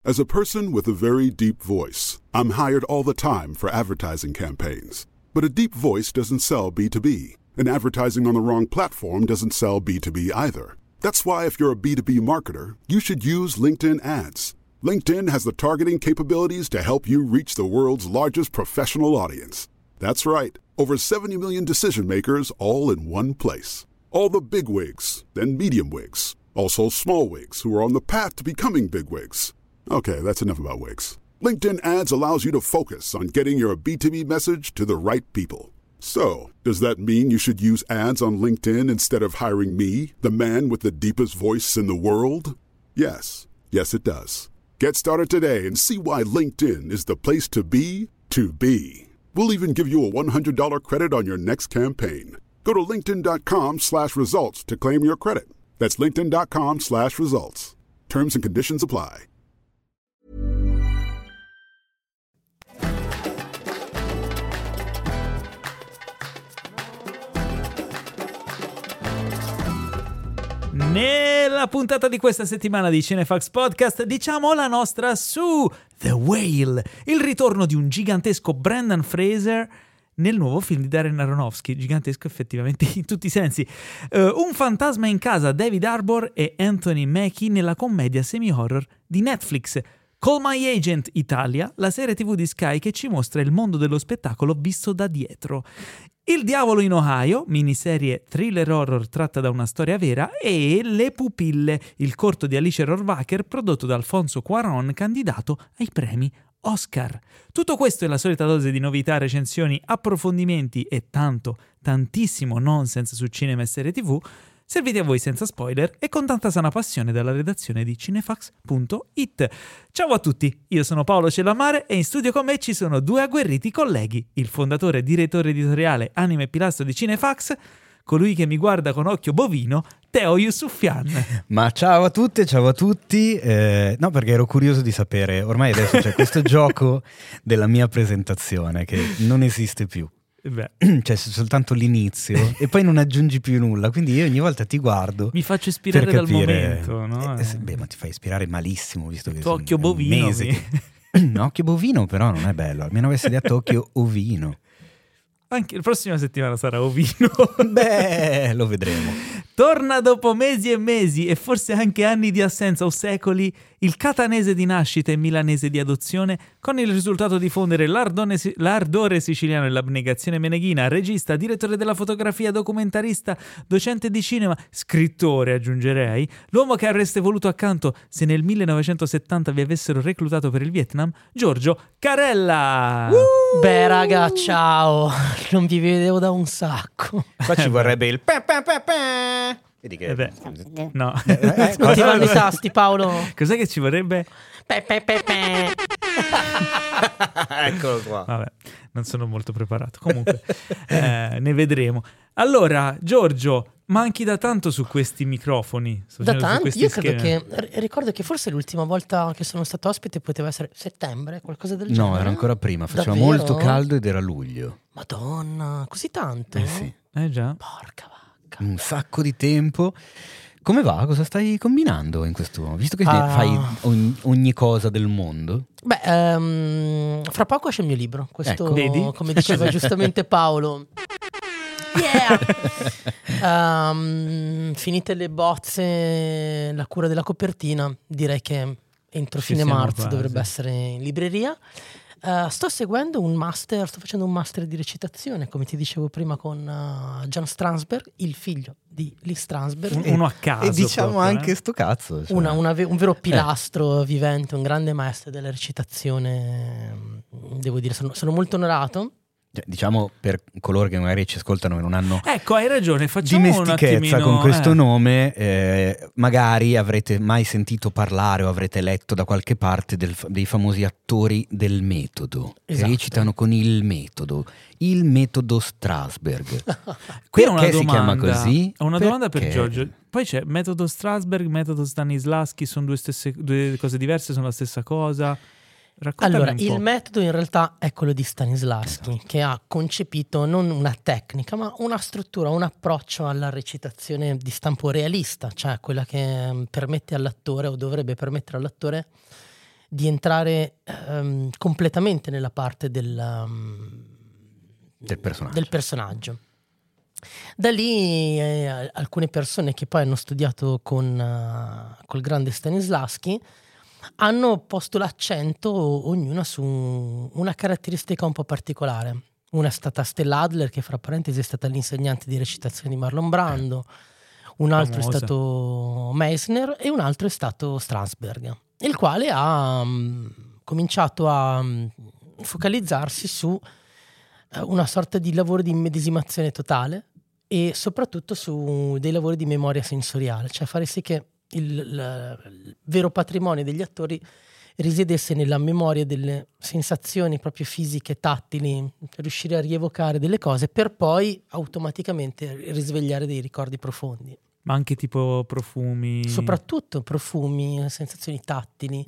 As a person with a very deep voice, I'm hired all the time for advertising campaigns. But a deep voice doesn't sell B2B, and advertising on the wrong platform doesn't sell B2B either. That's why if you're a B2B marketer, you should use LinkedIn ads. LinkedIn has the targeting capabilities to help you reach the world's largest professional audience. That's right, over 70 million decision makers all in one place. All the big wigs, then medium wigs, also small wigs who are on the path to becoming big wigs. Okay, that's enough about wigs. LinkedIn ads allows you to focus on getting your B2B message to the right people. So, does that mean you should use ads on LinkedIn instead of hiring me, the man with the deepest voice in the world? Yes. Yes, it does. Get started today and see why LinkedIn is the place to be to be. We'll even give you a $100 credit on your next campaign. Go to linkedin.com/results to claim your credit. That's linkedin.com/results. Terms and conditions apply. Nella puntata di questa settimana di Cinefax Podcast diciamo la nostra su The Whale, il ritorno di un gigantesco Brendan Fraser nel nuovo film di Darren Aronofsky, gigantesco effettivamente in tutti i sensi. Un fantasma in casa, David Harbour e Anthony Mackie nella commedia semi-horror di Netflix. Call My Agent Italia, la serie TV di Sky che ci mostra il mondo dello spettacolo visto da dietro. Il diavolo in Ohio, miniserie thriller horror tratta da una storia vera, e Le pupille, il corto di Alice Rohrwacher prodotto da Alfonso Cuarón, candidato ai premi Oscar. Tutto questo è la solita dose di novità, recensioni, approfondimenti e tantissimo nonsense su cinema e serie TV, serviti a voi senza spoiler e con tanta sana passione dalla redazione di cinefax.it. Ciao a tutti, io sono Paolo Cellamare e in studio con me ci sono due agguerriti colleghi, il fondatore e direttore editoriale, anima e pilastro di Cinefax, colui che mi guarda con occhio bovino, Teo Yusufian. Ma ciao a tutte, ciao a tutti. No, perché ero curioso di sapere, ormai adesso c'è questo gioco della mia presentazione che non esiste più. C'è soltanto l'inizio e poi non aggiungi più nulla, quindi io ogni volta ti guardo, mi faccio ispirare dal momento, no? Ma ti fai ispirare malissimo, visto che tuo occhio bovino No, occhio bovino però non è bello, almeno avessi detto occhio ovino. Anche la prossima settimana sarà ovino. Beh, lo vedremo. Torna dopo mesi e mesi e forse anche anni di assenza o secoli il catanese di nascita e milanese di adozione, con il risultato di fondere l'ardore siciliano e l'abnegazione meneghina, regista, direttore della fotografia, documentarista, docente di cinema, scrittore aggiungerei, l'uomo che avreste voluto accanto se nel 1970 vi avessero reclutato per il Vietnam, Giorgio Carella. Beh raga, ciao, non vi vedevo da un sacco. Qua ci vorrebbe il pe. Vedi che... no. Attivando i tasti, Paolo. Cos'è che ci vorrebbe? Pe. Eccolo qua. Vabbè, non sono molto preparato. Comunque, ne vedremo. Allora, Giorgio, manchi da tanto su questi microfoni. Da tanto? Io credo che... Ricordo che forse l'ultima volta che sono stato ospite poteva essere settembre, qualcosa del genere. No, era ancora prima. Faceva Davvero? molto caldo ed era luglio. Madonna, così tanto? Sì. Già. Porca vacca. Un sacco di tempo. Come va? Cosa stai combinando in questo? Visto che fai ogni cosa del mondo. Beh, fra poco esce il mio libro. Questo, ecco, vedi? Come diceva giustamente Paolo. Yeah! Finite le bozze, la cura della copertina, direi che entro fine marzo dovrebbe essere in libreria. Sto seguendo sto facendo un master di recitazione, come ti dicevo prima, con John Strasberg, il figlio di Lee Strasberg. Uno a caso. E diciamo proprio, anche sto cazzo. Cioè. Un vero pilastro vivente, un grande maestro della recitazione. Devo dire, sono molto onorato. Diciamo, per coloro che magari ci ascoltano e non hanno ecco, hai ragione, facciamo dimestichezza con questo nome, magari avrete mai sentito parlare o avrete letto da qualche parte dei famosi attori del metodo, esatto, che recitano con il metodo Strasberg. Qui Perché si chiama così? Ho una domanda per Giorgio. Poi c'è metodo Strasberg, metodo Stanislavski, sono due cose diverse, sono la stessa cosa? Raccontami allora, un po'. Il metodo in realtà è quello di Stanislavski, che ha concepito non una tecnica, ma una struttura, un approccio alla recitazione di stampo realista, cioè quella che permette all'attore o dovrebbe permettere all'attore di entrare completamente nella parte del personaggio. Da lì alcune persone che poi hanno studiato col grande Stanislavski hanno posto l'accento ognuna su una caratteristica un po' particolare. Una è stata Stella Adler, che fra parentesi è stata l'insegnante di recitazione di Marlon Brando, un altro è stato Meissner e un altro è stato Strasberg, il quale ha cominciato a focalizzarsi su una sorta di lavoro di immedesimazione totale e soprattutto su dei lavori di memoria sensoriale, cioè fare sì che il vero patrimonio degli attori risiedesse nella memoria delle sensazioni proprio fisiche, tattili, per riuscire a rievocare delle cose per poi automaticamente risvegliare dei ricordi profondi. Ma anche tipo profumi? Soprattutto profumi, sensazioni tattili.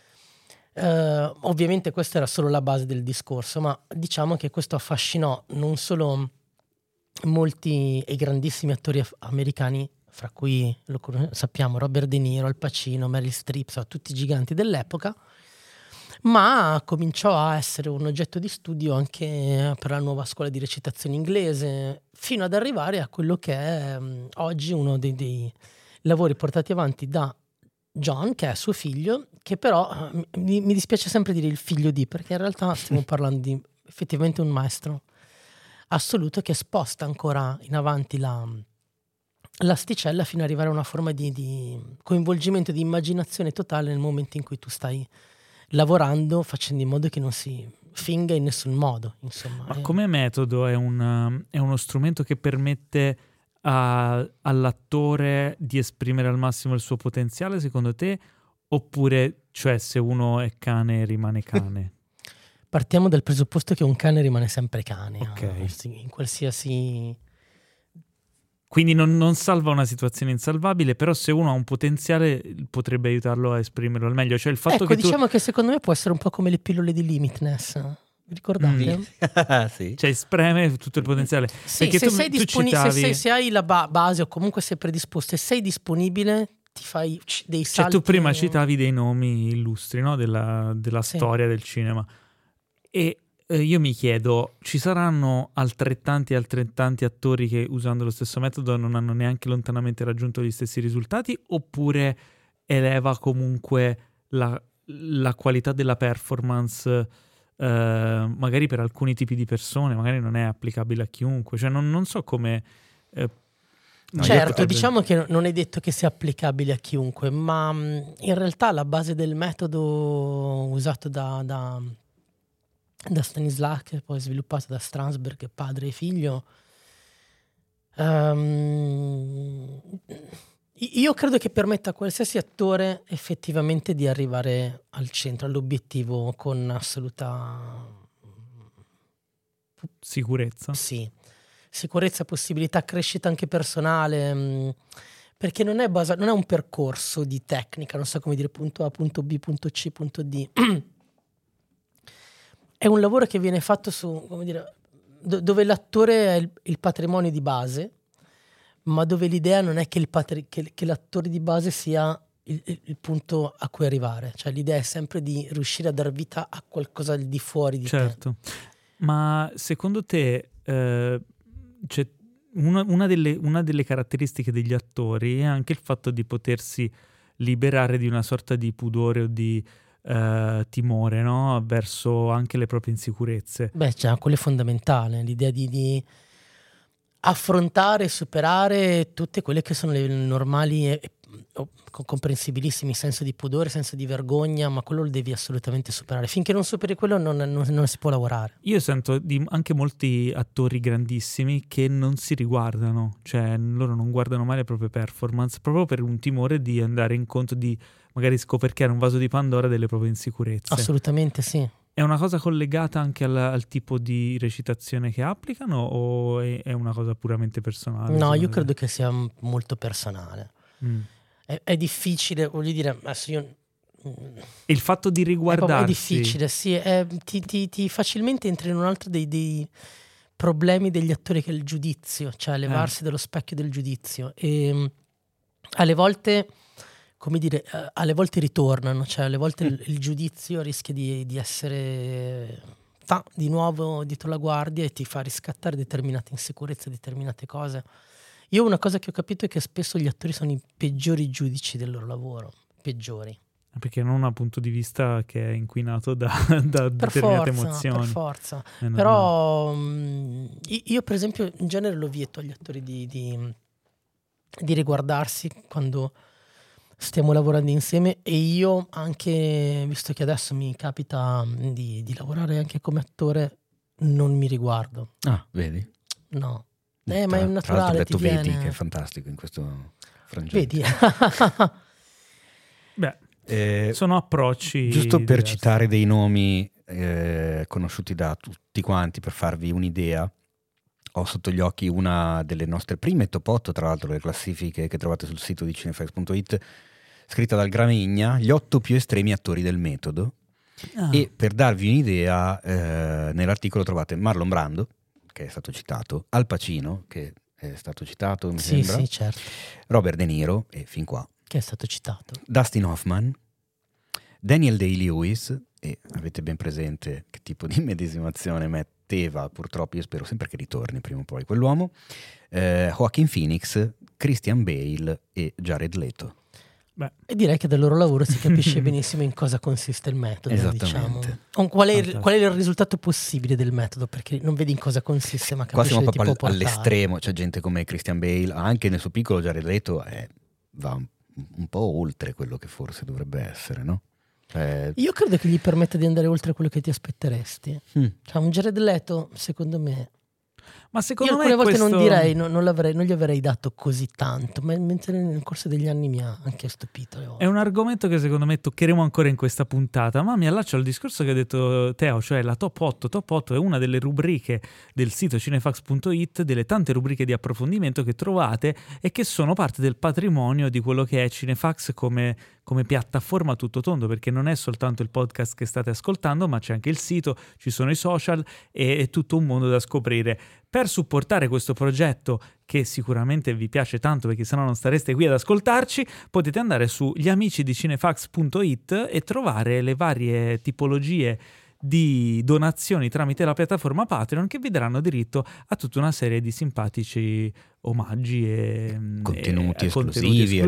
Ovviamente questa era solo la base del discorso, ma diciamo che questo affascinò non solo molti e grandissimi attori americani, fra cui sappiamo Robert De Niro, Al Pacino, Meryl Streep, tutti i giganti dell'epoca, ma cominciò a essere un oggetto di studio anche per la nuova scuola di recitazione inglese, fino ad arrivare a quello che è oggi uno dei lavori portati avanti da John, che è suo figlio, che però mi dispiace sempre dire il figlio di, perché in realtà stiamo parlando di effettivamente un maestro assoluto che sposta ancora in avanti l'asticella fino ad arrivare a una forma di coinvolgimento, di immaginazione totale nel momento in cui tu stai lavorando, facendo in modo che non si finga in nessun modo, insomma. Ma come metodo è uno strumento che permette all'attore di esprimere al massimo il suo potenziale, secondo te? Oppure, cioè, se uno è cane rimane cane? Partiamo dal presupposto che un cane rimane sempre cane, okay. In qualsiasi... Quindi non salva una situazione insalvabile, però se uno ha un potenziale potrebbe aiutarlo a esprimerlo al meglio. Cioè il fatto che diciamo che secondo me può essere un po' come le pillole di Limitless. Vi ricordate? Sì. Cioè spreme tutto il potenziale. Sì, perché se hai la base o comunque sei predisposto e sei disponibile, ti fai dei salti. Cioè tu prima citavi dei nomi illustri, no? della storia del cinema. E io mi chiedo, ci saranno altrettanti attori che usando lo stesso metodo non hanno neanche lontanamente raggiunto gli stessi risultati, oppure eleva comunque la qualità della performance, magari per alcuni tipi di persone, magari non è applicabile a chiunque, cioè non so come... certo, diciamo che non è detto che sia applicabile a chiunque, ma in realtà la base del metodo usato da Stanislavski, poi sviluppato da Strasberg, padre e figlio, io credo che permetta a qualsiasi attore effettivamente di arrivare al centro, all'obiettivo con assoluta sicurezza. Sì, sicurezza, possibilità, crescita anche personale, perché non è un percorso di tecnica, non so come dire, punto A, punto B, punto C, punto D. È un lavoro che viene fatto su, come dire, dove l'attore è il patrimonio di base, ma dove l'idea non è che l'attore di base sia il punto a cui arrivare. Cioè l'idea è sempre di riuscire a dar vita a qualcosa al di fuori di te. Certo. Ma secondo te cioè, una delle caratteristiche degli attori è anche il fatto di potersi liberare di una sorta di pudore o di timore, no? Verso anche le proprie insicurezze. Beh, cioè, quello è fondamentale, l'idea di affrontare e superare tutte quelle che sono le normali e comprensibilissimi senso di pudore, senso di vergogna, ma quello lo devi assolutamente superare. Finché non superi quello non si può lavorare. Io sento anche molti attori grandissimi che non si riguardano, cioè loro non guardano mai le proprie performance proprio per un timore di andare in conto, di magari scoperchiare un vaso di Pandora delle proprie insicurezze. Assolutamente sì. È una cosa collegata anche al tipo di recitazione che applicano, o è una cosa puramente personale? No, io credo che sia molto personale. È difficile, voglio dire, adesso io... Il fatto di riguardarsi... È difficile, sì. Ti facilmente entri in un altro dei problemi degli attori, che è il giudizio, cioè levarsi dallo specchio del giudizio. E alle volte come dire, alle volte ritornano, cioè alle volte il giudizio rischia di essere di nuovo dietro la guardia e ti fa riscattare determinate insicurezze, determinate cose. Io una cosa che ho capito è che spesso gli attori sono i peggiori giudici del loro lavoro, peggiori. Perché non ha un punto di vista che è inquinato da determinate emozioni. Per forza. Però io per esempio in genere lo vieto agli attori di riguardarsi quando stiamo lavorando insieme, e io anche, visto che adesso mi capita di lavorare anche come attore, non mi riguardo. Ah, vedi? No. Ma è naturale. Tra l'altro ti vedi viene... che è fantastico in questo frangente. Vedi? Beh, sono approcci giusto per diversi. citare dei nomi conosciuti da tutti quanti, per farvi un'idea. Ho sotto gli occhi una delle nostre prime top 8, tra l'altro le classifiche che trovate sul sito di cinefax.it, scritta dal Gramigna, gli 8 più estremi attori del metodo. E per darvi un'idea, nell'articolo trovate Marlon Brando, che è stato citato, Al Pacino, che è stato citato, mi sembra. Sì, certo. Robert De Niro, e fin qua. Che è stato citato. Dustin Hoffman, Daniel Day-Lewis, e avete ben presente che tipo di medesimazione metteva, purtroppo, io spero sempre che ritorni prima o poi quell'uomo, Joaquin Phoenix, Christian Bale e Jared Leto. Beh. E direi che dal loro lavoro si capisce benissimo in cosa consiste il metodo. Esattamente. Diciamo. Qual è il risultato possibile del metodo? Perché non vedi in cosa consiste, ma qua capisci siamo che ti può proprio portare. all'estremo. C'è gente come Christian Bale, anche nel suo piccolo Jared Leto, va un po' oltre quello che forse dovrebbe essere, no? Io credo che gli permetta di andare oltre quello che ti aspetteresti. Cioè, un Jared Leto, secondo me, ma secondo io me alcune volte questo... non direi, non gli avrei dato così tanto, ma mentre nel corso degli anni mi ha anche stupito. È un argomento che secondo me toccheremo ancora in questa puntata, ma mi allaccio al discorso che ha detto Teo, cioè la Top 8. Top 8 è una delle rubriche del sito cinefax.it, delle tante rubriche di approfondimento che trovate e che sono parte del patrimonio di quello che è Cinefax come piattaforma a tutto tondo, perché non è soltanto il podcast che state ascoltando, ma c'è anche il sito, ci sono i social e è tutto un mondo da scoprire. Per supportare questo progetto, che sicuramente vi piace tanto perché sennò non stareste qui ad ascoltarci, potete andare su gli-amici-di-cinefax.it e trovare le varie tipologie di donazioni tramite la piattaforma Patreon che vi daranno diritto a tutta una serie di simpatici omaggi e contenuti esclusivi,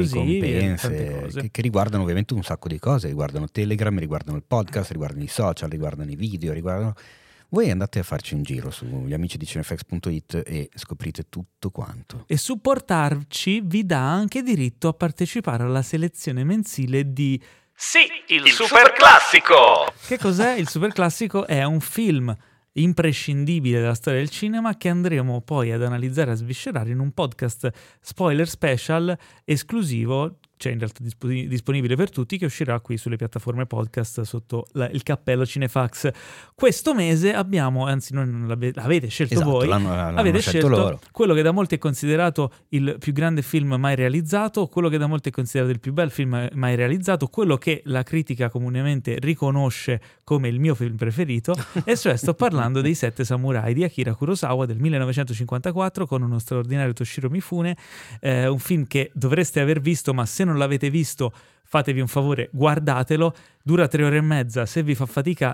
ricompense che riguardano ovviamente un sacco di cose, riguardano Telegram, riguardano il podcast, riguardano i social, riguardano i video, riguardano... Voi andate a farci un giro su gli-amici-di-cinefax.it e scoprite tutto quanto. E supportarci vi dà anche diritto a partecipare alla selezione mensile di Sì, il super classico! Che cos'è? Il super classico è un film imprescindibile della storia del cinema che andremo poi ad analizzare e a sviscerare in un podcast spoiler special esclusivo, cioè in realtà disponibile per tutti, che uscirà qui sulle piattaforme podcast sotto il cappello Cinefax. Questo mese abbiamo, anzi non l'avete scelto, esatto, voi, l'hanno avete scelto loro. Quello che da molti è considerato il più grande film mai realizzato, quello che da molti è considerato il più bel film mai realizzato, quello che la critica comunemente riconosce come il mio film preferito, e cioè sto parlando dei Sette Samurai di Akira Kurosawa del 1954 con uno straordinario Toshiro Mifune, un film che dovreste aver visto, ma se non l'avete visto fatevi un favore, guardatelo, dura 3 ore e mezza, se vi fa fatica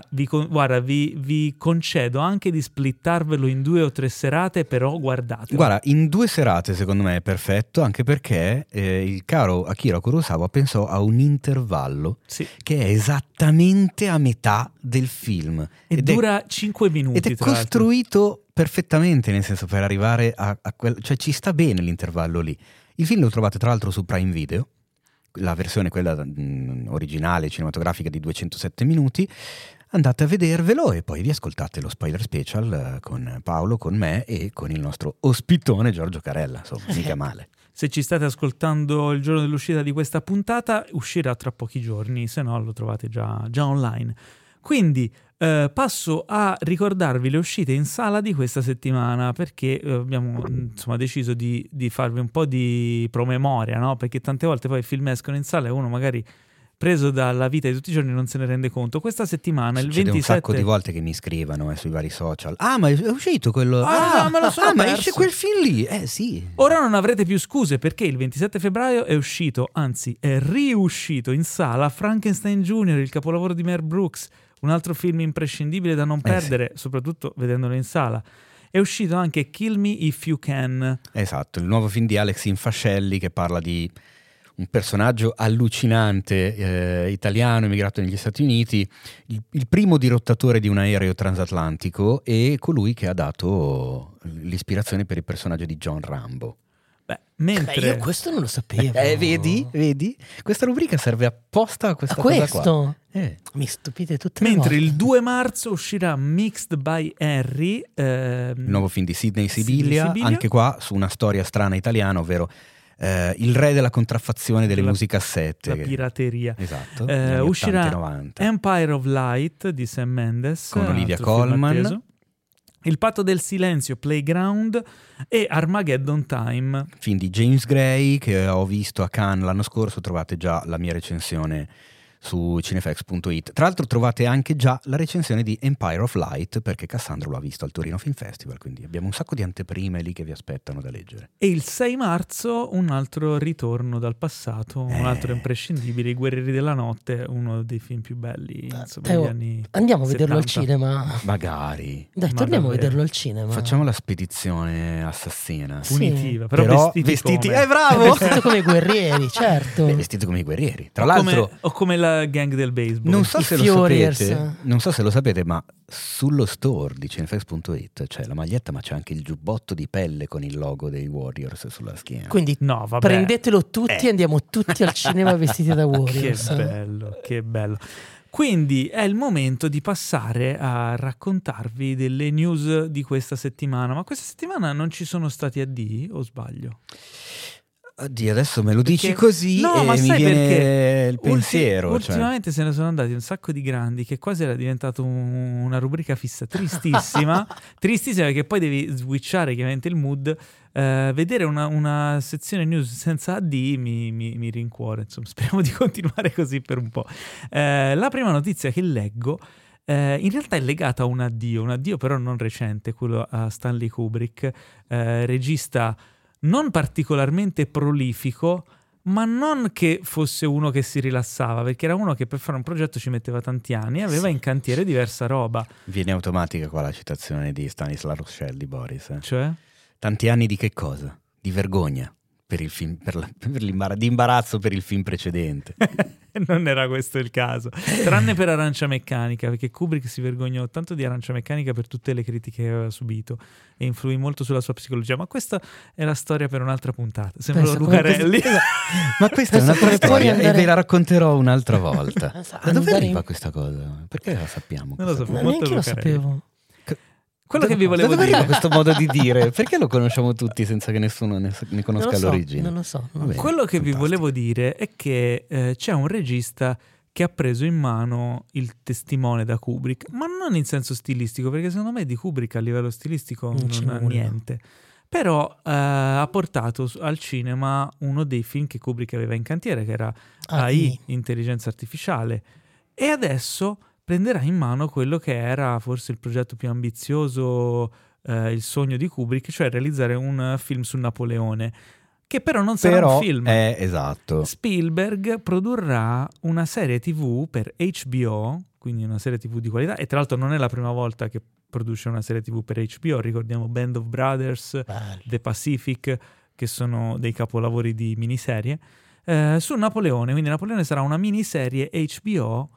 vi concedo anche di splittarvelo in 2 o 3 serate, però guardatelo. Guarda, in 2 serate secondo me è perfetto, anche perché il caro Akira Kurosawa pensò a un intervallo che è esattamente a metà del film. E dura 5 minuti. Ed è costruito perfettamente, nel senso, per arrivare a cioè ci sta bene l'intervallo lì. Il film lo trovate tra l'altro su Prime Video, la versione quella originale cinematografica di 207 minuti. Andate a vedervelo e poi vi ascoltate lo spoiler special con Paolo, con me e con il nostro ospitone Giorgio Carella, insomma, mica male. Se ci state ascoltando il giorno dell'uscita di questa puntata, uscirà tra pochi giorni, se no lo trovate già online. Quindi passo a ricordarvi le uscite in sala di questa settimana, perché abbiamo deciso di farvi un po' di promemoria, no? Perché tante volte poi i film escono in sala e uno magari preso dalla vita di tutti i giorni non se ne rende conto. Questa settimana, il 27... un sacco di volte che mi scrivono sui vari social. Ma è uscito quello... me lo sono ma perso. esce quel film lì? Sì. Ora non avrete più scuse, perché il 27 febbraio è uscito, anzi è riuscito in sala Frankenstein Jr., il capolavoro di Mel Brooks, un altro film imprescindibile da non perdere, soprattutto vedendolo in sala. È uscito anche Kill Me If You Can. Esatto, il nuovo film di Alex Infascelli che parla di un personaggio allucinante italiano emigrato negli Stati Uniti, il primo dirottatore di un aereo transatlantico e colui che ha dato l'ispirazione per il personaggio di John Rambo. Mentre io questo non lo sapevo. Vedi? Questa rubrica serve apposta a questa cosa qua. Mi stupite tutte le Mentre volte. il 2 marzo uscirà Mixed by Harry, il nuovo film di Sidney Sibilia, anche qua su una storia strana italiana, ovvero il re della contraffazione delle musicassette, la pirateria. Esatto. Uscirà Empire of Light di Sam Mendes con Olivia Colman, Il patto del silenzio, Playground, e Armageddon Time, film di James Gray che ho visto a Cannes l'anno scorso. Trovate già la mia recensione su cinefx.it. Tra l'altro trovate anche già la recensione di Empire of Light, perché Cassandro l'ha visto al Torino Film Festival, quindi abbiamo un sacco di anteprime lì che vi aspettano da leggere. E il 6 marzo un altro ritorno dal passato, un altro imprescindibile, I Guerrieri della Notte, uno dei film più belli degli anni andiamo a vederlo 70. al cinema. Magari. Dai, torniamo a vederlo al cinema. Facciamo la spedizione assassina. Punitiva, però vestiti come... bravo! Vestito come i guerrieri, certo. Vestito come i guerrieri. Tra l'altro... o come la gang del baseball. Non so se lo sapete, ma sullo store di cinefx.it c'è la maglietta, ma c'è anche il giubbotto di pelle con il logo dei Warriors sulla schiena. Quindi prendetelo tutti e andiamo tutti al cinema vestiti da Warriors. Che bello. Quindi è il momento di passare a raccontarvi delle news di questa settimana. Ma questa settimana non ci sono stati addii, o sbaglio? Oddio, adesso me lo dici così e mi viene il pensiero. Ultimamente se ne sono andati un sacco di grandi, che quasi era diventato una rubrica fissa, tristissima. Tristissima, perché poi devi switchare chiaramente il mood. Vedere una sezione news senza AD mi rincuora. Insomma, speriamo di continuare così per un po'. La prima notizia che leggo in realtà è legata a un addio però non recente, quello a Stanley Kubrick, regista non particolarmente prolifico, ma non che fosse uno che si rilassava, perché era uno che per fare un progetto ci metteva tanti anni e aveva in cantiere diversa roba. Viene automatica qua la citazione di Stanislav Rothschild di Boris. Cioè? Tanti anni di che cosa? Di vergogna per il film, di imbarazzo per il film precedente. Non era questo il caso, tranne per Arancia Meccanica, perché Kubrick si vergognò tanto di Arancia Meccanica per tutte le critiche che aveva subito e influì molto sulla sua psicologia, ma questa è la storia per un'altra puntata. Sembra Lucarelli. Ma questa è un'altra storia e ve la racconterò un'altra volta. Da dove arriva questa cosa? Perché la sappiamo? Non lo sapevo, neanche lo sapevo. Quello che vi volevo dire. Da dove dire, arriva questo modo di dire? Perché lo conosciamo tutti senza che nessuno ne conosca l'origine? Non lo so. Quello che vi volevo dire è che c'è un regista che ha preso in mano il testimone da Kubrick, ma non in senso stilistico, perché secondo me di Kubrick a livello stilistico non ha niente. Però ha portato al cinema uno dei film che Kubrick aveva in cantiere, che era AI, Intelligenza Artificiale, e adesso prenderà in mano quello che era forse il progetto più ambizioso, il sogno di Kubrick, cioè realizzare un film su Napoleone, che però non sarà un film. Esatto. Spielberg produrrà una serie TV per HBO, quindi una serie TV di qualità, e tra l'altro non è la prima volta che produce una serie TV per HBO, ricordiamo Band of Brothers, The Pacific, che sono dei capolavori di miniserie, su Napoleone, quindi Napoleone sarà una miniserie HBO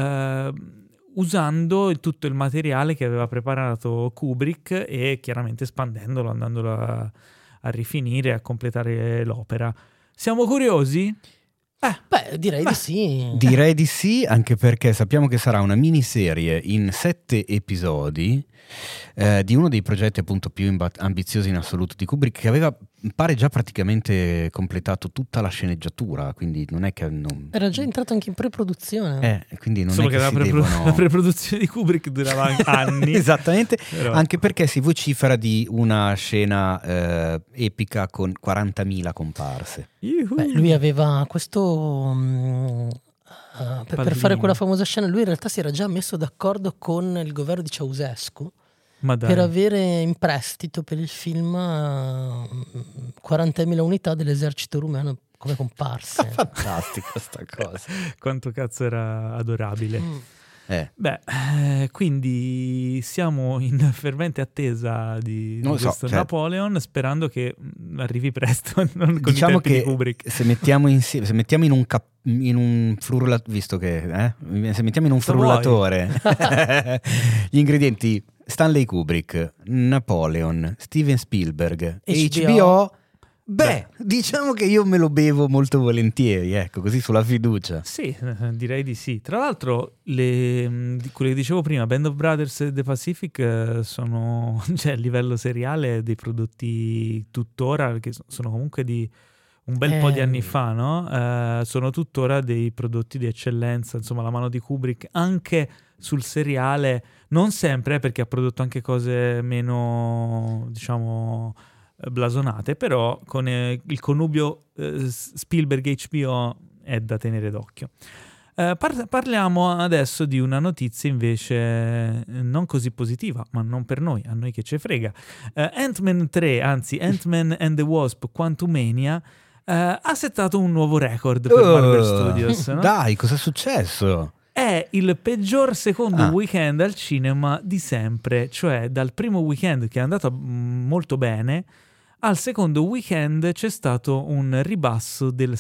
usando tutto il materiale che aveva preparato Kubrick e chiaramente espandendolo, andandolo a rifinire, a completare l'opera. Siamo curiosi? Direi di sì. Direi di sì, anche perché sappiamo che sarà una miniserie in 7 episodi di uno dei progetti appunto più ambiziosi in assoluto di Kubrick, che aveva, pare, già praticamente completato tutta la sceneggiatura, quindi non è che era già entrato anche in preproduzione. Quindi non solo è che la preproduzione di Kubrick durava anni. Esattamente. Però... anche perché si vocifera di una scena epica con 40.000 comparse. Lui aveva questo per fare quella famosa scena. Lui in realtà si era già messo d'accordo con il governo di Ceausescu per avere in prestito per il film 40.000 unità dell'esercito rumeno come comparse. Fantastica sta cosa. Quanto cazzo era adorabile. Quindi siamo in fervente attesa di questo Napoleon, sperando che arrivi presto, non con diciamo i tempi di Kubrick. Se mettiamo insieme, se mettiamo in un frullatore, visto che se mettiamo in un frullatore gli ingredienti Stanley Kubrick, Napoleon, Steven Spielberg, HBO. Diciamo che io me lo bevo molto volentieri, ecco, così sulla fiducia. Sì, direi di sì. Tra l'altro, quelle che dicevo prima, Band of Brothers e The Pacific, sono, cioè, a livello seriale dei prodotti tuttora, che sono comunque di un bel po' di anni fa, no? Sono tuttora dei prodotti di eccellenza, insomma, la mano di Kubrick, anche sul seriale, non sempre, perché ha prodotto anche cose meno, diciamo, blasonate, però con il connubio Spielberg-HBO è da tenere d'occhio. Parliamo adesso di una notizia invece non così positiva, ma non per noi, a noi che ce frega. Ant-Man 3, anzi Ant-Man and the Wasp Quantumania, ha settato un nuovo record per Marvel Studios, no? Dai, cosa è successo? È il peggior secondo weekend al cinema di sempre, cioè dal primo weekend che è andato molto bene al secondo weekend c'è stato un ribasso del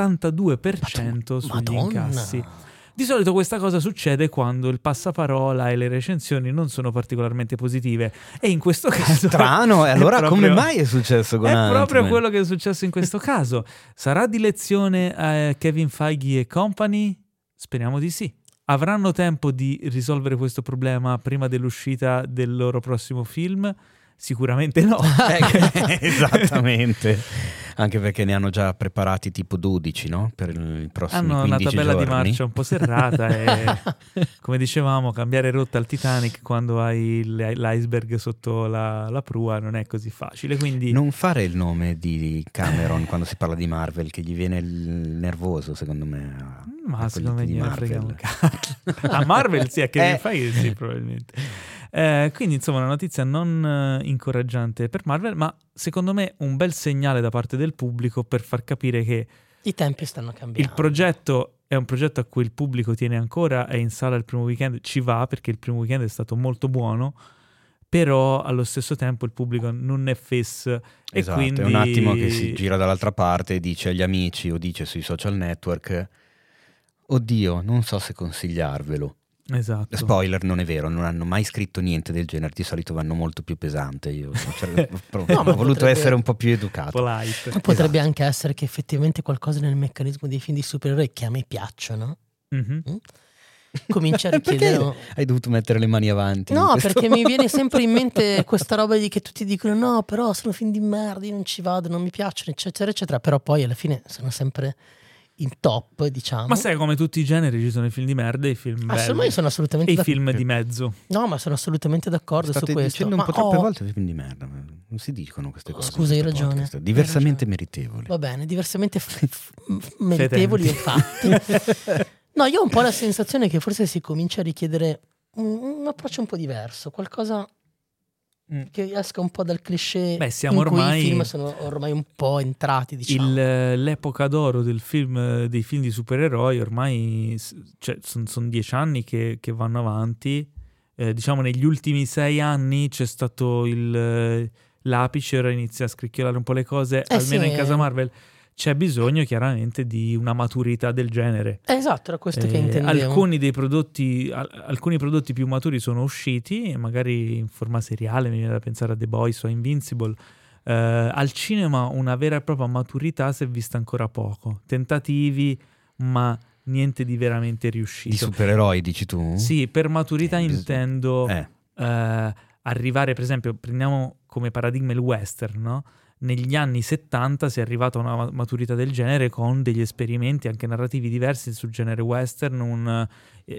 72% sugli incassi. Di solito questa cosa succede quando il passaparola e le recensioni non sono particolarmente positive, e in questo caso strano, e allora come mai è successo con Ant-Man? È proprio quello che è successo in questo caso. Sarà di lezione a Kevin Feige e company? Speriamo di sì. Avranno tempo di risolvere questo problema prima dell'uscita del loro prossimo film? Sicuramente no. Esattamente. Anche perché ne hanno già preparati tipo 12, no? Per il prossimo 15 giorni. Hanno una tabella di marcia un po' serrata e, come dicevamo, cambiare rotta al Titanic quando hai l'iceberg sotto la prua non è così facile, quindi... Non fare il nome di Cameron quando si parla di Marvel, che gli viene il nervoso, secondo me. Ma secondo me gliene frega un cazzo. A Marvel sì, a che fai sì, probabilmente. Quindi insomma una notizia non incoraggiante per Marvel, ma secondo me un bel segnale da parte del pubblico per far capire che i tempi stanno cambiando. Il progetto è un progetto a cui il pubblico tiene ancora, è in sala il primo weekend, ci va perché il primo weekend è stato molto buono, però allo stesso tempo il pubblico non è fesso. Esatto, e quindi... è un attimo che si gira dall'altra parte e dice agli amici o dice sui social network: oddio, non so se consigliarvelo. Esatto. Spoiler, non è vero, non hanno mai scritto niente del genere, di solito vanno molto più pesante. Io ho voluto essere un po' più educato. Polite. Potrebbe anche essere che effettivamente qualcosa nel meccanismo dei film di supereroi che a me piacciono comincia a richiedere. Perché hai dovuto mettere le mani avanti? No, perché mi viene sempre in mente questa roba di che tutti dicono no, però sono film di merda, io non ci vado, non mi piacciono, eccetera eccetera, però poi alla fine sono sempre in top, diciamo. Ma sai, come tutti i generi ci sono i film di merda e i film belli. Io sono assolutamente e i film di mezzo. No, ma sono assolutamente d'accordo su questo. State dicendo un po' troppe volte film di merda, non si dicono queste cose. Scusa, hai ragione. Podcast. Diversamente meritevoli. Va bene, diversamente meritevoli infatti. No, io ho un po' la sensazione che forse si comincia a richiedere un approccio un po' diverso, qualcosa che esca un po' dal cliché. Siamo in cui ormai, i film sono ormai un po' entrati, diciamo. L'epoca d'oro dei film di supereroi ormai, cioè, sono 10 anni che vanno avanti. Diciamo negli ultimi 6 anni c'è stato l'apice, ora inizia a scricchiolare un po' le cose, almeno in casa Marvel. C'è bisogno chiaramente di una maturità del genere. Esatto, era questo che intendevo. Alcuni prodotti più maturi sono usciti, magari in forma seriale, mi viene da pensare a The Boys o a Invincible. Al cinema una vera e propria maturità si è vista ancora poco. Tentativi, ma niente di veramente riuscito. Di supereroi, dici tu? Sì, per maturità intendo arrivare, per esempio, prendiamo come paradigma il western, no? Negli anni 70 si è arrivato a una maturità del genere con degli esperimenti anche narrativi diversi sul genere western,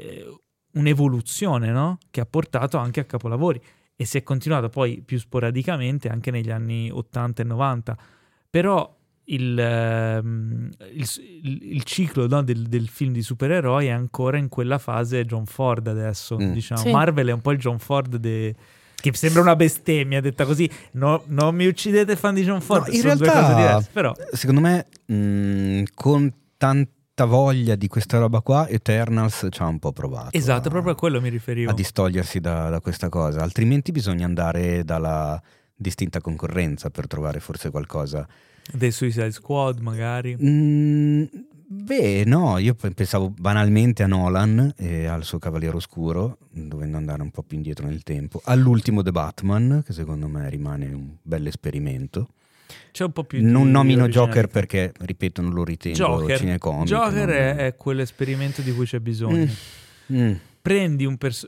un'evoluzione, no? Che ha portato anche a capolavori, e si è continuato poi più sporadicamente anche negli anni 80 e 90. Però il ciclo, no, del film di supereroi è ancora in quella fase John Ford adesso, diciamo. Sì. Marvel è un po' il John Ford che sembra una bestemmia detta così. No, non mi uccidete fan di John Ford, No, in sono realtà, due cose diverse, però secondo me con tanta voglia di questa roba qua Eternals ci ha un po' provato. esatto, proprio a quello mi riferivo. A distogliersi da questa cosa, altrimenti bisogna andare dalla distinta concorrenza per trovare forse qualcosa. dei Suicide Squad magari. Beh, no, io pensavo banalmente a Nolan e al suo Cavaliere Oscuro, dovendo andare un po' più indietro nel tempo, all'ultimo The Batman, che secondo me rimane un bel esperimento. C'è un po' più Non di nomino originalità. Joker perché, ripeto, non lo ritengo cinecomico. Joker non- è quell'esperimento di cui c'è bisogno. Prendi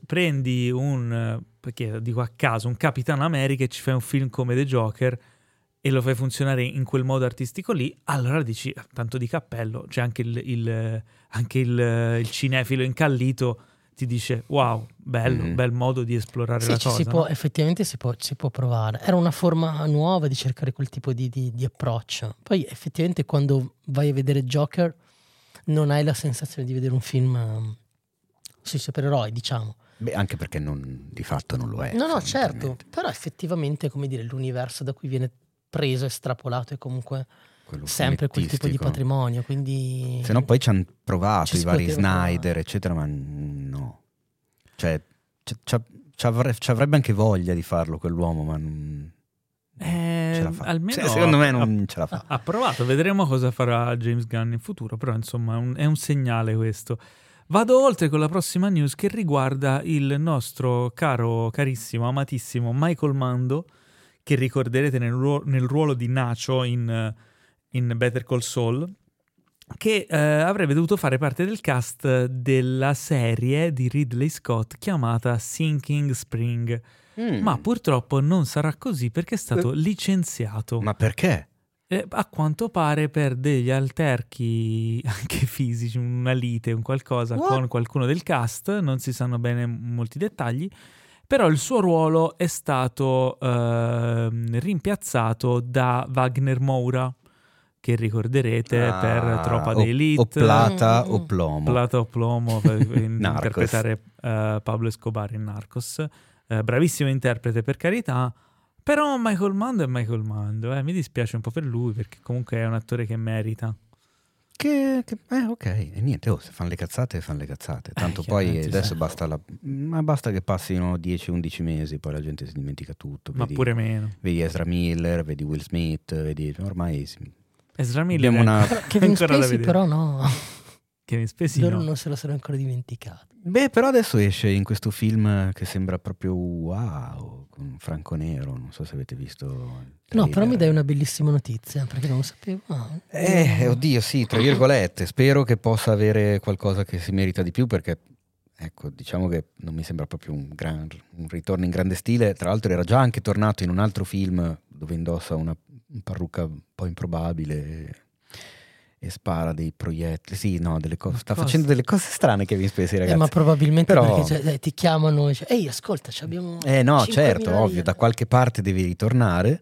un perché dico a caso, un Capitan America e ci fai un film come The Joker e lo fai funzionare in quel modo artistico lì, allora dici tanto di cappello. C'è anche il cinefilo incallito ti dice wow, bello, bel modo di esplorare Sì, la ci cosa, si può, no? effettivamente si può provare. Era una forma nuova di cercare quel tipo di approccio. Poi effettivamente quando vai a vedere Joker non hai la sensazione di vedere un film sui supereroi, diciamo. Beh, anche perché di fatto non lo è. No, certo, fondamentalmente. però effettivamente, come dire, l'universo da cui viene preso, estrapolato è comunque Quello sempre quel tipo di fumettistico. patrimonio, quindi... Se no poi ci hanno provato Ci i si vari poteva Snyder, provare. eccetera, ma no. Cioè, ci avrebbe anche voglia di farlo quell'uomo, ma non ce la fa. Almeno Secondo me non ce la fa. ha provato, vedremo cosa farà James Gunn in futuro, però insomma è un segnale questo. Vado oltre con la prossima news che riguarda il nostro carissimo, amatissimo Michael Mando, che ricorderete nel ruolo di Nacho in Better Call Saul, che avrebbe dovuto fare parte del cast della serie di Ridley Scott chiamata Sinking Spring, ma purtroppo non sarà così perché è stato licenziato. Ma perché? A quanto pare per degli alterchi anche fisici, una lite, un qualcosa con qualcuno del cast, non si sanno bene molti dettagli, però il suo ruolo è stato rimpiazzato da Wagner Moura, che ricorderete per Tropa d'Elite, o Plata o Plomo. Plata o Plomo per interpretare Pablo Escobar in Narcos. Bravissimo interprete, per carità. Però Michael Mando è Michael Mando, mi dispiace un po' per lui perché comunque è un attore che merita. Ok, e niente, se fanno le cazzate, fanno le cazzate. Tanto poi chiaramente, adesso sì. basta che passino 10-11 mesi, poi la gente si dimentica tutto. Ma pure meno. Vedi Ezra Miller, vedi Will Smith, vedi ormai Ezra Miller abbiamo una... Kevin ancora da Spacey vedere. però no, Kevin Spacey loro no. non se lo saranno ancora dimenticato. Beh, però adesso esce in questo film che sembra proprio wow, con Franco Nero, non so se avete visto il No, trailer. però mi dai una bellissima notizia, perché non lo sapevo. Oddio, sì, tra virgolette, spero che possa avere qualcosa che si merita di più, perché ecco, diciamo che non mi sembra proprio un ritorno in grande stile. Tra l'altro era già anche tornato in un altro film dove indossa una parrucca un po' improbabile e spara dei proiettili. Sì, no, delle cose. Sta facendo delle cose strane Kevin Spacey, ragazzi. Ma probabilmente Però- perché ti chiamano e dice, ehi, ascolta, abbiamo No, 5.000 certo, ovvio, lire." da qualche parte devi ritornare.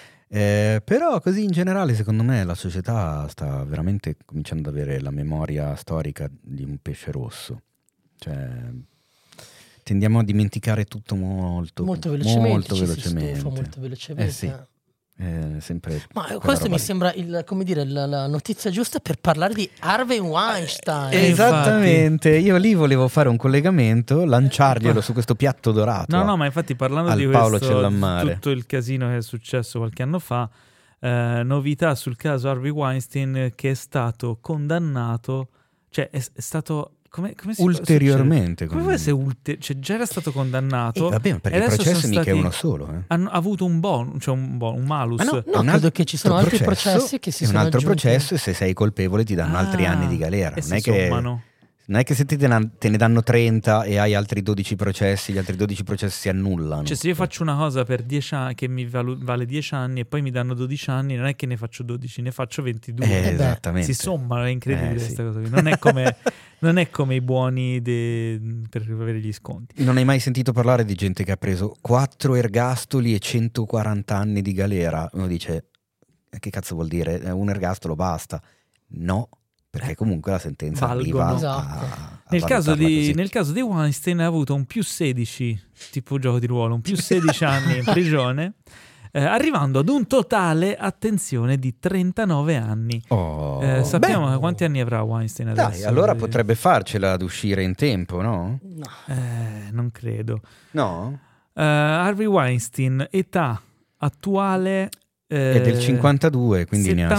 Però così in generale secondo me la società sta veramente cominciando ad avere la memoria storica di un pesce rosso. Cioè, tendiamo a dimenticare tutto molto Molto velocemente, ci si velocemente. stufa molto velocemente. Sì. Sempre Ma quella questo roba mi lì. sembra la notizia giusta per parlare di Harvey Weinstein. Esattamente, io lì volevo fare un collegamento, lanciarglielo su questo piatto dorato. No, ma infatti parlando al di Paolo questo, Cellammare. tutto il casino che è successo qualche anno fa, novità sul caso Harvey Weinstein, che è stato condannato, cioè è stato come si Ulteriormente come può essere cioè già era stato condannato, vabbè, ma perché e il adesso processo sono mica è stati- uno solo. hanno avuto un malus. Ma no, No, è un credo che ci sono altri processi che si è un sono altro aggiunti. processo, e se sei colpevole ti danno altri anni di galera. E Non si è che sommano. Non è che se te ne danno 30 e hai altri 12 processi, gli altri 12 processi si annullano. Cioè, se io faccio una cosa per 10 anni che mi vale 10 anni e poi mi danno 12 anni, non è che ne faccio 12, ne faccio 22. Esattamente. Si sommano, è incredibile Sì. questa cosa qui. Non è come i buoni per avere gli sconti. Non hai mai sentito parlare di gente che ha preso 4 ergastoli e 140 anni di galera? Uno dice, che cazzo vuol dire? Un ergastolo basta. No, perché comunque la sentenza valgono. arriva Esatto. Nel caso di Weinstein ha avuto un +16, tipo gioco di ruolo, un +16 anni in prigione, arrivando ad un totale, attenzione, di 39 anni. Sappiamo quanti anni avrà Weinstein adesso? Dai, allora potrebbe farcela ad uscire in tempo, no? No. Non credo. No? Harvey Weinstein, età attuale... È del 52, quindi ne ha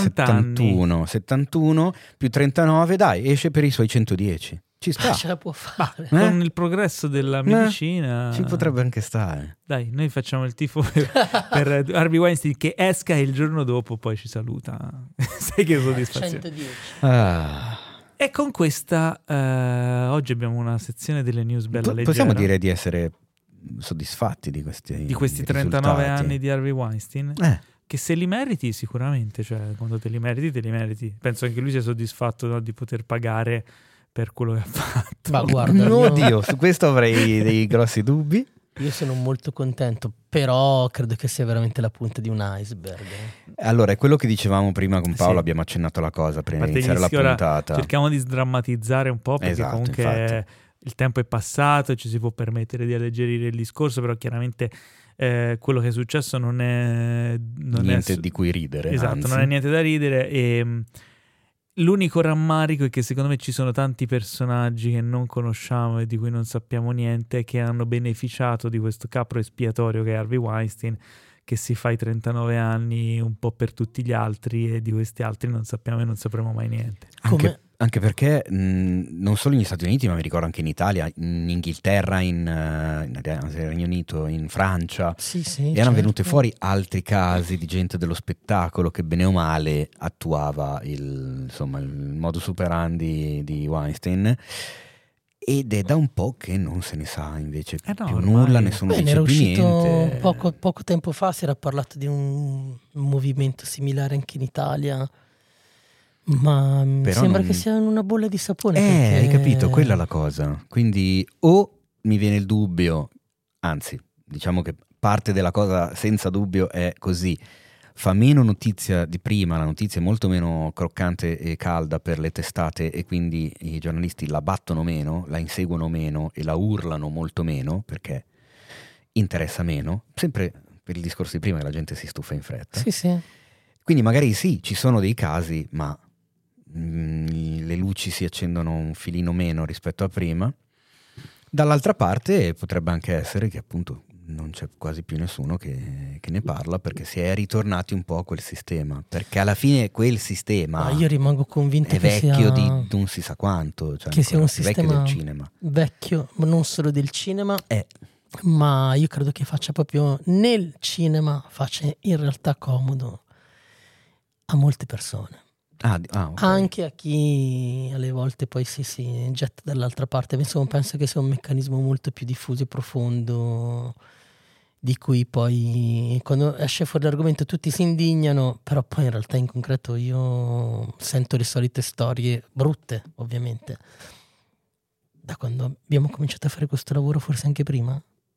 71 più 39, dai, esce per i suoi 110. Ci sta. Ce la può fare. Con il progresso della medicina ci potrebbe anche stare. Dai, noi facciamo il tifo per Harvey Weinstein che esca e il giorno dopo poi ci saluta. Sai che soddisfazione. 110. E con questa oggi abbiamo una sezione delle news bella leggera. Possiamo dire di essere soddisfatti di questi 39 risultati. anni di Harvey Weinstein? Che se li meriti sicuramente, cioè quando te li meriti. Penso anche lui sia soddisfatto, no, di poter pagare per quello che ha fatto. Ma guarda, Oddio, su questo avrei dei grossi dubbi. Io sono molto contento, però credo che sia veramente la punta di un iceberg. Allora, è quello che dicevamo prima con Paolo, Sì. abbiamo accennato la cosa prima di Infatti, iniziare la ora puntata. cerchiamo di sdrammatizzare un po', perché Esatto, comunque infatti. il tempo è passato, ci si può permettere di alleggerire il discorso, però chiaramente quello che è successo non è Niente di cui ridere. Esatto, anzi. non è niente da ridere, e l'unico rammarico è che secondo me ci sono tanti personaggi che non conosciamo e di cui non sappiamo niente, che hanno beneficiato di questo capro espiatorio che è Harvey Weinstein, che si fa i 39 anni un po' per tutti gli altri, e di questi altri non sappiamo e non sapremo mai niente. Anche perché non solo negli Stati Uniti, ma mi ricordo anche in Italia, in Inghilterra, in Regno Unito, in Francia, Sì, erano venute fuori altri casi di gente dello spettacolo che bene o male attuava il modus operandi di Weinstein, ed è da un po' che non se ne sa invece più ormai. nulla, nessuno Bene, dice era più uscito niente. poco tempo fa, si era parlato di un movimento similare anche in Italia, ma Però sembra non- che sia in una bolla di sapone. Hai perché- capito? Quella è la cosa. Quindi o mi viene il dubbio, anzi, diciamo che parte della cosa senza dubbio è così. Fa meno notizia di prima, la notizia è molto meno croccante e calda per le testate, e quindi i giornalisti la battono meno, la inseguono meno e la urlano molto meno perché interessa meno, sempre per il discorso di prima che la gente si stufa in fretta. Sì. Quindi magari sì, ci sono dei casi, ma le luci si accendono un filino meno rispetto a prima. Dall'altra parte potrebbe anche essere che appunto non c'è quasi più nessuno che ne parla, perché si è ritornati un po' a quel sistema, perché alla fine quel sistema Ma io rimango convinto è che vecchio sia di non si sa quanto, cioè che sia un ancora più vecchio sistema del cinema. vecchio, ma non solo del cinema, ma io credo che faccia proprio nel cinema, faccia in realtà comodo a molte persone. Ok. Anche a chi alle volte poi si getta dall'altra parte. Insomma, penso che sia un meccanismo molto più diffuso e profondo, di cui poi quando esce fuori l'argomento tutti si indignano, però poi in realtà in concreto io sento le solite storie brutte, ovviamente, da quando abbiamo cominciato a fare questo lavoro, forse anche prima.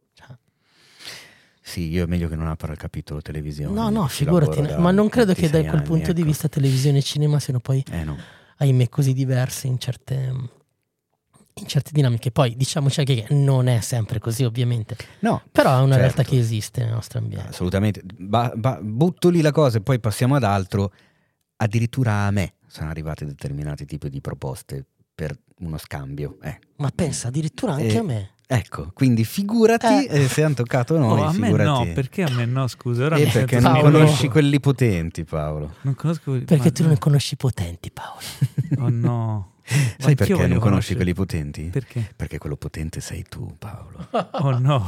Sì, io è meglio che non apra il capitolo televisione. No, ci figurati, lavoro da ma non credo che da 26 quel punto anni, di ecco. vista televisione e cinema siano poi, No. ahimè, così diverse in certe dinamiche. Poi diciamoci anche che non è sempre così, ovviamente, No, però è una certo. realtà che esiste nel nostro ambiente. Assolutamente. Butto lì la cosa e poi passiamo ad altro. Addirittura a me sono arrivate determinati tipi di proposte per uno scambio. Ma pensa, addirittura anche a me. Ecco, quindi figurati se hanno toccato noi. a me figurati. no, perché a me no, scusa. Ora mi Perché sento non Paolo. conosci quelli potenti, Paolo. Non conosco. Perché tu non ne conosci i potenti, Paolo. Oh no. Sai anch'io perché voglio non conosci conoscere. quelli potenti? Perché? Perché quello potente sei tu, Paolo. Oh no.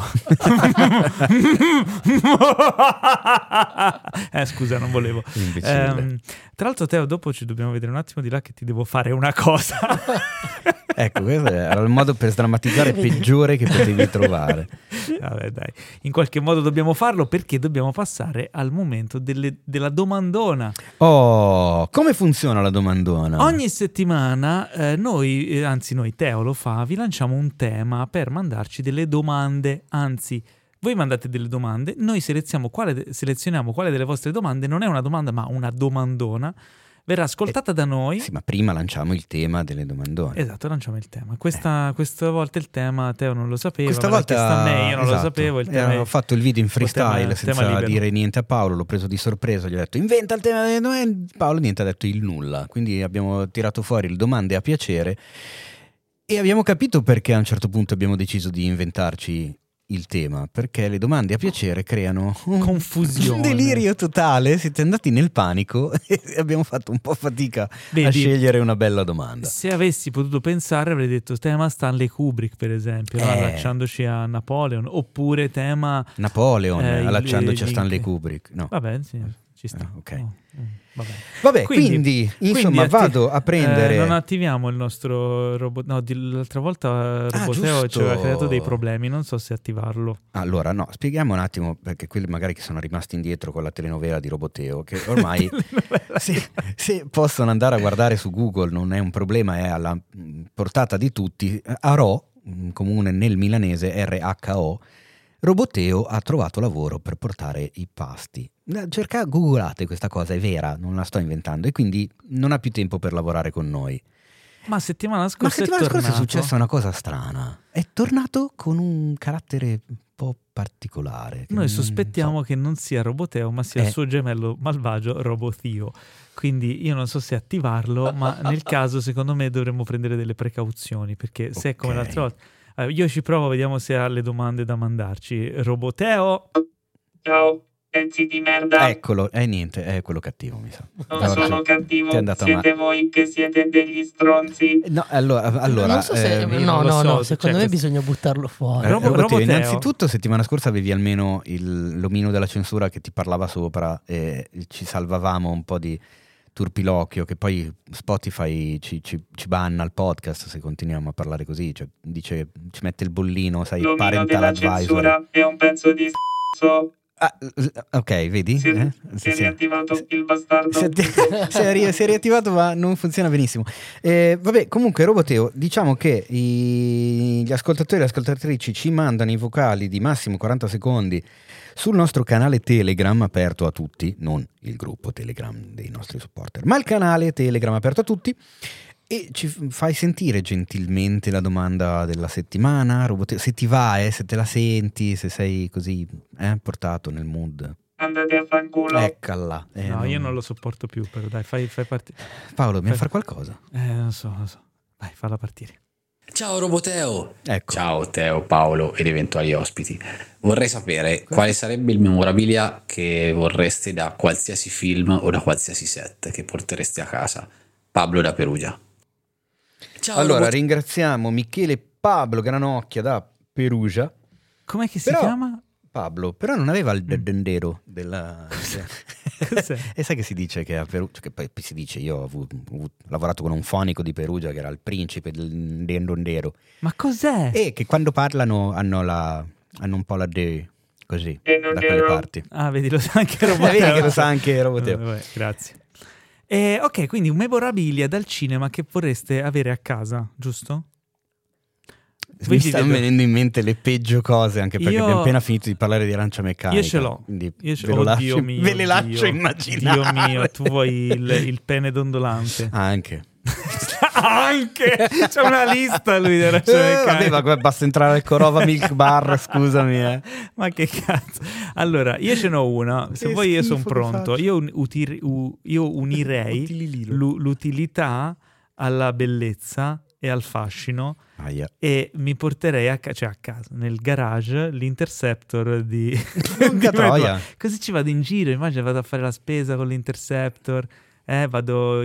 Scusa, non volevo. Imbecille. Tra l'altro, Teo, dopo ci dobbiamo vedere un attimo di là, che ti devo fare una cosa. Ecco, questo era il modo per sdrammatizzare peggiore che potevi trovare. Vabbè, dai. In qualche modo dobbiamo farlo, perché dobbiamo passare al momento della domandona. Oh, come funziona la domandona? Ogni settimana noi, Teo lo fa, vi lanciamo un tema per mandarci delle domande, anzi Voi mandate delle domande, noi selezioniamo quale delle vostre domande non è una domanda ma una domandona, verrà ascoltata da noi. Sì, ma prima lanciamo il tema delle domandone. Esatto, lanciamo il tema. Questa volta il tema Teo non lo sapeva, questa volta a me, io non lo sapevo. Il tema ho fatto il video in freestyle senza libero. Dire niente a Paolo, l'ho preso di sorpresa, gli ho detto inventa il tema delle domande, Paolo niente ha detto il nulla, quindi abbiamo tirato fuori le domande a piacere e abbiamo capito perché a un certo punto abbiamo deciso di inventarci il tema, perché le domande a piacere creano confusione, un delirio totale, siete andati nel panico e abbiamo fatto un po' fatica a scegliere una bella domanda. Se avessi potuto pensare avrei detto tema Stanley Kubrick per esempio, no? Allacciandoci a Napoleon, oppure tema Napoleon allacciandoci a Stanley Kubrick, no. Vabbè, sì, ci sta. Ok. Vabbè, quindi insomma vado a prendere. Non attiviamo il nostro robot. No, l'altra volta Roboteo ci aveva creato dei problemi. Non so se attivarlo. Allora, no, spieghiamo un attimo, perché quelli magari che sono rimasti indietro con la telenovela di Roboteo, che ormai se possono andare a guardare su Google, non è un problema, è alla portata di tutti. A Rho, un comune nel milanese, RHO. Roboteo ha trovato lavoro per portare i pasti. Googlate questa cosa, è vera, non la sto inventando, e quindi non ha più tempo per lavorare con noi. Ma settimana scorsa è successa una cosa strana. È tornato con un carattere un po' particolare. Noi sospettiamo che non sia Roboteo, ma sia il suo gemello malvagio Robotio. Quindi io non so se attivarlo, ma nel caso secondo me dovremmo prendere delle precauzioni, perché se è come l'altra volta... io ci provo, vediamo se ha le domande da mandarci. Roboteo? Ciao, pezzi di merda. Eccolo, niente, è quello cattivo, mi sa. Non sono cattivo, siete voi che siete degli stronzi. No, allora non so se... no, secondo me bisogna buttarlo fuori. Roboteo, innanzitutto settimana scorsa avevi almeno l'omino della censura che ti parlava sopra e ci salvavamo un po' di turpiloquio, che poi Spotify ci banna il podcast se continuiamo a parlare così, cioè dice, ci mette il bollino, sai, l'omino parental della advisor. Censura è un pezzo di s***o. Ok, vedi? Si è riattivato il bastardo. Si è riattivato, ma non funziona benissimo. Vabbè, comunque Roboteo, diciamo che gli ascoltatori e le ascoltatrici ci mandano i vocali di massimo 40 secondi sul nostro canale Telegram aperto a tutti, non il gruppo Telegram dei nostri supporter, ma il canale Telegram aperto a tutti, e ci fai sentire gentilmente la domanda della settimana, Roboteo, se ti va, se te la senti, se sei così portato nel mood. Andate a fanculo. Eccola. No, io non lo sopporto più, però dai, fai partire. Paolo, dobbiamo fare qualcosa? Non so. Vai, falla partire. Ciao Roboteo! Ecco. Ciao Teo, Paolo ed eventuali ospiti. Vorrei sapere quale sarebbe il memorabilia che vorreste da qualsiasi film o da qualsiasi set che portereste a casa. Pablo da Perugia. Ciao, allora, ringraziamo Michele Pablo Granocchia da Perugia. Com'è che si chiama? Pablo, però non aveva il dendero della... Cos'è? E sai che si dice che a Perugia, che poi si dice, io ho lavorato con un fonico di Perugia che era il principe del dendero. Ma cos'è? E che quando parlano hanno un po' la così, da quelle parti. Ah, vedi, lo sa anche Roboteo. Vedi che lo sa anche Roboteo. Grazie. Ok, quindi un memorabilia dal cinema che vorreste avere a casa, giusto? Mi stanno venendo in mente le peggio cose, anche perché abbiamo appena finito di parlare di Arancia Meccanica. Io ce l'ho. Ve le lascio immaginare. Dio mio, tu vuoi il pene dondolante. Anche. Anche! C'è una lista lui di Arancia Meccanica. Vabbè, basta entrare al Corova Milk Bar, scusami. Ma che cazzo. Allora, io ce n'ho una. Se vuoi io sono pronto. Io unirei l'utilità alla bellezza e al fascino. E mi porterei a casa, nel garage, l'Interceptor di Troia. Così ci vado in giro, immagina, vado a fare la spesa con l'Interceptor, vado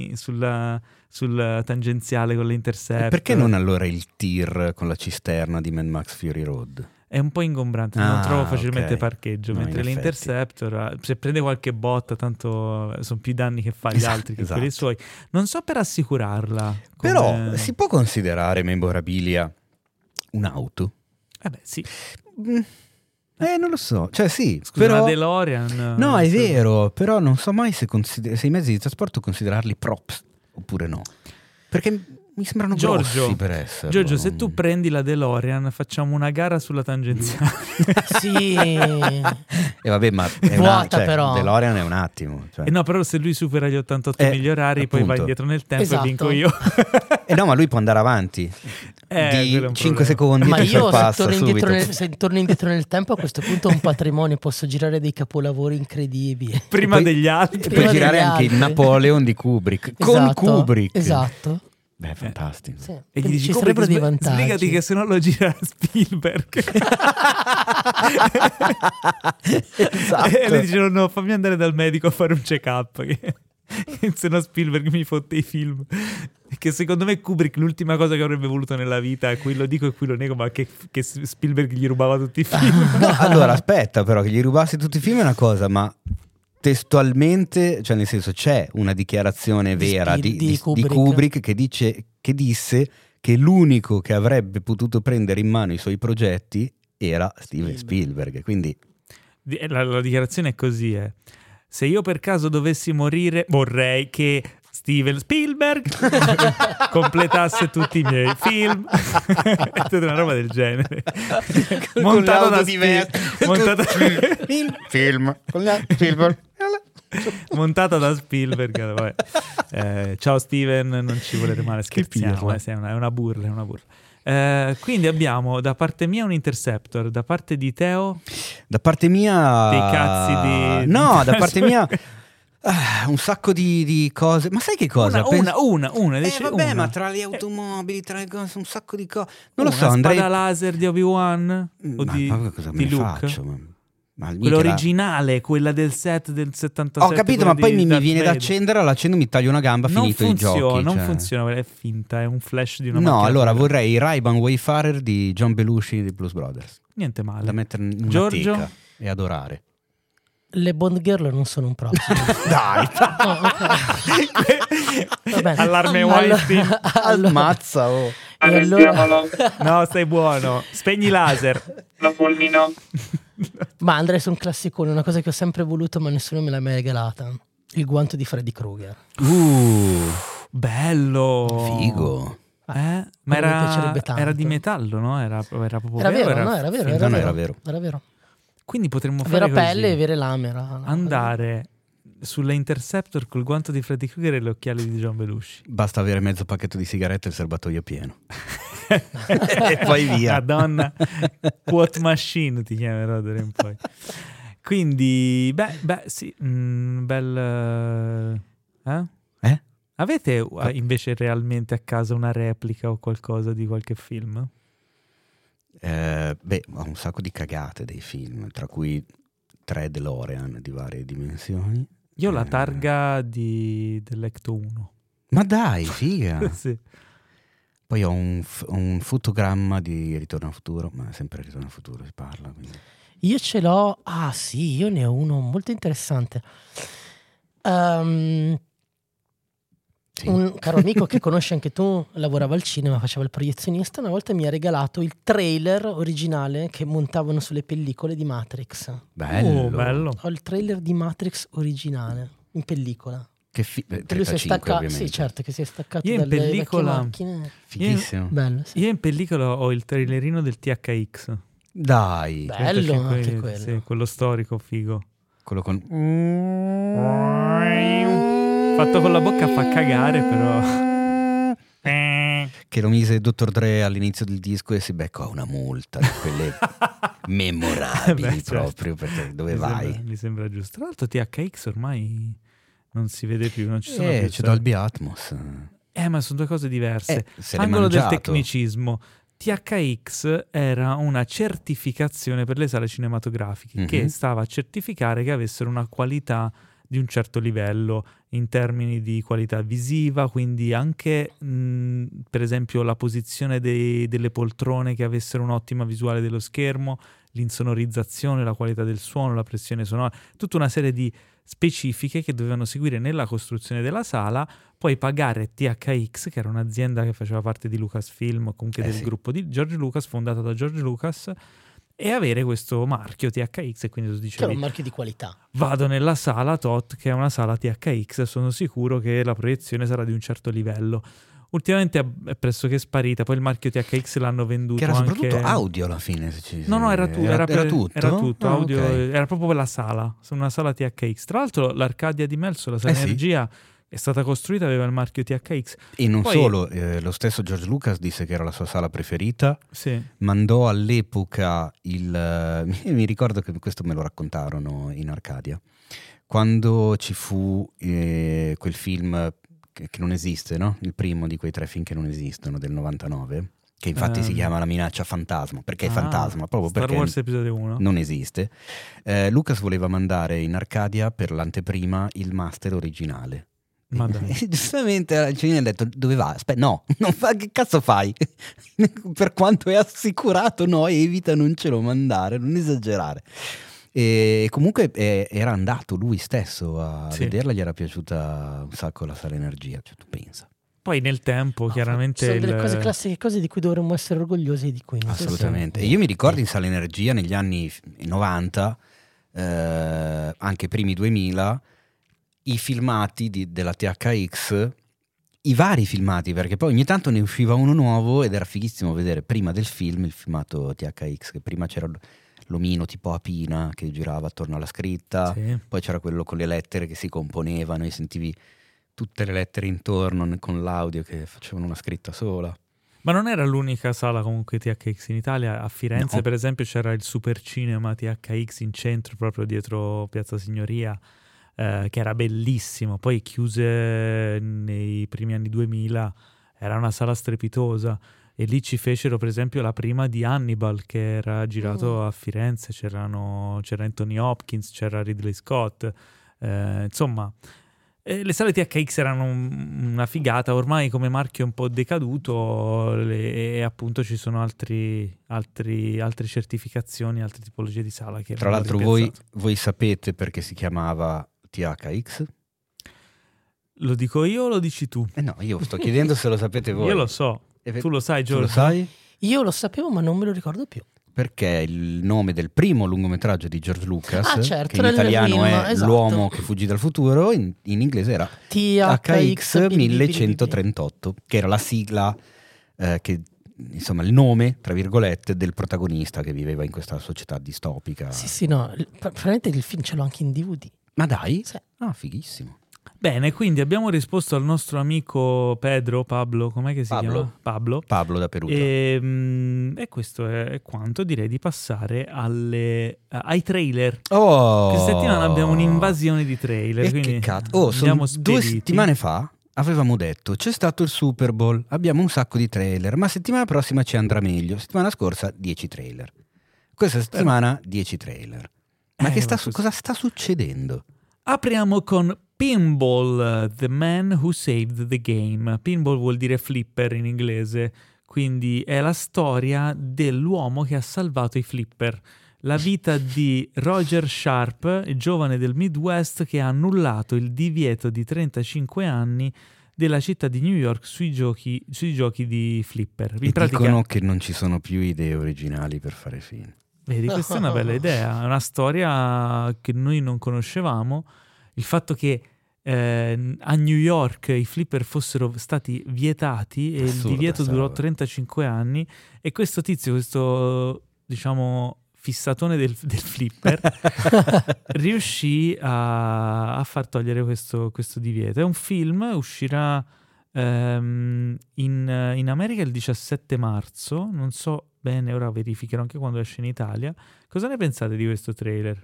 sul tangenziale con l'Interceptor. Perché non allora il tir con la cisterna di Mad Max Fury Road? È un po' ingombrante, non trovo facilmente parcheggio, mentre l'Interceptor, se prende qualche botta, tanto sono più danni che fa gli altri che quelli suoi. Non so per assicurarla. Però si può considerare memorabilia un'auto? Beh, sì. Non lo so, cioè sì. Scusa, però... una DeLorean? No, è vero, però non so mai se i mezzi di trasporto considerarli props oppure no. Perché mi sembrano Giorgio, grossi per essere. Giorgio, se tu prendi la DeLorean, facciamo una gara sulla tangenziale. Sì. E vabbè, ma è vuota, però. DeLorean è un attimo. Cioè. No, però se lui supera gli 88 migli orari, poi appunto. va indietro nel tempo Esatto. e vinco io. No, ma lui può andare avanti di 5 secondi. Ma e io sorpassa se torno indietro nel tempo, a questo punto ho un patrimonio, posso girare dei capolavori incredibili. Prima degli altri. E puoi girare anche il Napoleon di Kubrick. Con Esatto, Kubrick. Esatto. Beh, fantastico. Sì. E gli Quindi dici, ci Kubrick, sarebbero dei vantaggi. sbrigati che se no lo gira Spielberg. Esatto. E le dicono no, fammi andare dal medico a fare un check-up che se no Spielberg mi fotte i film. Che secondo me Kubrick l'ultima cosa che avrebbe voluto nella vita, qui lo dico e qui lo nego, ma che Spielberg gli rubava tutti i film. No, allora aspetta, però, che gli rubassi tutti i film è una cosa, ma testualmente, cioè nel senso, c'è una dichiarazione vera di Kubrick che disse che l'unico che avrebbe potuto prendere in mano i suoi progetti era Steven Spielberg. Quindi la dichiarazione è così, se io per caso dovessi morire vorrei che Steven Spielberg completasse tutti i miei film. È tutta una roba del genere. Montato da film con Spielberg. Montata da Spielberg. Vabbè. Ciao Steven, non ci volete male, scherziamo, è una burla, è una burla. Quindi abbiamo da parte mia un Interceptor, da parte di Teo da parte mia dei cazzi di no, da parte mia un sacco di cose. Ma sai che cosa? Una Vabbè, una. ma tra le automobili, tra le cose, un sacco di cose. Non lo so, una andrei spada laser di Obi-Wan o ma di cosa di me ne Luke? faccio? Ma Quella originale, quella del set del 77. Ho capito, ma poi mi Darth viene da Vader. accendere, l'accendo, mi taglio una gamba, finito i giochi. Non cioè. funziona, è finta, è un flash di una No, macchina. allora vorrei i Ray-Ban Wayfarer di John Belushi di Blues Brothers. Niente male. Da mettere in una Giorgio? teca e adorare. Le Bond Girl non sono un problema. Dai, Va bene. Allarme Weinstein. ammazza. Oh. E allora, Arrestiamolo. No, stai buono. Spegni laser. Lo fulmino. ma andrei su un classicone, una cosa che ho sempre voluto ma nessuno me l'ha mai regalata. Il guanto di Freddy Krueger. Bello. Figo. Ma mi piacerebbe tanto. era di metallo, no? Era proprio Era vero, vero? no? Era vero, finto, era no, vero. era vero. Era vero. Quindi potremmo fare Vera così. pelle e vere lame. Andare sulla Interceptor col guanto di Freddy Krueger e gli occhiali di John Belushi. Basta avere mezzo pacchetto di sigarette e il serbatoio pieno. E poi via. Madonna, quote machine ti chiamerò d'ora in poi. Quindi, beh, sì, bel... Avete invece realmente a casa una replica o qualcosa di qualche film? Ho un sacco di cagate dei film, tra cui 3 DeLorean di varie dimensioni. Io ho la targa dell'Ecto 1. Ma dai, figa! Sì. Poi ho un fotogramma di Ritorno al futuro, ma sempre Ritorno al futuro si parla. Quindi. Io ce l'ho. Ah sì, io ne ho uno molto interessante. Sì. Un caro amico che conosci anche tu, lavorava al cinema, faceva il proiezionista, una volta mi ha regalato il trailer originale che montavano sulle pellicole di Matrix. Bello. Bello. Ho il trailer di Matrix originale in pellicola. Che Lui si è 35 staccato, ovviamente. sì, certo, che si è staccato Io in dalle pellicola- vecchie macchine. Fighissimo. Bello, sì. Io in pellicola ho il trailerino del THX. Dai, Bello 35, anche quello. Sì, quello storico figo. quello con... Fatto con la bocca fa cagare, però. Che lo mise Dr. Dre all'inizio del disco e si beccò una multa di quelle memorabili. Beh, certo. Proprio perché dove vai? Mi sembra giusto. Tra l'altro THX ormai non si vede più, non ci sono più. C'è Dolby Atmos. Ma sono due cose diverse. Se l'è Angolo del mangiato. tecnicismo. THX era una certificazione per le sale cinematografiche che stava a certificare che avessero una qualità di un certo livello in termini di qualità visiva, quindi anche per esempio la posizione delle poltrone che avessero un'ottima visuale dello schermo, l'insonorizzazione, la qualità del suono, la pressione sonora, tutta una serie di specifiche che dovevano seguire nella costruzione della sala, poi pagare THX, che era un'azienda che faceva parte di Lucasfilm o comunque del gruppo di George Lucas, fondata da George Lucas, e avere questo marchio THX, e quindi tu dicevi, Che è un marchio di qualità. vado nella sala TOT, che è una sala THX, sono sicuro che la proiezione sarà di un certo livello. ultimamente è pressoché sparita. Poi il marchio THX l'hanno venduto. Che era anche... soprattutto audio alla fine. No, era tutto. Era tutto. Audio, okay. Era proprio la sala, una sala THX. Tra l'altro l'Arcadia di Melso, la sala Energia, è stata costruita, aveva il marchio THX. E non solo, lo stesso George Lucas disse che era la sua sala preferita. Sì. Mandò all'epoca mi ricordo che questo me lo raccontarono in Arcadia, quando ci fu quel film che non esiste, no? Il primo di quei 3 film che non esistono, del 99, che infatti si chiama La minaccia fantasma, perché è fantasma, proprio Star perché Wars episodio 1 non esiste. Lucas voleva mandare in Arcadia per l'anteprima il master originale. Ma dai. Giustamente ci viene detto: dove va? Aspetta, no, non fa, che cazzo fai? Per quanto è assicurato, no, evita, non ce lo mandare, non esagerare. E comunque era andato lui stesso a vederla, gli era piaciuta un sacco la sala Energia, cioè tu pensa. Poi nel tempo chiaramente sono delle cose classiche, cose di cui dovremmo essere orgogliosi e di cui assolutamente. E io mi ricordo in sala Energia negli anni 90, anche primi 2000, i filmati della THX, i vari filmati, perché poi ogni tanto ne usciva uno nuovo ed era fighissimo vedere prima del film il filmato THX, che prima c'era l'omino tipo a pina che girava attorno alla scritta, poi c'era quello con le lettere che si componevano e sentivi tutte le lettere intorno con l'audio che facevano una scritta sola. Ma non era l'unica sala comunque THX in Italia. A Firenze per esempio c'era il Super Cinema THX in centro, proprio dietro Piazza Signoria, che era bellissimo. Poi chiuse nei primi anni 2000, era una sala strepitosa, e lì ci fecero per esempio la prima di Hannibal, che era girato a Firenze. C'era Anthony Hopkins, c'era Ridley Scott, insomma le sale THX erano una figata. Ormai come marchio è un po' decaduto, e appunto ci sono altre certificazioni, altre tipologie di sala che tra l'altro voi sapete perché si chiamava THX? Lo dico io o lo dici tu? No, io sto chiedendo se lo sapete voi. Io lo so. Tu lo sai, Giorgio? Tu lo sai? Io lo sapevo, ma non me lo ricordo più. Perché è il nome del primo lungometraggio di George Lucas, certo, che in italiano è L'uomo che fuggì dal futuro, in inglese era THX 1138, che era la sigla, che insomma il nome, tra virgolette, del protagonista che viveva in questa società distopica. Sì, no, praticamente il film ce l'ho anche in DVD. Ma dai? Sì. Ah, fighissimo. Bene, quindi abbiamo risposto al nostro amico Pablo, com'è che si chiama? Pablo da Perugia. E questo è quanto. Direi di passare ai trailer. Oh! Questa settimana abbiamo un'invasione di trailer. E quindi che cazzo? Sono 2 settimane fa avevamo detto c'è stato il Super Bowl, abbiamo un sacco di trailer, ma settimana prossima ci andrà meglio. Settimana scorsa 10 trailer. Questa settimana 10 trailer. Ma cosa sta succedendo? Apriamo con Pinball, The Man Who Saved the Game. Pinball vuol dire flipper in inglese, quindi è la storia dell'uomo che ha salvato i flipper. La vita di Roger Sharp, giovane del Midwest che ha annullato il divieto di 35 anni della città di New York sui giochi di flipper. In pratica, dicono che non ci sono più idee originali per fare film. Vedi, questa è una bella idea, è una storia che noi non conoscevamo. Il fatto che a New York i flipper fossero stati vietati e il divieto durò 35 anni, e questo tizio, questo diciamo fissatone del flipper riuscì a far togliere questo divieto. È un film, uscirà in America il 17 marzo, non so bene, ora verificherò anche quando esce in Italia. Cosa ne pensate di questo trailer?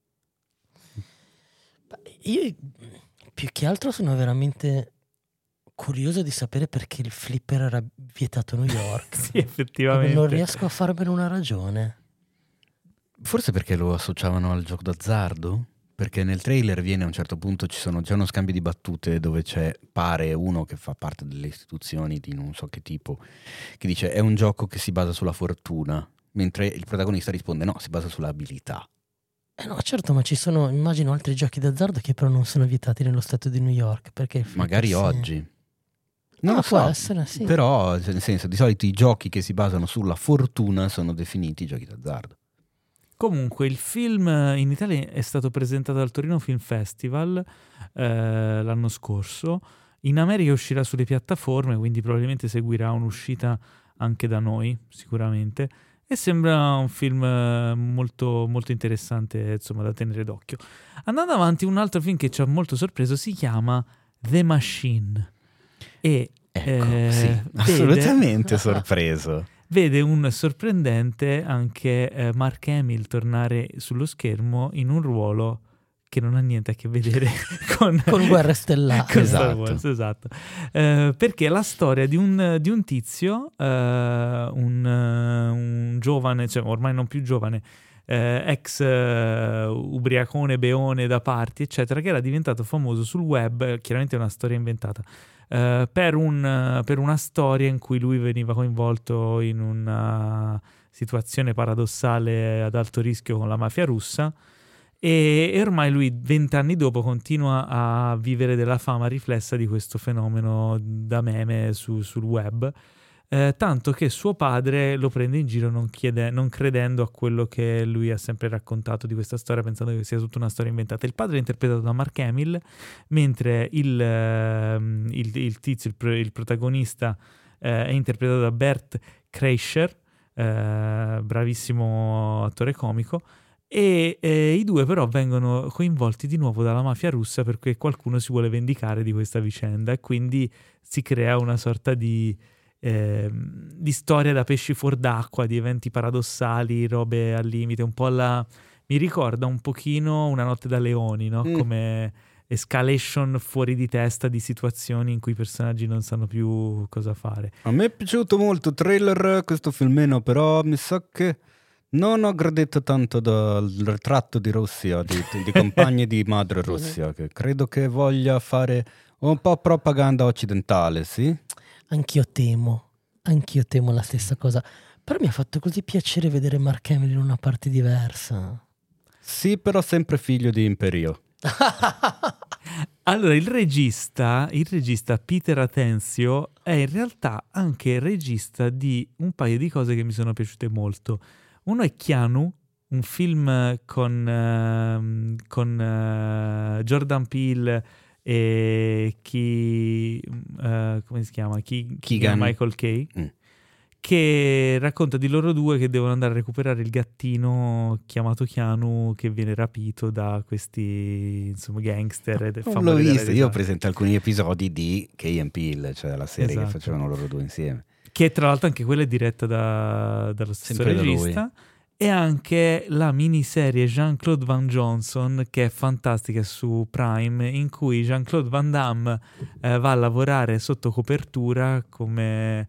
Io più che altro sono veramente curioso di sapere perché il flipper era vietato a New York. Sì, effettivamente. Non riesco a farmene una ragione. Forse perché lo associavano al gioco d'azzardo? Perché nel trailer viene a un certo punto c'è uno scambio di battute dove pare uno che fa parte delle istituzioni di non so che tipo, che dice è un gioco che si basa sulla fortuna, mentre il protagonista risponde no, si basa sulla abilità. No, certo, ma ci sono, immagino, altri giochi d'azzardo che però non sono vietati nello stato di New York. Perché magari oggi. Non lo so, può essere, sì. Però nel senso, di solito i giochi che si basano sulla fortuna sono definiti giochi d'azzardo. Comunque il film in Italia è stato presentato al Torino Film Festival l'anno scorso. In America uscirà sulle piattaforme, quindi probabilmente seguirà un'uscita anche da noi, sicuramente. E sembra un film molto, molto interessante, insomma, da tenere d'occhio. Andando avanti, un altro film che ci ha molto sorpreso si chiama The Machine. E sì, assolutamente sorpreso. Vede un sorprendente anche Mark Hamill tornare sullo schermo in un ruolo che non ha niente a che vedere con Guerre Stellari. Con Star Wars, esatto. Perché è la storia di un tizio, un giovane, cioè ormai non più giovane, ex ubriacone, beone da party, eccetera, che era diventato famoso sul web, chiaramente è una storia inventata, per una storia in cui lui veniva coinvolto in una situazione paradossale ad alto rischio con la mafia russa. E ormai lui 20 anni dopo continua a vivere della fama riflessa di questo fenomeno da meme sul web, tanto che suo padre lo prende in giro non credendo a quello che lui ha sempre raccontato di questa storia, pensando che sia tutta una storia inventata. Il padre è interpretato da Mark Hamill, mentre il tizio, il protagonista, è interpretato da Bert Kreischer, bravissimo attore comico. E i due però vengono coinvolti di nuovo dalla mafia russa perché qualcuno si vuole vendicare di questa vicenda, e quindi si crea una sorta di storia da pesci fuor d'acqua, di eventi paradossali, robe al limite, un po' mi ricorda un pochino Una notte da leoni, no? Come escalation fuori di testa di situazioni in cui i personaggi non sanno più cosa fare. A me è piaciuto molto il trailer, questo filmino, però mi sa che non ho gradito tanto dal ritratto di Russia, di compagni di madre Russia, che credo che voglia fare un po' propaganda occidentale, sì? Anch'io temo la stessa cosa. Però mi ha fatto così piacere vedere Mark Hamill in una parte diversa. Sì, però sempre figlio di Imperio. Allora, il regista Peter Atencio è in realtà anche il regista di un paio di cose che mi sono piaciute molto. Uno è Keanu, un film con Jordan Peele e come si chiama? Keegan Michael Kay, che racconta di loro due che devono andare a recuperare il gattino chiamato Keanu, che viene rapito da questi, insomma, gangster. Non l'ho visto, io ho presentato alcuni episodi di Key and Peele, cioè la serie esatto, che facevano loro due insieme. Che tra l'altro anche quella è diretta dallo stesso sempre regista. E anche la miniserie Jean-Claude Van Johnson, che è fantastica, su Prime, in cui Jean-Claude Van Damme va a lavorare sotto copertura come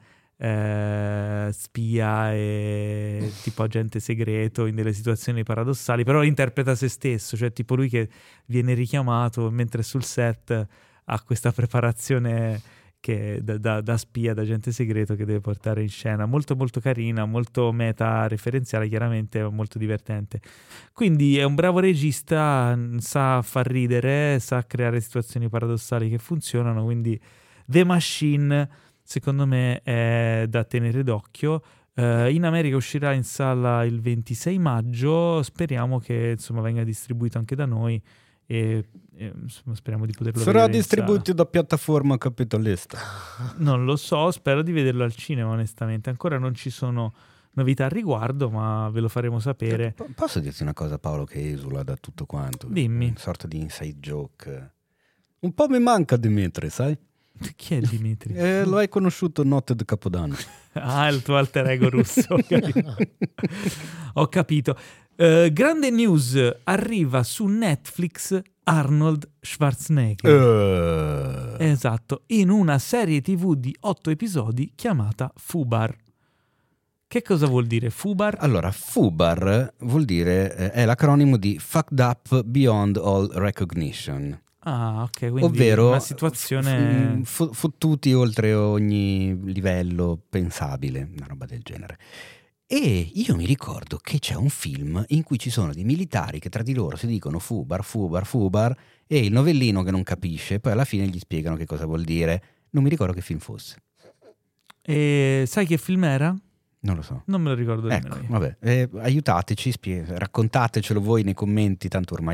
spia e tipo agente segreto in delle situazioni paradossali, però interpreta se stesso, cioè tipo lui che viene richiamato mentre sul set ha questa preparazione che da spia, da agente segreto, che deve portare in scena. Molto molto carina, molto meta referenziale, chiaramente molto divertente. Quindi è un bravo regista, sa far ridere, sa creare situazioni paradossali che funzionano, quindi The Machine secondo me è da tenere d'occhio. In America uscirà in sala il 26 maggio, speriamo che insomma venga distribuito anche da noi e insomma, speriamo di poterlo vedere. Sarà distribuito da piattaforma capitalista? Non lo so, spero di vederlo al cinema, onestamente. Ancora non ci sono novità al riguardo, ma ve lo faremo sapere. Posso dirti una cosa, Paolo, che esula da tutto quanto? Dimmi. Una sorta di inside joke. Un po' mi manca Dimitri, sai? Chi è Dimitri? Lo hai conosciuto notte di Capodanno. Ah, il tuo alter ego russo. Ho capito. Grande news, arriva su Netflix Arnold Schwarzenegger. Esatto, in una serie TV di 8 episodi chiamata Fubar. Che cosa vuol dire Fubar? Allora, Fubar vuol dire, è l'acronimo di Fucked Up Beyond All Recognition. Ah, ok, quindi ovvero una situazione fottuti oltre ogni livello pensabile, una roba del genere. E io mi ricordo che c'è un film in cui ci sono dei militari che tra di loro si dicono Fubar, Fubar, Fubar, e il novellino che non capisce, poi alla fine gli spiegano che cosa vuol dire. Non mi ricordo che film fosse. E sai che film era? Non lo so. Non me lo ricordo nemmeno io. Vabbè, aiutateci, raccontatecelo voi nei commenti, tanto ormai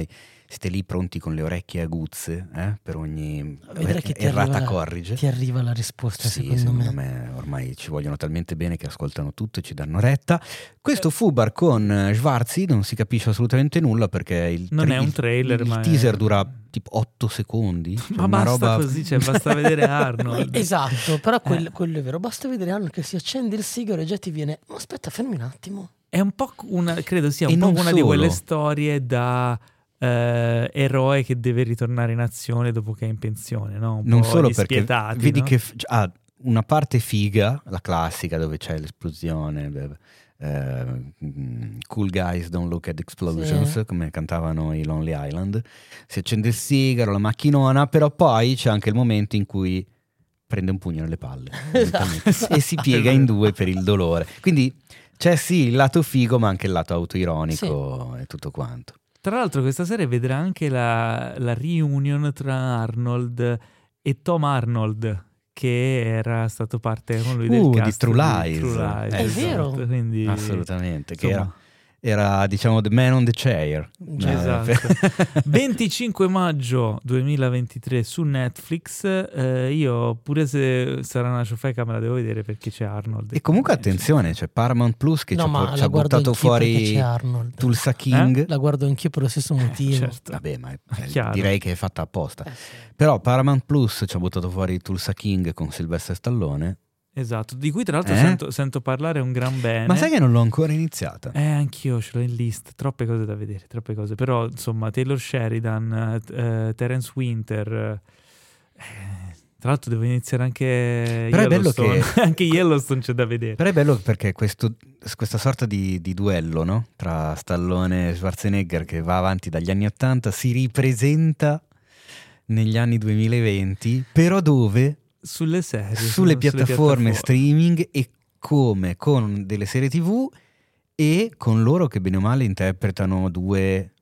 siete lì pronti con le orecchie aguzze per ogni vedrai che errata corrige. Ti arriva la risposta, sì, secondo me ormai ci vogliono talmente bene che ascoltano tutto e ci danno retta. Questo Fubar con Schwarzi non si capisce assolutamente nulla, perché non è un trailer, il teaser dura tipo 8 secondi. Cioè ma basta roba... così, cioè basta vedere Arnold. Esatto, però quello è vero, basta vedere Arnold che si accende il sigaro e già ti viene aspetta, fermi un attimo. È un po' credo sia un po' una di quelle storie da eroe che deve ritornare in azione dopo che è in pensione, no? Un non po' solo perché vedi, no? che ha una parte figa, la classica dove c'è l'esplosione, cool guys don't look at explosions, sì, come cantavano i Lonely Island. Si accende il sigaro, la macchinona, però poi c'è anche il momento in cui prende un pugno nelle palle e si piega in due per il dolore. Quindi c'è sì il lato figo, ma anche il lato autoironico, sì, e tutto quanto. Tra l'altro questa serie vedrà anche la reunion tra Arnold e Tom Arnold, che era stato parte con lui del cast di True Lies. È vero, quindi, assolutamente, insomma, che era diciamo the man on the chair. Esatto. 25 maggio 2023 su Netflix. Io pure se sarà una ciofeca me la devo vedere, perché c'è Arnold. E comunque attenzione, c'è Paramount Plus che ci ha buttato fuori Tulsa King. La guardo anch'io per lo stesso motivo. Certo. Vabbè, ma direi che è fatta apposta. Sì. Però Paramount Plus ci ha buttato fuori Tulsa King con Sylvester Stallone. Esatto, di cui tra l'altro sento parlare un gran bene. Ma sai che non l'ho ancora iniziata? Anch'io ce l'ho in list, troppe cose da vedere, troppe cose. Però insomma, Taylor Sheridan, Terence Winter, tra l'altro devo iniziare anche Yellowstone. Anche Yellowstone c'è da vedere. Però è bello perché questa sorta di duello, no? Tra Stallone e Schwarzenegger, che va avanti dagli anni 80, si ripresenta negli anni 2020, però dove? Sulle serie, sulle piattaforme streaming, e come con delle serie TV e con loro che bene o male interpretano due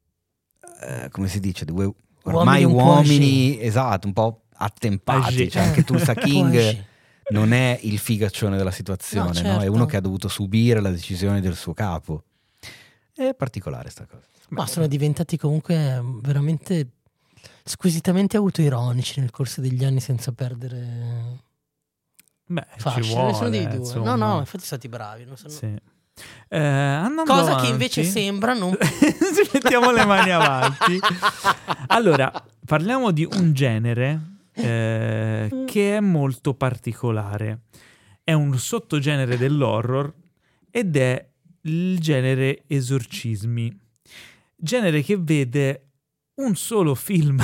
come si dice, due ormai uomini esatto, un po' attempati, cioè anche Tulsa King non è il figaccione della situazione, no, certo, no? È uno che ha dovuto subire la decisione del suo capo. È particolare sta cosa. Ma sono diventati comunque veramente squisitamente autoironici nel corso degli anni, senza perdere fascino. Ci vuole, sono dei due. Insomma. No, infatti sono stati bravi, non sono... Sì. Cosa avanti, che invece sembra non... Ci mettiamo le mani avanti. Allora, parliamo di un genere che è molto particolare. È un sottogenere dell'horror ed è il genere esorcismi. Genere che vede un solo film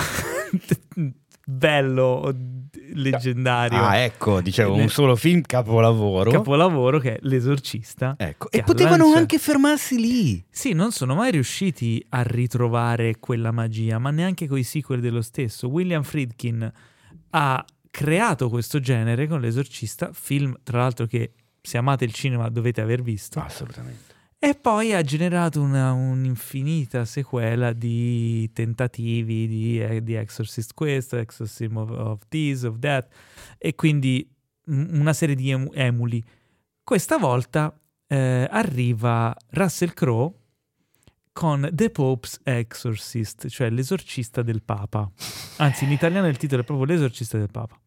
bello, leggendario. Ecco, dicevo, un solo film capolavoro che è L'Esorcista. Ecco. E potevano anche fermarsi lì. Sì, non sono mai riusciti a ritrovare quella magia, ma neanche coi sequel dello stesso. William Friedkin ha creato questo genere con L'Esorcista, film tra l'altro che, se amate il cinema, dovete aver visto. Assolutamente. E poi ha generato un'infinita sequela di tentativi di Exorcist questo, Exorcism of this, of that, e quindi una serie di emuli. Questa volta arriva Russell Crowe con The Pope's Exorcist, cioè l'esorcista del Papa. Anzi, in italiano il titolo è proprio L'esorcista del Papa.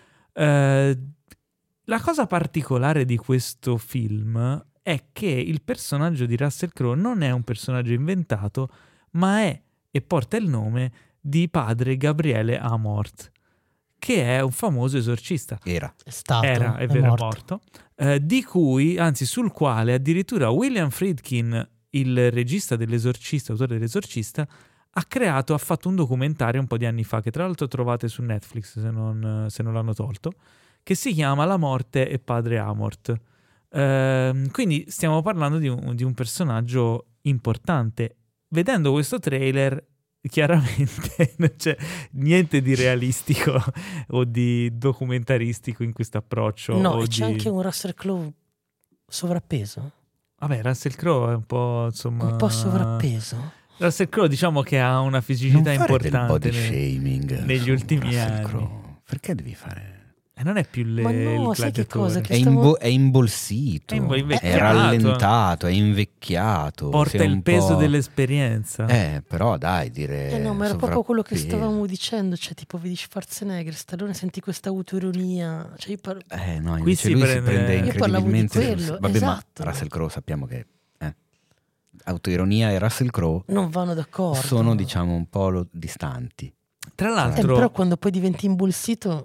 La cosa particolare di questo film è che il personaggio di Russell Crowe non è un personaggio inventato, ma è e porta il nome di padre Gabriele Amort, che è un famoso esorcista. È morto. Di cui, anzi, sul quale addirittura William Friedkin, il regista dell'Esorcista, autore dell'Esorcista, ha fatto un documentario un po' di anni fa, che tra l'altro trovate su Netflix se non l'hanno tolto, che si chiama La morte e padre Amort. Quindi stiamo parlando di un personaggio importante. Vedendo questo trailer, chiaramente non c'è niente di realistico o di documentaristico in questo approccio. No, c'è anche un Russell Crowe sovrappeso. Vabbè, Russell Crowe è un po', insomma, un po' sovrappeso. Russell Crowe, diciamo che ha una fisicità importante del body shaming negli ultimi Russell anni. Crowe. Perché devi fare? non è più Ma no, il sai che cosa? gladiatore. È imbolsito, è rallentato, è invecchiato. Porta il peso dell'esperienza. Però dai, dire... no, ma era proprio quello che stavamo dicendo, cioè tipo vedi Schwarzenegger, Stallone, senti questa autoironia. Cioè, no, qui invece lui si prende Io parlavo di incredibilmente... quello, Vabbè, esatto. ma Russell Crowe sappiamo che... autoironia e Russell Crowe non vanno d'accordo. Sono, diciamo, un po' distanti. Tra l'altro... però quando poi diventi imbolsito...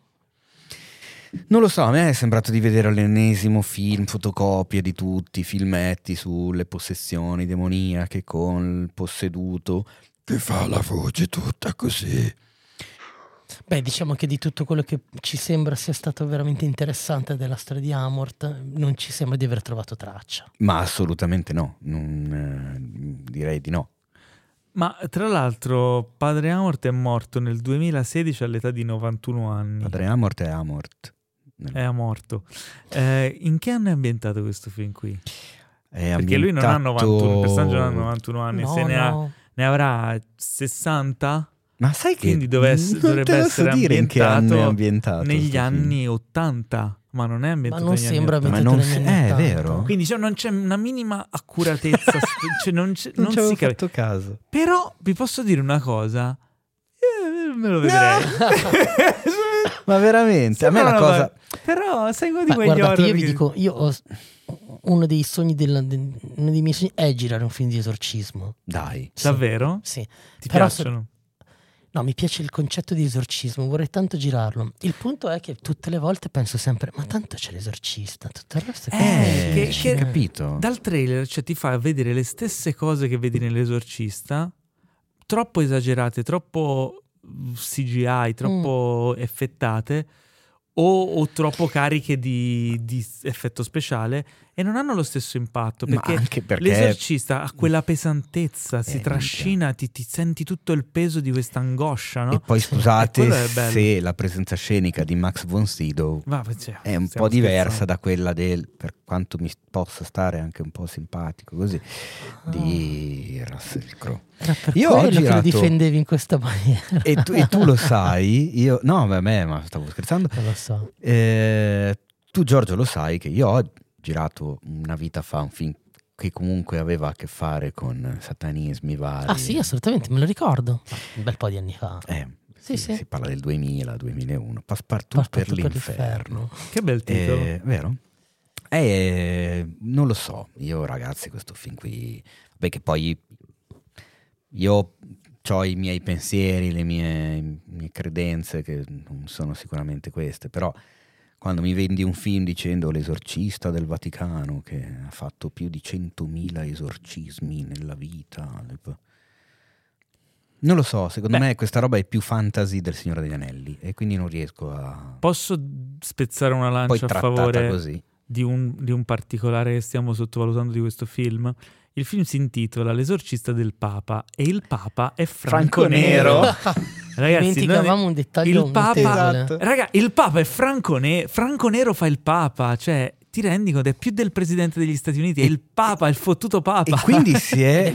Non lo so, a me è sembrato di vedere l'ennesimo film, fotocopie di tutti i filmetti sulle possessioni demoniache con il posseduto che fa la voce tutta così. Beh, diciamo che di tutto quello che ci sembra sia stato veramente interessante della storia di Amort, non ci sembra di aver trovato traccia. Ma assolutamente no, direi di no. Ma tra l'altro Padre Amort è morto nel 2016 all'età di 91 anni. Padre Amort è Amort. È morto. In che anno è ambientato questo film qui? Perché lui non ha 91, il personaggio non ha 91 anni, ne avrà 60. Ma sai che quindi dovrebbe essere ambientato negli anni 80. Ma non è ambientato negli anni 80. Ma non è vero. Quindi non c'è una minima accuratezza, non si capisce caso. Però vi posso dire una cosa, me lo vedrei. Ma veramente, a me la cosa... Però sai uno di quegli horror. Io vi dico, io ho uno dei sogni uno dei miei sogni è girare un film di esorcismo. Dai. Sì. Davvero? Sì. Ti piacciono? No, mi piace il concetto di esorcismo, vorrei tanto girarlo. Il punto è che tutte le volte penso sempre, ma tanto c'è l'esorcista, tutto il resto è che capito. Dal trailer, cioè, ti fa vedere le stesse cose che vedi nell'esorcista, troppo esagerate, troppo CGI, troppo effettate o troppo cariche di effetto speciale, e non hanno lo stesso impatto, perché l'esorcista ha quella pesantezza, si trascina, ti senti tutto il peso di questa angoscia, no? E poi scusate se la presenza scenica di Max von Sydow è un po' diversa da quella per quanto mi possa stare anche un po' simpatico così, di Russell Crowe. Io ho girato... che lo difendevi in questa maniera. E tu lo sai, no, vabbè, ma stavo scherzando. Non lo so. Tu, Giorgio, lo sai che io ho girato una vita fa un film che comunque aveva a che fare con satanismi vari. Ah sì, assolutamente, me lo ricordo. Un bel po' di anni fa. Sì. Si parla del 2000, 2001. Passepartout per l'inferno. Che bel titolo. Vero? Non lo so. Io, ragazzi, questo film qui... Beh, che poi io ho i miei pensieri, le mie credenze, che non sono sicuramente queste, però... Quando mi vendi un film dicendo l'esorcista del Vaticano che ha fatto più di 100.000 esorcismi nella vita, non lo so, secondo me questa roba è più fantasy del Signore degli Anelli e quindi non riesco a... Posso spezzare una lancia a favore così. Di un particolare che stiamo sottovalutando di questo film? Il film si intitola L'esorcista del Papa e il Papa è Franco Nero. Ragazzi, dimenticavamo un dettaglio raga, il Papa è Franco Nero fa il Papa, cioè ti rendi conto, è più del presidente degli Stati Uniti, è il Papa, il fottuto Papa. E quindi si è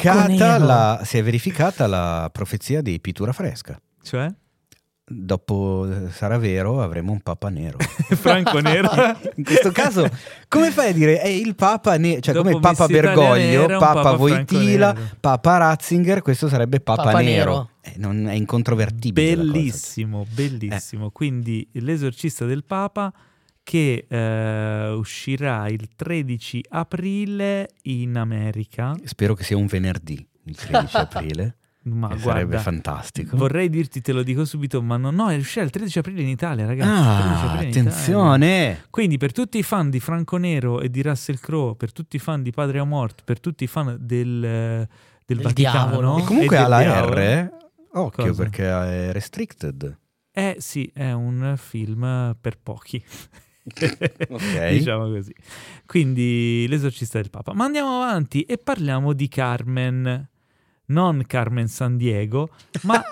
verificata la profezia di pittura fresca. Cioè? Dopo sarà vero, avremo un Papa nero. Franco Nero. In questo caso, come fai a dire è il Papa nero? Cioè, come Papa Bergoglio, Papa Wojtyla, Papa Ratzinger, questo sarebbe Papa Nero. Non è incontrovertibile. Bellissimo, bellissimo. Quindi l'esorcista del Papa che uscirà il 13 aprile in America. Spero che sia un venerdì, il 13 aprile. Ma guarda, sarebbe fantastico. Vorrei dirti, te lo dico subito, ma no, uscirà il 13 aprile in Italia, ragazzi. Attenzione! Italia. Quindi per tutti i fan di Franco Nero e di Russell Crowe, per tutti i fan di Padre Amort, per tutti i fan del Vaticano, diavolo. E comunque ha la R, occhio. Cosa? Perché è restricted. Sì, è un film per pochi. Ok. Diciamo così. Quindi l'esorcista del Papa. Ma andiamo avanti e parliamo di Carmen. Non Carmen Sandiego, ma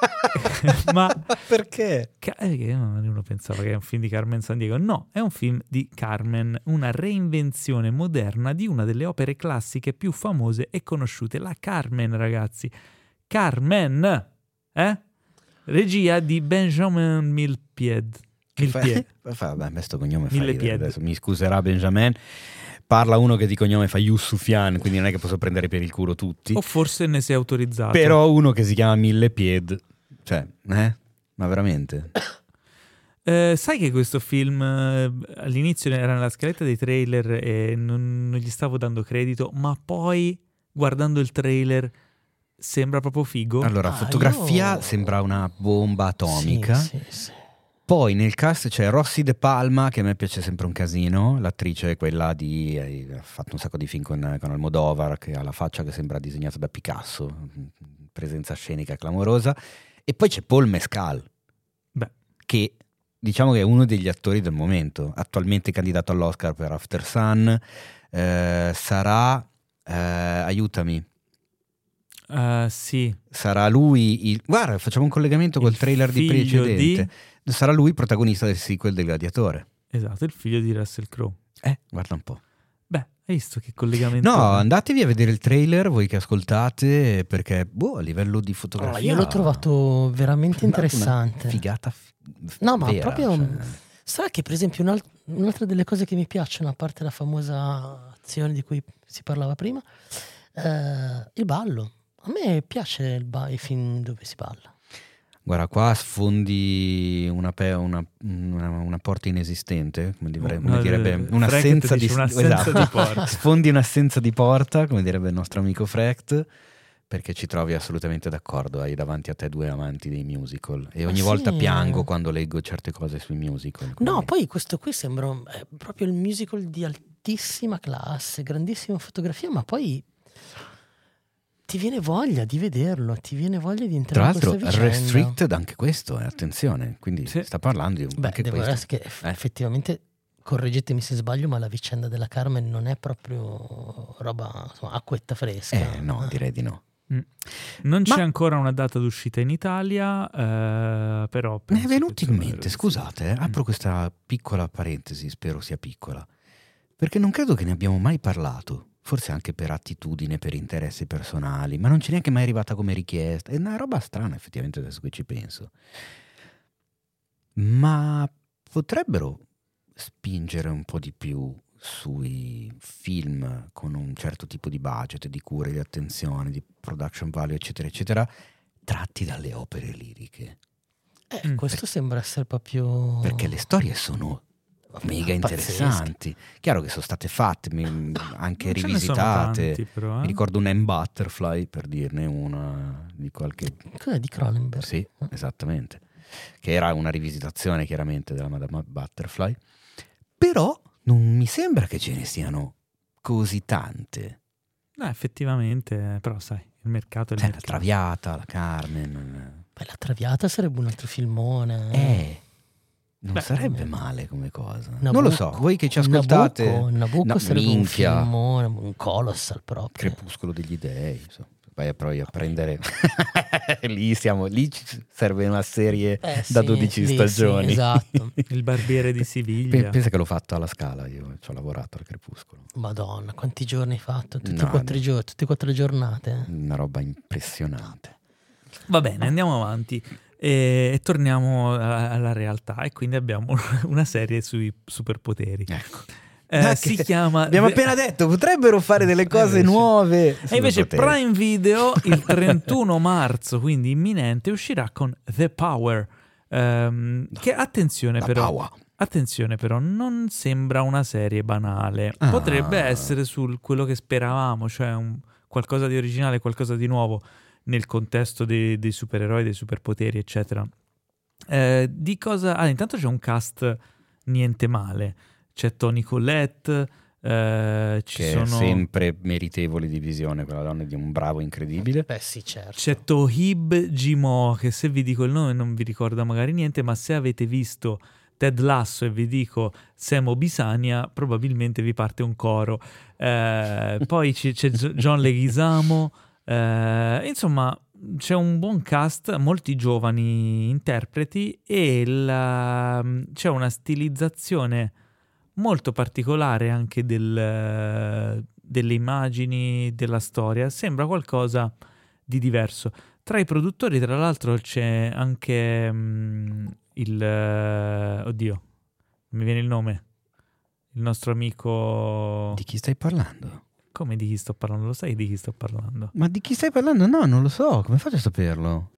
perché? Uno pensava che è un film di Carmen Sandiego. No, è un film di Carmen, una reinvenzione moderna di una delle opere classiche più famose e conosciute, la Carmen, ragazzi. Carmen, regia di Benjamin Millepied. Vabbè, questo cognome fa Mille ridere. piedi. Adesso mi scuserà Benjamin. Parla uno che di cognome fa Yusufian, quindi non è che posso prendere per il culo tutti. O forse ne sei autorizzato. Però uno che si chiama Mille Pied, cioè, ma veramente? Sai che questo film all'inizio era nella scaletta dei trailer e non gli stavo dando credito, ma poi guardando il trailer sembra proprio figo. Allora, fotografia sembra una bomba atomica. Sì. Poi nel cast c'è Rossi De Palma, che a me piace sempre un casino, l'attrice è quella ha fatto un sacco di film con Almodovar, che ha la faccia che sembra disegnata da Picasso, presenza scenica clamorosa. E poi c'è Paul Mescal, che diciamo che è uno degli attori del momento, attualmente candidato all'Oscar per After Sun, sarà, aiutami. Sì. Sarà lui guarda, facciamo un collegamento col trailer di precedente. Sarà lui protagonista del sequel del Gladiatore. Esatto, il figlio di Russell Crowe. Guarda un po'. Beh, hai visto che collegamento? No, andatevi a vedere il trailer, voi che ascoltate, perché a livello di fotografia io l'ho trovato veramente interessante. Una figata no, ma vera, proprio cioè. Sai che per esempio un'altra delle cose che mi piacciono, a parte la famosa azione di cui si parlava prima, il ballo. A me piace i film dove si balla. Guarda, qua sfondi una porta inesistente, come direbbe un'assenza di porta. Sfondi un'assenza di porta, come direbbe il nostro amico Frecht, perché ci trovi assolutamente d'accordo. Hai davanti a te due amanti dei musical e ogni volta piango quando leggo certe cose sui musical. Quindi... No, poi questo qui sembra proprio il musical di altissima classe, grandissima fotografia, ma poi ti viene voglia di vederlo, ti viene voglia di entrare in questa vicenda. Tra l'altro restricted anche questo, attenzione, quindi sta parlando di un anche devo questo. Che effettivamente, correggetemi se sbaglio, ma la vicenda della Carmen non è proprio roba, insomma, acquetta fresca. No, direi di no. Non c'è ancora una data d'uscita in Italia, però mi è venuto in mente, scusate, apro questa piccola parentesi, spero sia piccola, perché non credo che ne abbiamo mai parlato. Forse anche per attitudine, per interessi personali, ma non c'è neanche mai arrivata come richiesta. È una roba strana, effettivamente, adesso che ci penso. Ma potrebbero spingere un po' di più sui film con un certo tipo di budget, di cure, di attenzione, di production value, eccetera, eccetera, tratti dalle opere liriche. Questo sembra essere proprio... Perché le storie sono... mega interessanti. Chiaro che sono state fatte, anche rivisitate. Tanti, però, Mi ricordo un M. Butterfly, per dirne una di qualche... Cos'è, di Cronenberg? Sì, esattamente. Che era una rivisitazione chiaramente della Madame Butterfly. Però non mi sembra che ce ne siano così tante. Effettivamente, però sai, il mercato è il mercato. La Traviata, la Carmen. Beh, la Traviata sarebbe un altro filmone. Non sarebbe male come cosa. Non lo so, voi che ci ascoltate. Nabucco sarebbe un filmone, un colossal proprio. Crepuscolo degli dei. Vai poi a prendere. lì serve una serie da 12 stagioni. Sì, esatto. Il barbiere di Siviglia. Pensa che l'ho fatto alla Scala, io ci ho lavorato al Crepuscolo. Madonna, quanti giorni hai fatto? Tutte 4 giornate. Una roba impressionante. Va bene, andiamo avanti. E torniamo alla realtà, e quindi abbiamo una serie sui superpoteri. Ecco. Si chiama abbiamo appena detto potrebbero fare delle cose nuove, e invece Prime Video il 31 marzo, quindi imminente, uscirà con The Power, che attenzione però non sembra una serie banale. Potrebbe essere su quello che speravamo, cioè qualcosa di originale, qualcosa di nuovo nel contesto dei supereroi, dei superpoteri, eccetera. Di cosa? Intanto c'è un cast niente male. C'è Toni Collette, che è sempre meritevole di visione, quella donna di un bravo incredibile. Beh sì, certo. C'è Tohib Gimo, che se vi dico il nome non vi ricorda magari niente, ma se avete visto Ted Lasso e vi dico Semo Bisania, probabilmente vi parte un coro. Poi c'è John Leguizamo. Insomma, c'è un buon cast, molti giovani interpreti e c'è una stilizzazione molto particolare anche delle immagini, della storia. Sembra qualcosa di diverso. Tra i produttori, tra l'altro, c'è anche oddio, mi viene il nome, il nostro amico... Di chi stai parlando? Come di chi sto parlando? Lo sai di chi sto parlando? Ma di chi stai parlando? No, non lo so, come faccio a saperlo?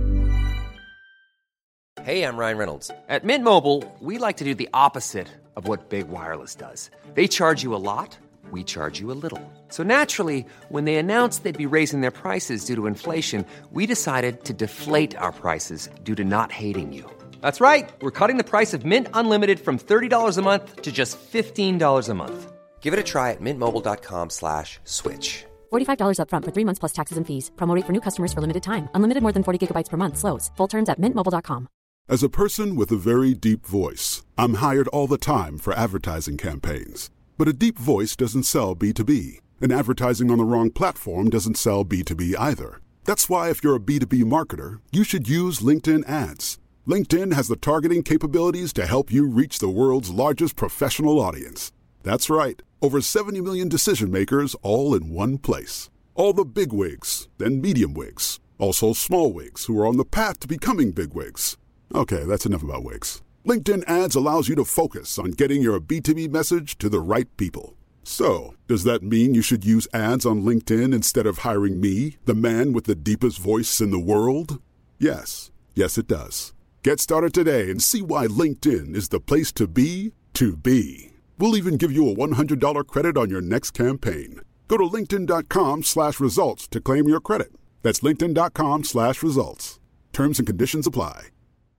Hey, I'm Ryan Reynolds. At Mint Mobile, we like to do the opposite of what Big Wireless does. They charge you a lot, we charge you a little. So naturally, when they announced they'd be raising their prices due to inflation, we decided to deflate our prices due to not hating you. That's right. We're cutting the price of Mint Unlimited from $30 a month to just $15 a month. Give it a try at mintmobile.com/switch. $45 up front for 3 months plus taxes and fees. Promo rate for new customers for limited time. Unlimited more than 40 gigabytes per month. Slows full terms at mintmobile.com. As a person with a very deep voice, I'm hired all the time for advertising campaigns. But a deep voice doesn't sell B2B, and advertising on the wrong platform doesn't sell B2B either. That's why if you're a B2B marketer, you should use LinkedIn ads. LinkedIn has the targeting capabilities to help you reach the world's largest professional audience. That's right, over 70 million decision makers all in one place. All the big wigs, then medium wigs, also small wigs who are on the path to becoming big wigs. Okay, that's enough about wigs. LinkedIn ads allows you to focus on getting your B2B message to the right people. So, does that mean you should use ads on LinkedIn instead of hiring me, the man with the deepest voice in the world? Yes. Yes, it does. Get started today and see why LinkedIn is the place to be to be. We'll even give you a $100 credit on your next campaign. Go to linkedin.com/results to claim your credit. That's linkedin.com/results. Terms and conditions apply.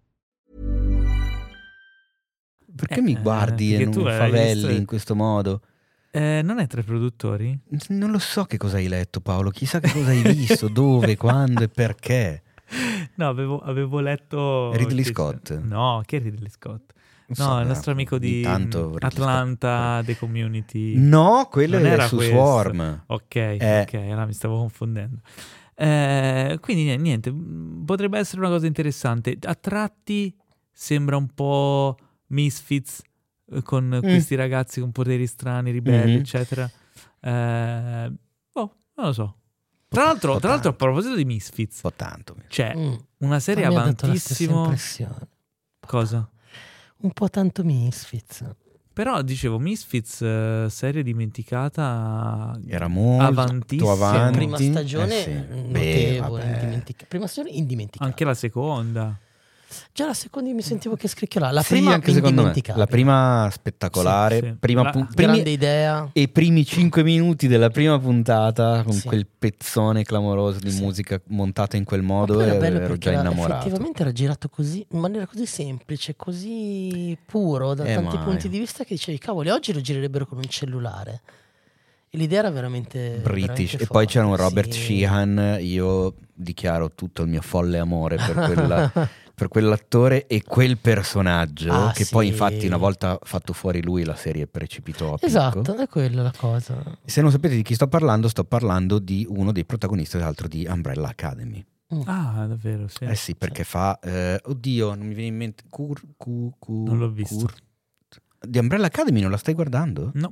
Perché mi guardi e non favelli in questo modo? Non è tra i produttori? Non lo so che cosa hai letto, Paolo. Chissà che cosa hai visto, dove, quando e perché. No, avevo letto... Ridley Scott? No, che Ridley Scott? No, il nostro amico di Atlanta, The Community. No, quello non era su questo. Swarm. Ok, allora mi stavo confondendo. Quindi niente, potrebbe essere una cosa interessante. A tratti sembra un po' Misfits, con questi ragazzi con poteri strani, ribelli, eccetera. Non lo so. Tra l'altro, a proposito di Misfits, un po' tanto. C'è una serie avantissimo. Cosa? Un po' tanto Misfits. Però dicevo, Misfits, serie dimenticata, era molto avantissima. avanti. Prima stagione notevole, prima stagione indimenticata. Anche la seconda. Già la seconda mi sentivo che scricchiolava. La sì, prima anche secondo me. La prima spettacolare, sì. grande idea. E i primi 5 minuti della prima puntata con quel pezzone clamoroso di musica montata in quel modo, ero già innamorato. Effettivamente era girato così, in maniera così semplice, così puro da tanti punti di vista, che dicevi cavoli, oggi lo girerebbero con un cellulare. E l'idea era veramente British. Veramente e poi c'era un Robert Sheehan. Io dichiaro tutto il mio folle amore per quell'attore e quel personaggio, che poi infatti una volta fatto fuori lui la serie precipitò a picco. Esatto, è quella la cosa. Se non sapete di chi sto parlando di uno dei protagonisti, tra l'altro, di Umbrella Academy. Ah, davvero, sì. Sì, perché fa oddio, non mi viene in mente non l'ho visto. Di Umbrella Academy non la stai guardando? No.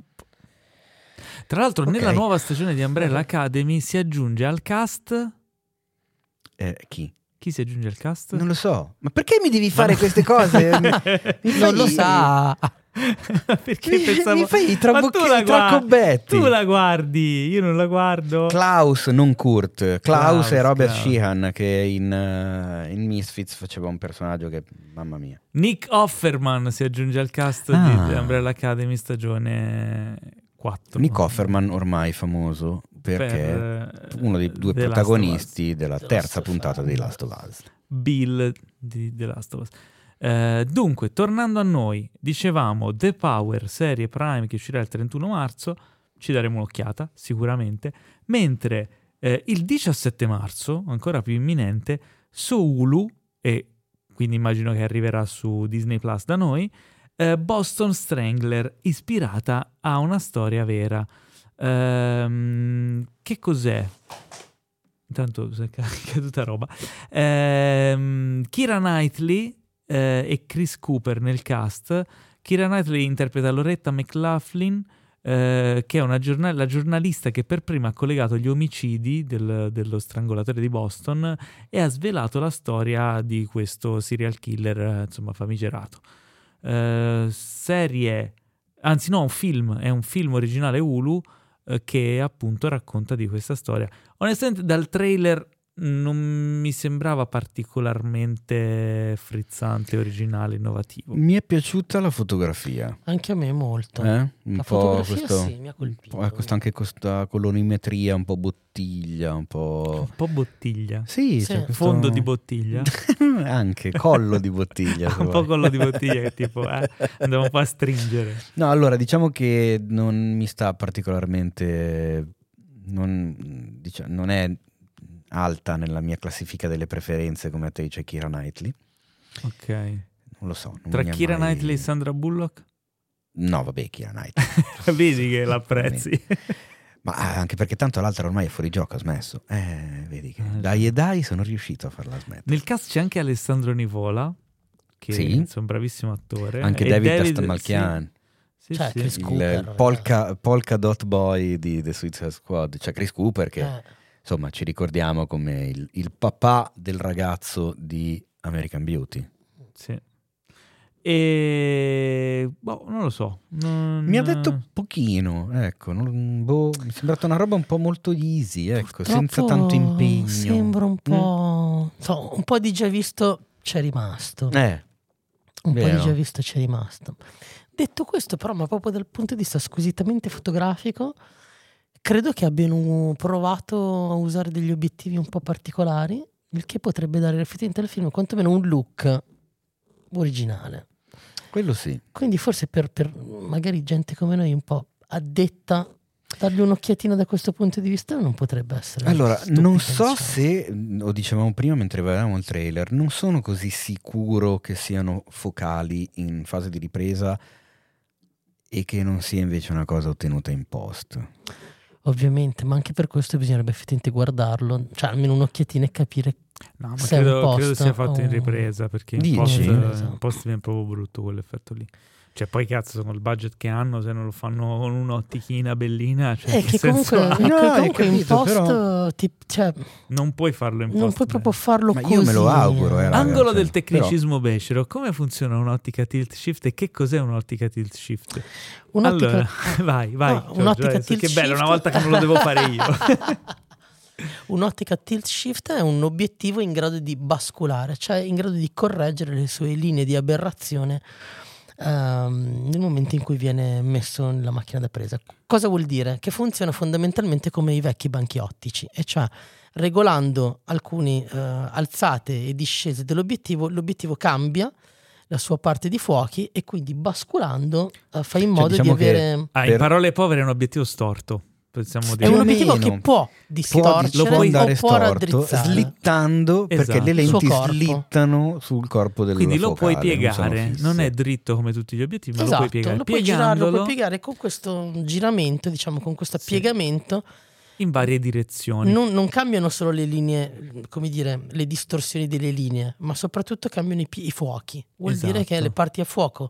Tra l'altro nella nuova stagione di Umbrella Academy si aggiunge al cast chi? Chi si aggiunge al cast? Non lo so. Ma perché mi devi fare queste cose? Non lo sa. Perché pensavo... Mi fai i traccobetti. Tu la guardi, io non la guardo. Klaus, non Kurt. Klaus è Robert Sheehan, che in Misfits faceva un personaggio che, mamma mia. Nick Offerman si aggiunge al cast di Umbrella Academy stagione 4. Nick Offerman ormai famoso perché uno dei due protagonisti della terza puntata di Last of Us. Bill di The Last of Us. Dunque, tornando a noi, dicevamo The Power, serie Prime che uscirà il 31 marzo, ci daremo un'occhiata sicuramente, mentre il 17 marzo, ancora più imminente, su Hulu, e quindi immagino che arriverà su Disney Plus da noi, Boston Strangler, ispirata a una storia vera. Che cos'è? Intanto è caduta roba. Keira Knightley e Chris Cooper nel cast. Keira Knightley interpreta Loretta McLaughlin, che è la giornalista che per prima ha collegato gli omicidi dello strangolatore di Boston e ha svelato la storia di questo serial killer, insomma, famigerato. Un film, è un film originale Hulu che appunto racconta di questa storia. Onestamente dal trailer non mi sembrava particolarmente frizzante, originale, innovativo. Mi è piaciuta la fotografia. Anche a me molto. Un la po' fotografia sì, mi ha colpito. Anche questa colorimetria, un po' bottiglia, un po' bottiglia. Sì. Fondo di bottiglia. Anche collo di bottiglia. Un po' collo di bottiglia che tipo andiamo un po' a stringere. No, allora diciamo che non mi sta particolarmente, non è alta nella mia classifica delle preferenze come a te c'è Keira Knightley. Ok. Non lo so. Tra Keira Knightley e Sandra Bullock? No, vabbè, Keira Knightley. Vedi che l'apprezzi. Ma anche perché tanto l'altra ormai è fuori gioco, ha smesso. Vedi che dai sono riuscito a farla smettere. Nel cast c'è anche Alessandro Nivola, che è un bravissimo attore. Anche David Dastmalchian. Sì, Chris Cooper, il polka dot boy di The Suicide Squad. C'è Chris Cooper che insomma ci ricordiamo come il papà del ragazzo di American Beauty. Sì. E non lo so. Mi ha detto pochino, ecco. Mi è sembrata una roba un po' molto easy, ecco, senza tanto impegno. Sembra un po'. Un po' di già visto c'è rimasto. Un po' di già visto c'è rimasto. Detto questo, però, ma proprio dal punto di vista squisitamente fotografico, credo che abbiano provato a usare degli obiettivi un po' particolari, il che potrebbe dare effettivamente al film quantomeno un look originale. Quello sì. Quindi forse per magari gente come noi un po' addetta, dargli un'occhiatina da questo punto di vista non potrebbe essere. Allora, non so se, lo dicevamo prima mentre vedevamo il trailer, non sono così sicuro che siano focali in fase di ripresa e che non sia invece una cosa ottenuta in post. Ovviamente, ma anche per questo bisognerebbe effettivamente guardarlo, cioè almeno un'occhiatina e capire. No, ma se credo sia fatto in ripresa, perché in post viene proprio brutto quell'effetto lì. Cioè poi cazzo, con il budget che hanno, se non lo fanno con un'ottichina bellina, cioè che comunque in post però cioè, non puoi farlo in post. Non puoi proprio farlo ma così. Io me lo auguro. Angolo del tecnicismo becero, come funziona un'ottica tilt shift e che cos'è un'ottica tilt shift? Allora, vai. Un'ottica tilt che shift. bello, una volta che non lo devo fare io. Un'ottica tilt shift è un obiettivo in grado di basculare, cioè in grado di correggere le sue linee di aberrazione nel momento in cui viene messo nella macchina da presa. Cosa vuol dire? Che funziona fondamentalmente come i vecchi banchi ottici, e cioè regolando alcune alzate e discese dell'obiettivo, l'obiettivo cambia la sua parte di fuochi e quindi basculando fa in modo di avere... in parole povere è un obiettivo storto. È un obiettivo che può distorcere o può raddrizzare, slittando, perché le lenti slittano sul corpo del quindi focale, lo puoi piegare, non è dritto come tutti gli obiettivi, ma lo puoi piegare. Lo puoi piegare con questo giramento, diciamo, con questo piegamento in varie direzioni. Non cambiano solo le linee, come dire, le distorsioni delle linee, ma soprattutto cambiano i fuochi. Vuol dire che le parti a fuoco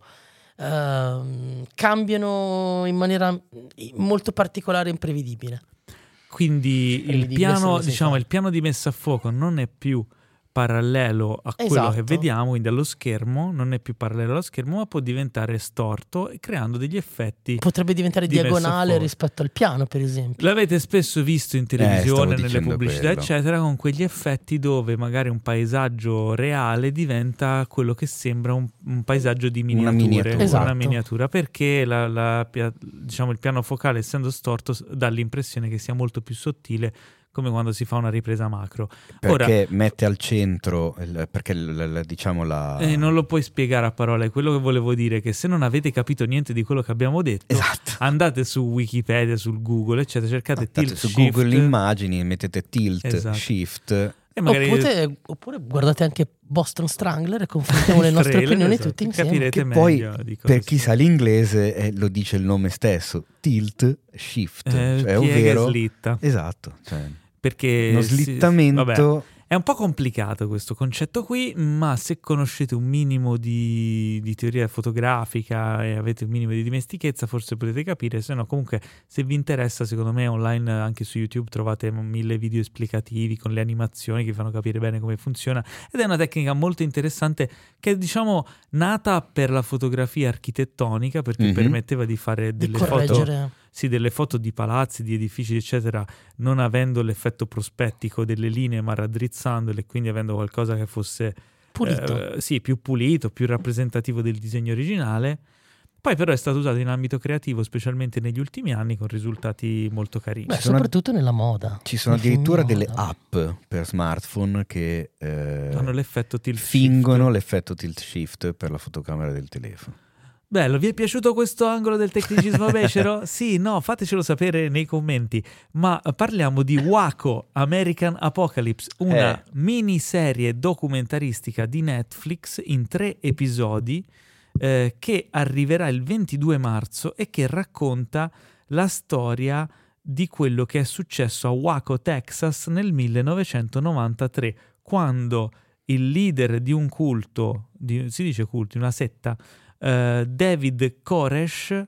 cambiano in maniera molto particolare e imprevedibile. Quindi il piano di messa a fuoco non è più parallelo a quello che vediamo, quindi allo schermo, non è più parallelo allo schermo, ma può diventare storto e creando degli effetti. Potrebbe diventare diagonale rispetto al piano, per esempio. L'avete spesso visto in televisione, nelle pubblicità, eccetera, con quegli effetti dove magari un paesaggio reale diventa quello che sembra un paesaggio di miniature, una miniatura, perché diciamo il piano focale, essendo storto, dà l'impressione che sia molto più sottile, come quando si fa una ripresa macro. Perché mette al centro, perché diciamo la... non lo puoi spiegare a parole. Quello che volevo dire è che se non avete capito niente di quello che abbiamo detto, andate su Wikipedia, sul Google, eccetera, cercate tilt su shift. Google Immagini, mettete tilt shift. Oppure guardate anche Boston Strangler e confrontiamo le nostre opinioni tutti insieme. Capirete che meglio poi per chi sa l'inglese lo dice il nome stesso, tilt shift, cioè ovvero slitta. Esatto, cioè perché uno slittamento È un po' complicato questo concetto qui, ma se conoscete un minimo di teoria fotografica e avete un minimo di dimestichezza forse potete capire, se no comunque se vi interessa secondo me online anche su YouTube trovate 1000 video esplicativi con le animazioni che vi fanno capire bene come funziona, ed è una tecnica molto interessante che è diciamo nata per la fotografia architettonica perché permetteva di fare delle foto... Sì, delle foto di palazzi, di edifici, eccetera, non avendo l'effetto prospettico delle linee, ma raddrizzandole, quindi avendo qualcosa che fosse pulito. Sì, più pulito, più rappresentativo del disegno originale. Poi però è stato usato in ambito creativo, specialmente negli ultimi anni, con risultati molto carini. Beh, soprattutto nella moda. Ci sono addirittura delle app per smartphone che hanno l'effetto tilt fingono shift. L'effetto tilt shift per la fotocamera del telefono. Bello, vi è piaciuto questo angolo del tecnicismo becero? Sì, no, fatecelo sapere nei commenti. Ma parliamo di Waco American Apocalypse, una miniserie documentaristica di Netflix in 3 episodi che arriverà il 22 marzo e che racconta la storia di quello che è successo a Waco, Texas nel 1993, quando il leader di un culto, si dice culto, una setta, David Koresh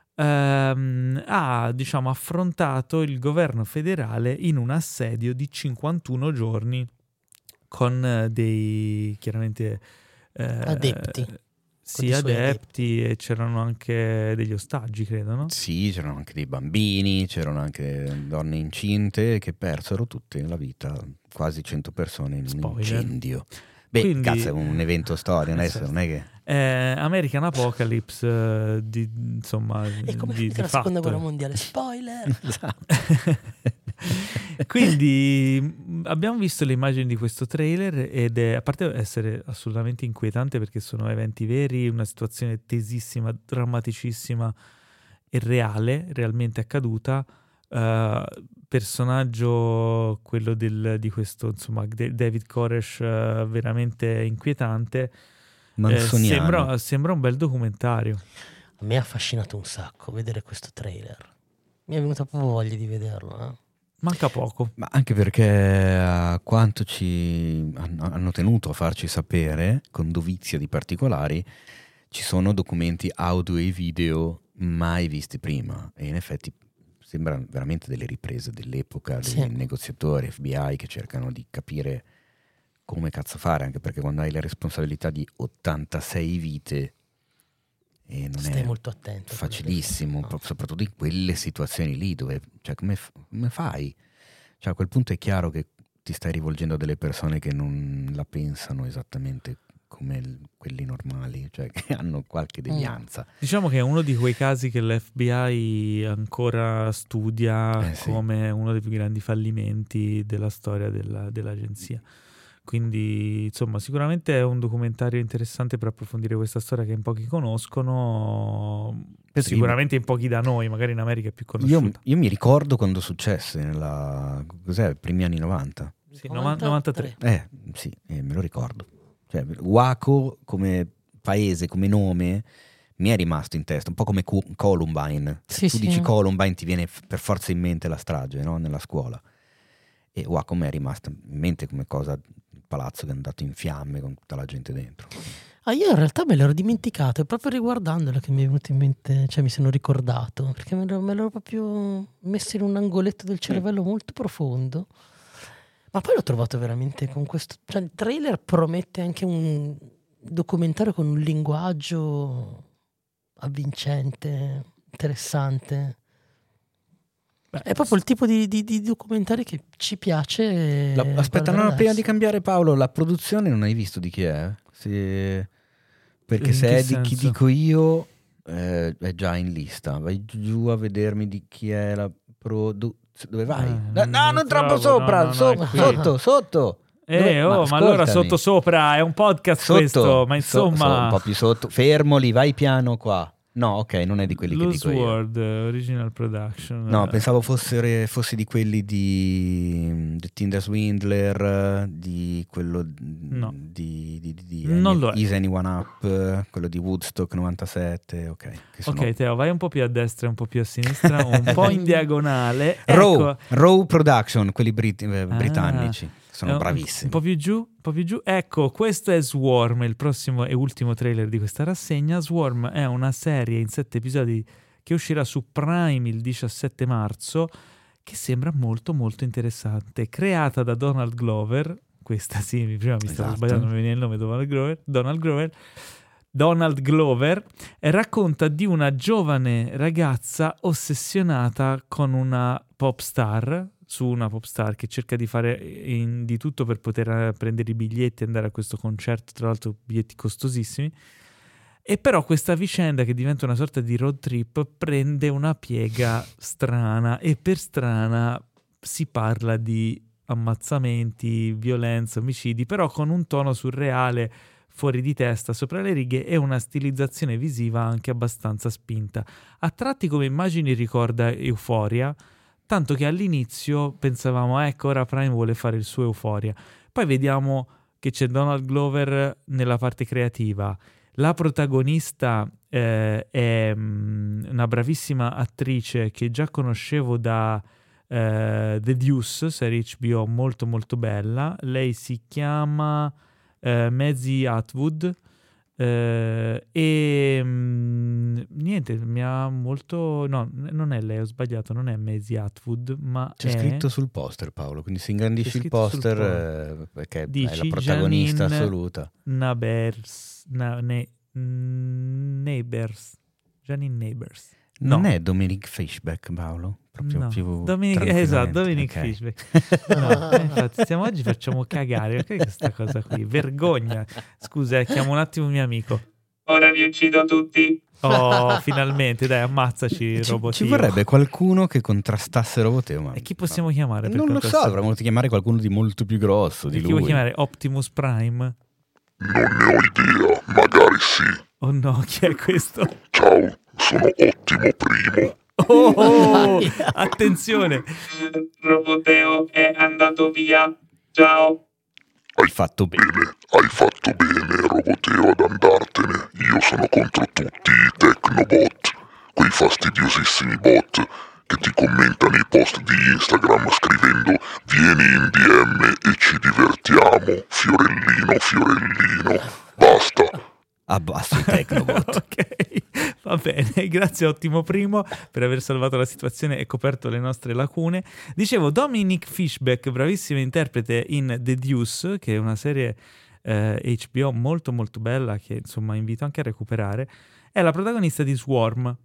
ha diciamo affrontato il governo federale in un assedio di 51 giorni con dei chiaramente adepti. Sì, adepti, e c'erano anche degli ostaggi, credo, no? Sì, c'erano anche dei bambini, c'erano anche donne incinte che persero tutte la vita, quasi 100 persone in un incendio. Beh, quindi, cazzo, è un evento storia, adesso non è che... American Apocalypse insomma è come di la seconda guerra mondiale, spoiler. Quindi abbiamo visto le immagini di questo trailer ed è, a parte essere assolutamente inquietante perché sono eventi veri, una situazione tesissima, drammaticissima e reale, realmente accaduta. Personaggio quello di questo insomma David Koresh, veramente inquietante. Sembra un bel documentario. A me ha affascinato un sacco vedere questo trailer, mi è venuta proprio voglia di vederlo. Manca poco, ma anche perché a quanto ci hanno tenuto a farci sapere con dovizia di particolari, ci sono documenti audio e video mai visti prima, e in effetti sembrano veramente delle riprese dell'epoca, dei negoziatori FBI che cercano di capire come cazzo fare, anche perché quando hai la responsabilità di 86 vite e non stai è molto attento, facilissimo, no. Soprattutto in quelle situazioni lì dove, cioè, come fai? Cioè, a quel punto è chiaro che ti stai rivolgendo a delle persone che non la pensano esattamente come quelli normali, cioè che hanno qualche devianza. Diciamo che è uno di quei casi che l'FBI ancora studia come uno dei più grandi fallimenti della storia dell'agenzia. Quindi insomma sicuramente è un documentario interessante per approfondire questa storia che in pochi conoscono, sicuramente in pochi da noi, magari in America è più conosciuta. Io mi ricordo quando successe primi anni 90. Sì, 93. Sì, me lo ricordo. Cioè, Waco come paese, come nome, mi è rimasto in testa, un po' come Columbine. Tu dici Columbine, ti viene per forza in mente la strage, no? Nella scuola. E Waco mi è rimasto in mente come cosa, il palazzo che è andato in fiamme con tutta la gente dentro. Io in realtà me l'ero dimenticato, è proprio riguardandolo che mi è venuto in mente, cioè mi sono ricordato, perché me l'ero proprio messo in un angoletto del cervello molto profondo. Ma poi l'ho trovato veramente con questo, cioè il trailer promette anche un documentario con un linguaggio avvincente, interessante. È proprio il tipo di documentari che ci piace. Aspetta, prima di cambiare, Paolo, la produzione non hai visto di chi è? Perché in se è di senso? chi dico io è già in lista. Vai giù a vedermi di chi è la produzione. Dove vai? No, non troppo sopra, sotto. Ma allora sopra è un podcast questo, ma insomma un po' più sotto, fermo lì, vai piano qua. No, ok, non è di quelli che dico io. World Original Production. No, pensavo fossi di quelli di The Tinder Swindler, di quello di non lo è. Is Anyone Up, quello di Woodstock 97, ok. Ok, Teo, vai un po' più a destra e un po' più a sinistra, un po' in diagonale. Raw Production, quelli britannici. Sono bravissimi. Un po' più giù. Ecco, questo è Swarm, il prossimo e ultimo trailer di questa rassegna. Swarm è una serie in 7 episodi che uscirà su Prime il 17 marzo, che sembra molto molto interessante. Creata da Donald Glover, questa sì, prima mi stavo sbagliando, mi veniva il nome Donald Glover, racconta di una giovane ragazza ossessionata con una pop star, che cerca di fare di tutto per poter prendere i biglietti e andare a questo concerto, tra l'altro biglietti costosissimi, e però questa vicenda, che diventa una sorta di road trip, prende una piega strana, e per strana si parla di ammazzamenti, violenza, omicidi, però con un tono surreale, fuori di testa, sopra le righe, e una stilizzazione visiva anche abbastanza spinta. A tratti come immagini ricorda Euphoria, tanto che all'inizio pensavamo, ecco, ora Prime vuole fare il suo Euphoria. Poi vediamo che c'è Donald Glover nella parte creativa. La protagonista è una bravissima attrice che già conoscevo da The Deuce, serie HBO molto molto bella. Lei si chiama Maisie Atwood. Niente, mi ha molto... No, non è lei, ho sbagliato, non è Maisie Atwood, ma c'è scritto sul poster, Paolo, quindi se ingrandisci il poster perché è la protagonista assoluta. Neighbors. Janine Neighbors. Non è Dominic Fishback, Paolo? Proprio più esatto, Dominic Fishback. No, infatti, oggi facciamo cagare, perché questa cosa qui? Vergogna. Scusa, chiamo un attimo mio amico. Ora vi uccido tutti. Oh, finalmente, dai, ammazzaci, Roboteo. Ci vorrebbe qualcuno che contrastasse Roboteo. Ma... E chi possiamo chiamare? Non lo so, avremmo voluto chiamare qualcuno di molto più grosso di lui. Chi vuoi chiamare? Optimus Prime? Non ne ho idea, magari sì. Oh no, chi è questo? Ciao, sono Ottimo Primo. Oh, attenzione. Roboteo è andato via. Ciao. Hai fatto bene, Roboteo, ad andartene. Io sono contro tutti i Tecnobot, quei fastidiosissimi bot che ti commentano i post di Instagram scrivendo vieni in DM e ci divertiamo, fiorellino, basta. Abbassa i Tecnobot. Ok, va bene, grazie Ottimo Primo per aver salvato la situazione e coperto le nostre lacune. Dicevo, Dominic Fishback, bravissimo interprete in The Deuce, che è una serie HBO molto molto bella che insomma invito anche a recuperare. È la protagonista di Swarm,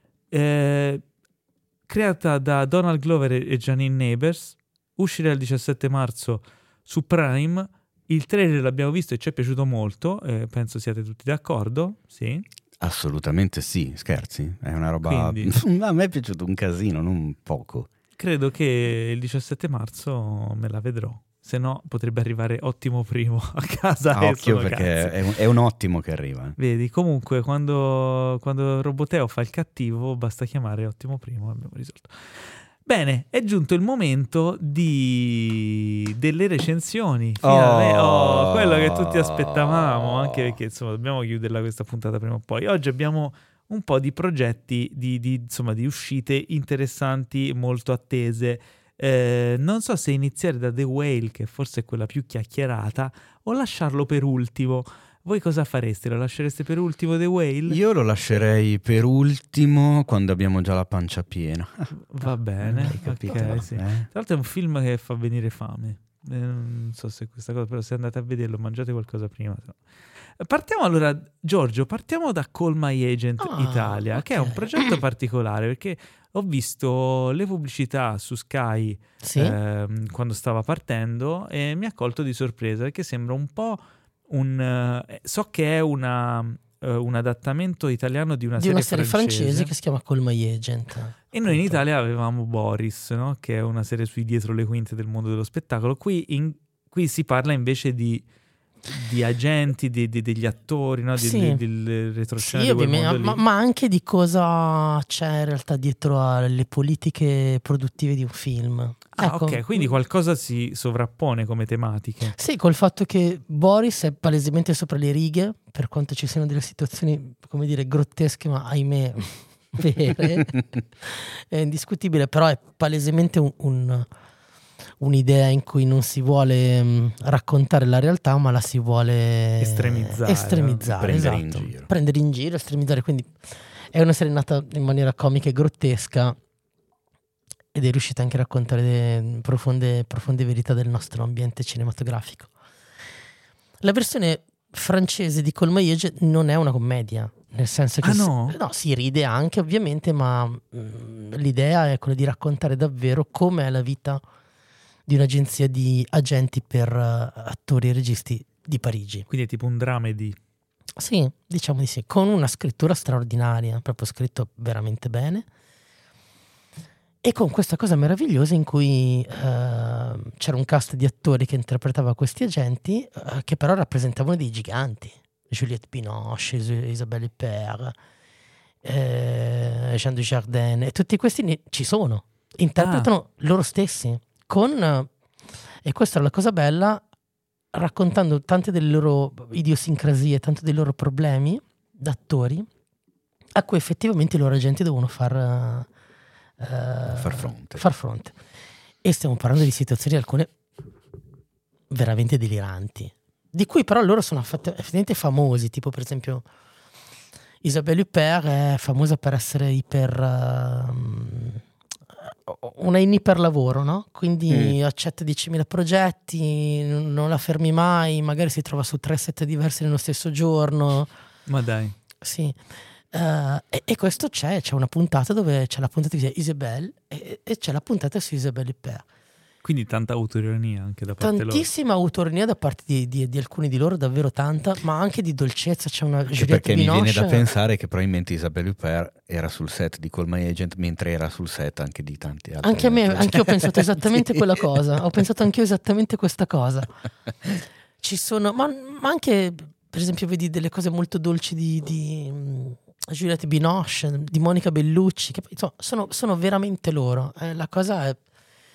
creata da Donald Glover e Janine Neighbors, uscirà il 17 marzo su Prime. Il trailer l'abbiamo visto e ci è piaciuto molto, penso siate tutti d'accordo, sì? Assolutamente sì, scherzi, è una roba... A me è piaciuto un casino, non poco. Credo che il 17 marzo me la vedrò, se no potrebbe arrivare Ottimo Primo a casa. Occhio, perché è un ottimo che arriva. Vedi, comunque quando Roboteo fa il cattivo basta chiamare Ottimo Primo, abbiamo risolto. Bene, è giunto il momento delle recensioni. Quello che tutti aspettavamo, anche perché insomma dobbiamo chiuderla questa puntata prima o poi. Oggi abbiamo un po' di progetti di uscite interessanti, molto attese. Non so se iniziare da The Whale, che forse è quella più chiacchierata, o lasciarlo per ultimo. Voi cosa fareste? Lo lascereste per ultimo The Whale? Io lo lascerei per ultimo quando abbiamo già la pancia piena. Va bene, hai capito? Okay, sì. Tra l'altro è un film che fa venire fame. Non so se questa cosa, però se andate a vederlo mangiate qualcosa prima. Partiamo allora, Giorgio, da Call My Agent Italia, che è un progetto particolare perché ho visto le pubblicità su Sky quando stava partendo e mi ha colto di sorpresa perché sembra un po' so che è un adattamento italiano di una serie francese che si chiama Call My Agent. E noi in Italia avevamo Boris, no? Che è una serie sui dietro le quinte del mondo dello spettacolo. Qui si parla invece di di agenti, degli attori, no? Del retroscena, sì, ovviamente, ma anche di cosa c'è in realtà dietro alle politiche produttive di un film. Ecco. Ok, quindi qualcosa si sovrappone come tematiche. Sì, col fatto che Boris è palesemente sopra le righe, per quanto ci siano delle situazioni, come dire, grottesche, ma ahimè vere, è indiscutibile, però è palesemente un'idea in cui non si vuole raccontare la realtà, ma la si vuole estremizzare, prendere in giro. Prendere in giro, estremizzare. Quindi è una serie nata in maniera comica e grottesca ed è riuscita anche a raccontare profonde verità del nostro ambiente cinematografico. La versione francese di Call My Age non è una commedia, nel senso che no, si ride anche ovviamente, ma l'idea è quella di raccontare davvero com'è la vita di un'agenzia di agenti per attori e registi di Parigi. Quindi è tipo un dramedy. Sì, diciamo di sì, con una scrittura straordinaria, proprio scritto veramente bene, e con questa cosa meravigliosa in cui c'era un cast di attori che interpretava questi agenti, che però rappresentavano dei giganti. Juliette Binoche, Isabelle Huppert, Jean Dujardin, e tutti questi ci sono, interpretano loro stessi e questa è la cosa bella, raccontando tante delle loro idiosincrasie, tanti dei loro problemi da attori a cui effettivamente i loro agenti devono far fronte. E stiamo parlando di situazioni, alcune veramente deliranti, di cui però loro sono effettivamente famosi, tipo per esempio Isabelle Huppert è famosa per essere una in iperlavoro, no? Quindi accetta 10.000 progetti, non la fermi mai, magari si trova su 3 set diversi nello stesso giorno. Ma dai. Sì. E questo c'è una puntata dove c'è la puntata di Isabelle e c'è la puntata su Isabelle Huppert. Quindi tanta autoironia anche da parte loro. Tantissima autoironia da parte di alcuni di loro, davvero tanta, ma anche di dolcezza. C'è una Juliette Juliette Binoche. Mi viene da Binoche. pensare che probabilmente Isabelle Huppert era sul set di Call My Agent, mentre era sul set anche di tanti altri. Anche a me, anche io ho pensato esattamente quella cosa. Ho pensato anche io esattamente questa cosa. Ci sono, ma anche, per esempio, vedi delle cose molto dolci di Juliette Binoche, di Monica Bellucci, che insomma, sono veramente loro. La cosa è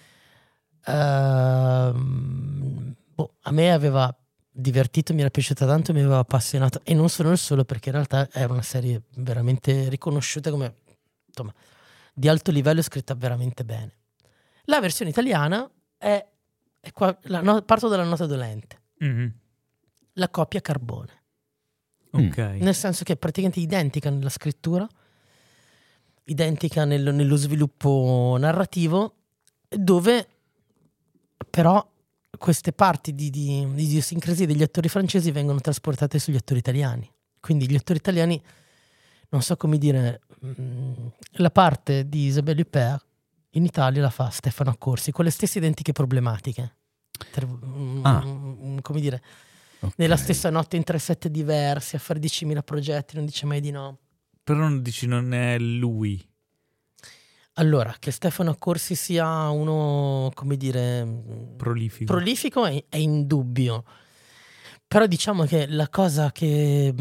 a me aveva divertito, mi era piaciuta tanto, mi aveva appassionato, e non sono il solo, perché in realtà era una serie veramente riconosciuta come, insomma, di alto livello e scritta veramente bene. La versione italiana è qua, parto dalla nota dolente. La coppia Carbone. Ok. Nel senso che è praticamente identica nella scrittura, identica nello sviluppo narrativo, dove però queste parti di idiosincrasia degli attori francesi vengono trasportate sugli attori italiani. Quindi gli attori italiani, non so come dire, la parte di Isabelle Huppert in Italia la fa Stefano Accorsi con le stesse identiche problematiche. Come dire, okay, nella stessa notte in 3 set diversi, a fare 10.000 progetti, non dice mai di no. Però non dici non è lui. Allora, che Stefano Accorsi sia uno, come dire, prolifico è indubbio. Però diciamo che la cosa che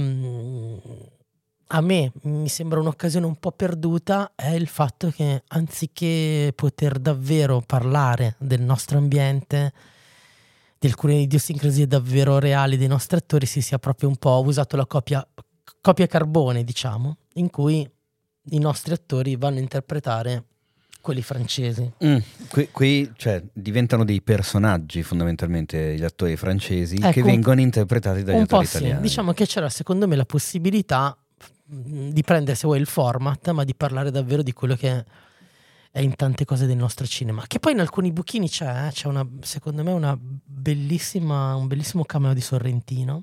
a me mi sembra un'occasione un po' perduta è il fatto che, anziché poter davvero parlare del nostro ambiente, di alcune idiosincrasie davvero reali dei nostri attori, si sia proprio un po' usato la copia carbone, diciamo, in cui i nostri attori vanno a interpretare quelli francesi. Qui cioè, diventano dei personaggi fondamentalmente gli attori francesi, ecco, che vengono interpretati dagli attori italiani. Sì. Diciamo che c'era secondo me la possibilità di prendere, se vuoi, il format, ma di parlare davvero di quello che è in tante cose del nostro cinema, che poi in alcuni buchini c'è secondo me un bellissimo cameo di Sorrentino,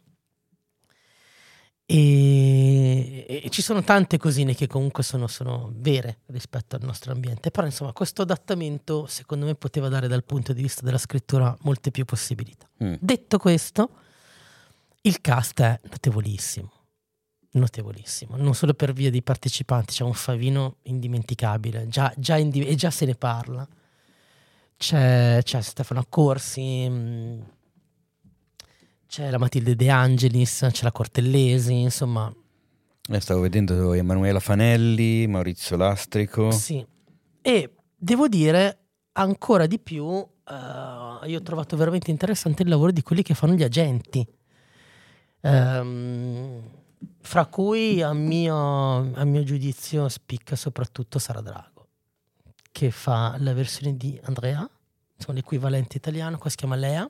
e ci sono tante cosine che comunque sono vere rispetto al nostro ambiente. Però insomma questo adattamento secondo me poteva dare, dal punto di vista della scrittura, molte più possibilità. Detto questo, il cast è notevolissimo, non solo per via dei partecipanti. C'è un favino indimenticabile, già se ne parla. C'è Stefano Accorsi, c'è la Matilde De Angelis, c'è la Cortellesi, insomma. Stavo vedendo Emanuela Fanelli, Maurizio Lastrico. Sì, e devo dire ancora di più, io ho trovato veramente interessante il lavoro di quelli che fanno gli agenti, fra cui a mio giudizio spicca soprattutto Sara Drago, che fa la versione di Andrea, insomma l'equivalente italiano, qua si chiama Lea.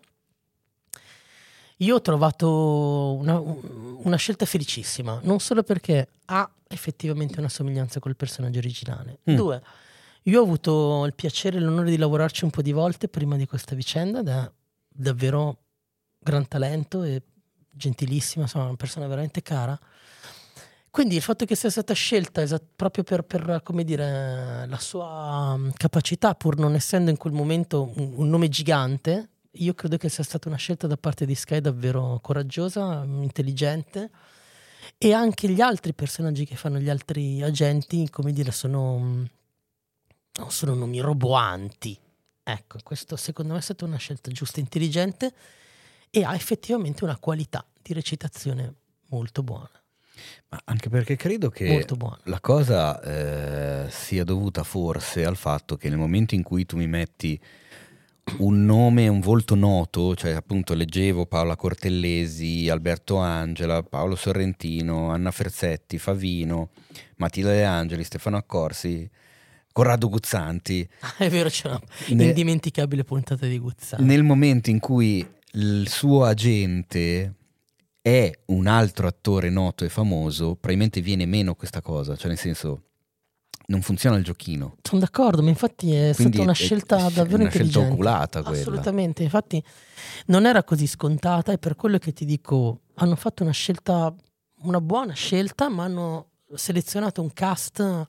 Io ho trovato una scelta felicissima, non solo perché ha effettivamente una somiglianza col personaggio originale. 2, io ho avuto il piacere e l'onore di lavorarci un po' di volte prima di questa vicenda ed è davvero gran talento e gentilissima, insomma una persona veramente cara. Quindi il fatto che sia stata scelta proprio per come dire, la sua capacità, pur non essendo in quel momento un nome gigante, io credo che sia stata una scelta da parte di Sky davvero coraggiosa, intelligente, e anche gli altri personaggi che fanno gli altri agenti, come dire, non sono nomi roboanti. Ecco, questo secondo me è stata una scelta giusta, intelligente, e ha effettivamente una qualità di recitazione molto buona. Ma anche perché credo che la cosa sia dovuta forse al fatto che nel momento in cui tu mi metti un nome, un volto noto, cioè appunto leggevo Paola Cortellesi, Alberto Angela, Paolo Sorrentino, Anna Ferzetti, Favino, Matilde De Angeli, Stefano Accorsi, Corrado Guzzanti. È vero, c'è una indimenticabile puntata di Guzzanti. Nel momento in cui il suo agente è un altro attore noto e famoso, probabilmente viene meno questa cosa, cioè nel senso non funziona il giochino. Sono d'accordo, ma infatti è stata una scelta davvero intelligente. Una scelta oculata quella. Assolutamente, infatti non era così scontata, e per quello che ti dico, hanno fatto una buona scelta, ma hanno selezionato un cast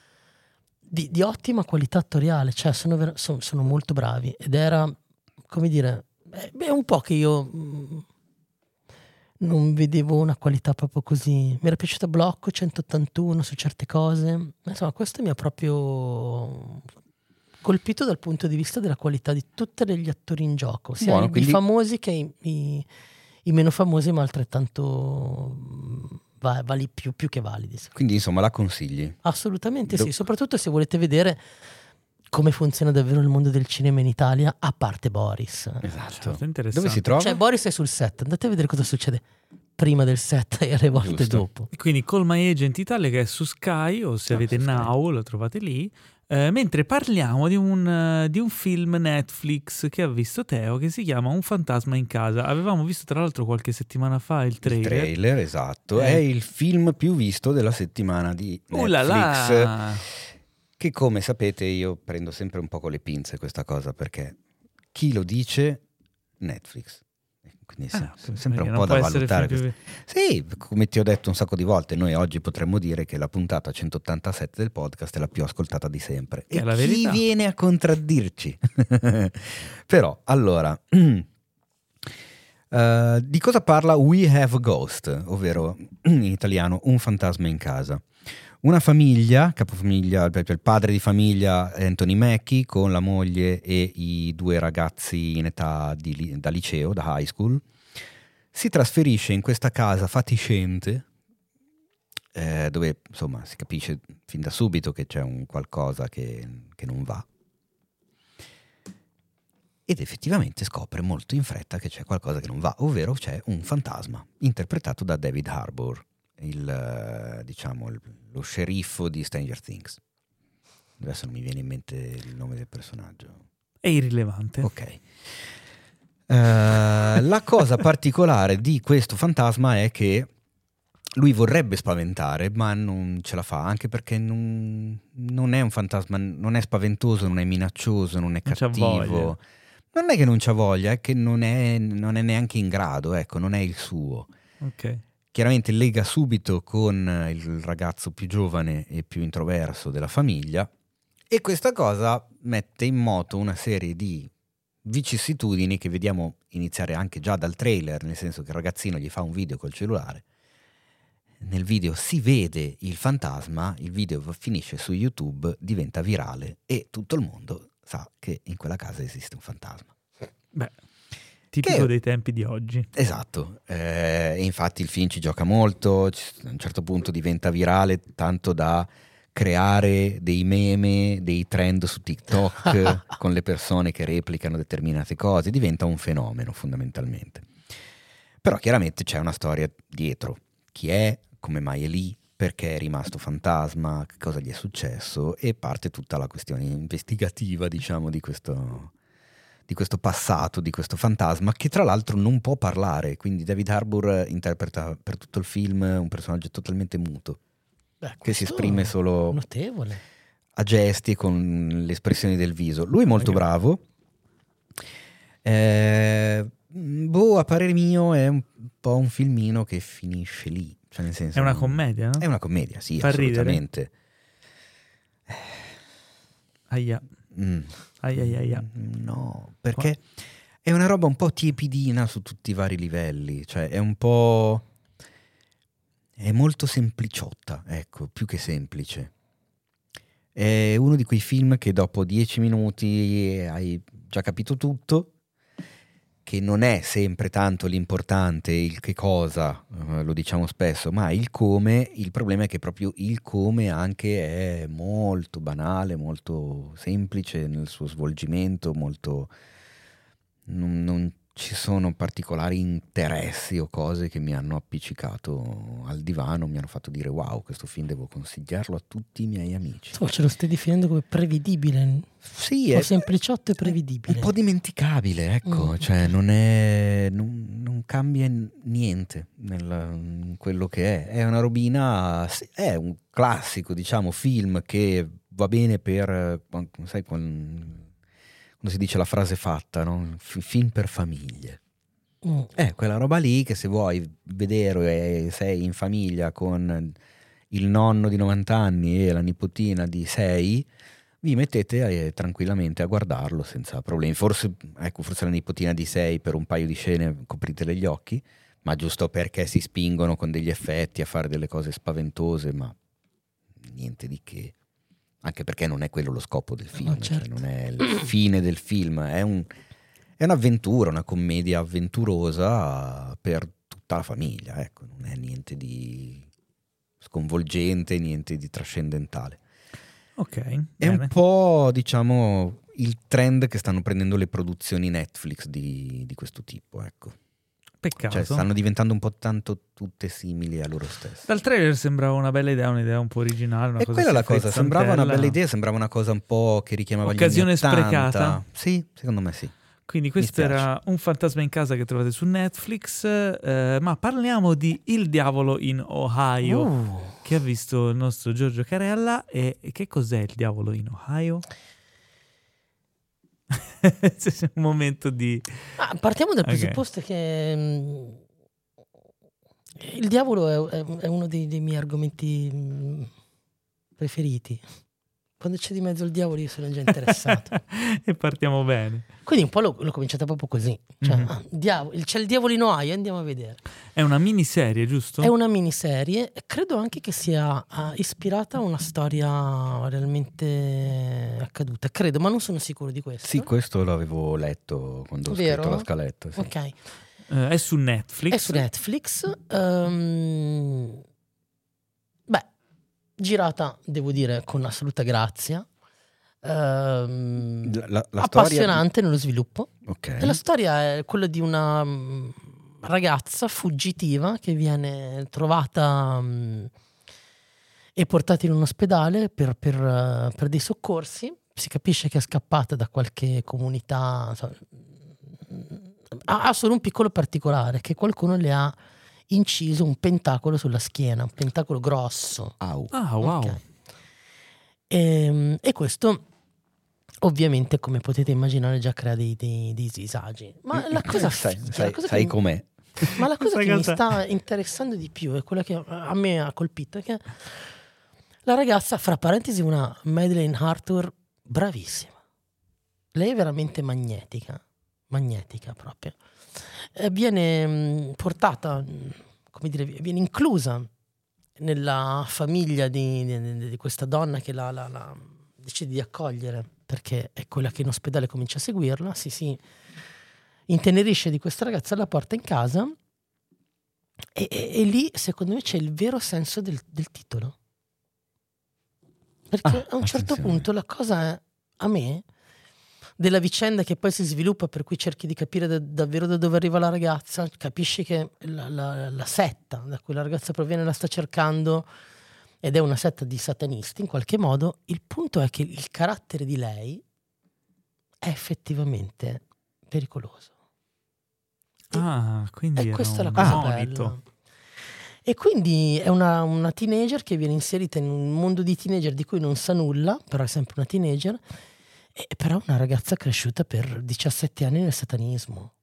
di ottima qualità attoriale, cioè sono molto bravi, ed era, come dire, è un po' che io non vedevo una qualità proprio così. Mi era piaciuta Blocco 181 su certe cose, insomma questo mi ha proprio colpito dal punto di vista della qualità di tutti gli attori in gioco, sia i famosi che i meno famosi, ma altrettanto più che validi. Quindi insomma la consigli? Assolutamente sì, soprattutto se volete vedere come funziona davvero il mondo del cinema in Italia, a parte Boris. Esatto. Dove si trova? Cioè Boris è sul set, andate a vedere cosa succede prima del set e alle volte dopo. E quindi Call My Agent Italia, che è su Sky, o se avete Now lo trovate lì. Mentre parliamo di un film Netflix che ha visto Teo, che si chiama Un fantasma in casa. Avevamo visto tra l'altro qualche settimana fa il trailer. Il trailer, esatto. È il film più visto della settimana di Netflix. Che come sapete io prendo sempre un po' con le pinze questa cosa, perché chi lo dice? Netflix. Quindi sempre un po' da valutare. Sì, come ti ho detto un sacco di volte, noi oggi potremmo dire che la puntata 187 del podcast è la più ascoltata di sempre. E chi viene a contraddirci? Però, allora, di cosa parla We Have a Ghost, ovvero in italiano Un fantasma in casa? Una famiglia, capofamiglia, il padre di famiglia Anthony Mackie con la moglie e i 2 ragazzi in età da liceo, da high school, si trasferisce in questa casa fatiscente dove insomma si capisce fin da subito che c'è un qualcosa che non va, ed effettivamente scopre molto in fretta che c'è qualcosa che non va, ovvero c'è un fantasma interpretato da David Harbour, lo sceriffo di Stranger Things. Adesso non mi viene in mente il nome del personaggio. È irrilevante. Ok. La cosa particolare di questo fantasma è che lui vorrebbe spaventare, ma non ce la fa, anche perché non è un fantasma, non è spaventoso, non è minaccioso, non è cattivo. Non è che non c'ha voglia, è che non è neanche in grado, ecco, non è il suo. Ok. Chiaramente lega subito con il ragazzo più giovane e più introverso della famiglia, e questa cosa mette in moto una serie di vicissitudini che vediamo iniziare anche già dal trailer, nel senso che il ragazzino gli fa un video col cellulare, nel video si vede il fantasma, il video finisce su YouTube, diventa virale e tutto il mondo sa che in quella casa esiste un fantasma. Beh, Tipico dei tempi di oggi. Esatto, e infatti il film ci gioca molto, a un certo punto diventa virale tanto da creare dei meme, dei trend su TikTok con le persone che replicano determinate cose, diventa un fenomeno fondamentalmente. Però chiaramente c'è una storia dietro, chi è, come mai è lì, perché è rimasto fantasma, che cosa gli è successo, e parte tutta la questione investigativa, diciamo, di questo passato, di questo fantasma, che tra l'altro non può parlare, quindi David Harbour interpreta per tutto il film un personaggio totalmente muto, che si esprime solo notevole a gesti e con le espressioni del viso. Lui è molto bravo, a parere mio è un po' un filmino che finisce lì, cioè nel senso, è una commedia, no? È una commedia, sì, fa assolutamente. Aia. No, perché è una roba un po' tiepidina su tutti i vari livelli, cioè è molto sempliciotta, ecco, più che semplice. È uno di quei film che dopo 10 minuti hai già capito tutto, che non è sempre tanto l'importante il che cosa, lo diciamo spesso, ma il come. Il problema è che proprio il come anche è molto banale, molto semplice nel suo svolgimento, molto non ci sono particolari interessi o cose che mi hanno appiccicato al divano, mi hanno fatto dire wow, questo film devo consigliarlo a tutti i miei amici. Ce lo stai definendo come prevedibile? Sì, è sempliciotto e prevedibile. Un po' dimenticabile, ecco, cioè non cambia niente in quello che è una robina, è un classico, diciamo, film che va bene per, sai, quando si dice la frase fatta, no? Film per famiglie. Quella roba lì che se vuoi vedere sei in famiglia con il nonno di 90 anni e la nipotina di 6, vi mettete tranquillamente a guardarlo senza problemi. Forse la nipotina di 6 per un paio di scene copritele gli occhi, ma giusto perché si spingono con degli effetti a fare delle cose spaventose, ma niente di che. Anche perché non è quello lo scopo del film, certo. Cioè non è il fine del film, è un'avventura, una commedia avventurosa per tutta la famiglia, ecco, non è niente di sconvolgente, niente di trascendentale. Ok. È bene. un po', diciamo, il trend che stanno prendendo le produzioni Netflix di questo tipo, ecco. Peccato. Cioè stanno diventando un po' tanto tutte simili a loro stesse. Dal trailer sembrava una bella idea, un'idea un po' originale. E quella è la cosa, sembrava una bella idea, sembrava una cosa un po' che richiamava occasione gli anni 80. sprecata. Sì, secondo me sì. Quindi questo era Un fantasma in casa che trovate su Netflix, ma parliamo di Il diavolo in Ohio, che ha visto il nostro Giorgio Carella. E che cos'è Il diavolo in Ohio? C'è un momento di... partiamo dal presupposto che il diavolo è uno dei miei argomenti preferiti. Quando c'è di mezzo il diavolo io sono già interessato. E partiamo bene. Quindi un po' l'ho cominciata proprio così. Cioè, c'è il diavolo in Ohio, andiamo a vedere. È una miniserie, giusto? È una miniserie. Credo anche che sia ispirata a una storia realmente accaduta. Credo, ma non sono sicuro di questo. Sì, questo l'avevo letto quando ho scritto la scaletta. Sì. Ok. È su Netflix. È su Netflix. Girata, devo dire, con assoluta grazia. La appassionante storia... nello sviluppo. Okay. E la storia è quella di una ragazza fuggitiva che viene trovata e portata in un ospedale per dei soccorsi. Si capisce che è scappata da qualche comunità. Ha solo un piccolo particolare, che qualcuno le ha inciso un pentacolo sulla schiena, un pentacolo grosso. Wow. Okay. E questo ovviamente, come potete immaginare, già crea dei disagi. Ma la cosa sai com'è. Ma la cosa che mi sta interessando di più è quella che a me ha colpito, è che la ragazza, fra parentesi, una Madeleine Arthur bravissima. Lei è veramente magnetica proprio. Viene portata, come dire, viene inclusa nella famiglia di questa donna che la decide di accogliere, perché è quella che in ospedale comincia a seguirla. Sì. intenerisce di questa ragazza, la porta in casa e lì secondo me c'è il vero senso del titolo, perché a un certo punto la cosa è, a me, della vicenda che poi si sviluppa, per cui cerchi di capire davvero da dove arriva la ragazza, capisci che la setta da cui la ragazza proviene la sta cercando, ed è una setta di satanisti in qualche modo. Il punto è che il carattere di lei è effettivamente pericoloso. Quindi e questa è la cosa bella. E quindi è una teenager che viene inserita in un mondo di teenager di cui non sa nulla, però è sempre una teenager, e però una ragazza cresciuta per 17 anni nel satanismo.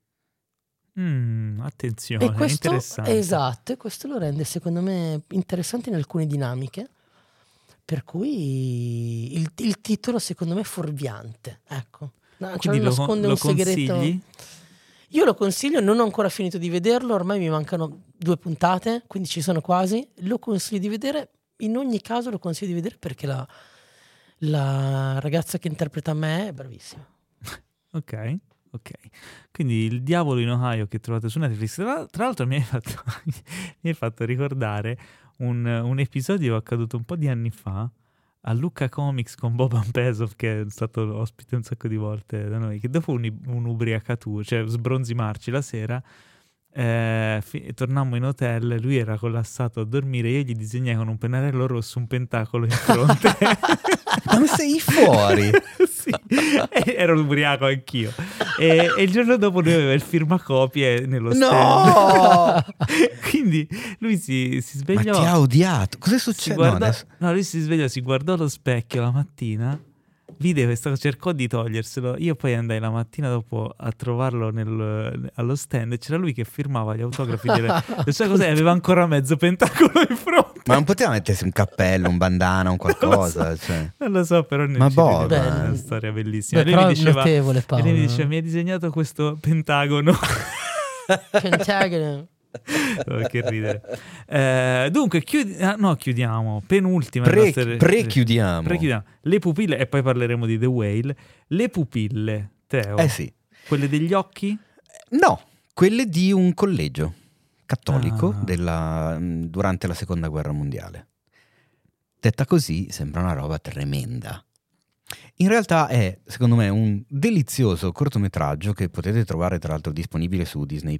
Attenzione, e questo, interessante. Esatto, e questo lo rende secondo me interessante in alcune dinamiche, per cui il titolo secondo me è fuorviante, ecco. Quindi nasconde un segreto. Consigli? Io lo consiglio, non ho ancora finito di vederlo, ormai mi mancano 2 puntate, quindi ci sono quasi. Lo consiglio di vedere, in ogni caso lo consiglio di vedere perché la ragazza che interpreta me è bravissima. Ok. Quindi Il diavolo in Ohio, che trovate su Netflix. Tra l'altro mi hai fatto ricordare un episodio accaduto un po' di anni fa a Lucca Comics con Boban Pesov, che è stato ospite un sacco di volte da noi, che dopo un'ubriacatura, cioè sbronzi marci la sera, tornammo in hotel, lui era collassato a dormire, io gli disegnai con un pennarello rosso un pentacolo in fronte. Ma sei fuori? Sì, ero ubriaco anch'io, e il giorno dopo lui aveva il firmacopie nello stand. No! Quindi lui si svegliò. Ma ti ha odiato? Cosa è successo? Lui si svegliò, si guardò allo specchio la mattina, vide questo, cercò di toglierselo. Io poi andai la mattina dopo a trovarlo allo stand e c'era lui che firmava gli autografi delle sue cose e aveva ancora mezzo pentacolo in fronte. Ma non poteva mettersi un cappello, un bandana, un qualcosa? Non lo so, però è una storia bellissima. Beh, però notevole, Paolo. E lei mi diceva, mi hai disegnato questo pentagono. Pentagono. Che ridere. Dunque chiudiamo. Penultima chiudiamo. Le pupille, e poi parleremo di The Whale. Le pupille, Teo. Sì. Quelle degli occhi? No, quelle di un collegio cattolico durante la seconda guerra mondiale. Detta così sembra una roba tremenda. In realtà è, secondo me, un delizioso cortometraggio che potete trovare tra l'altro disponibile su Disney+,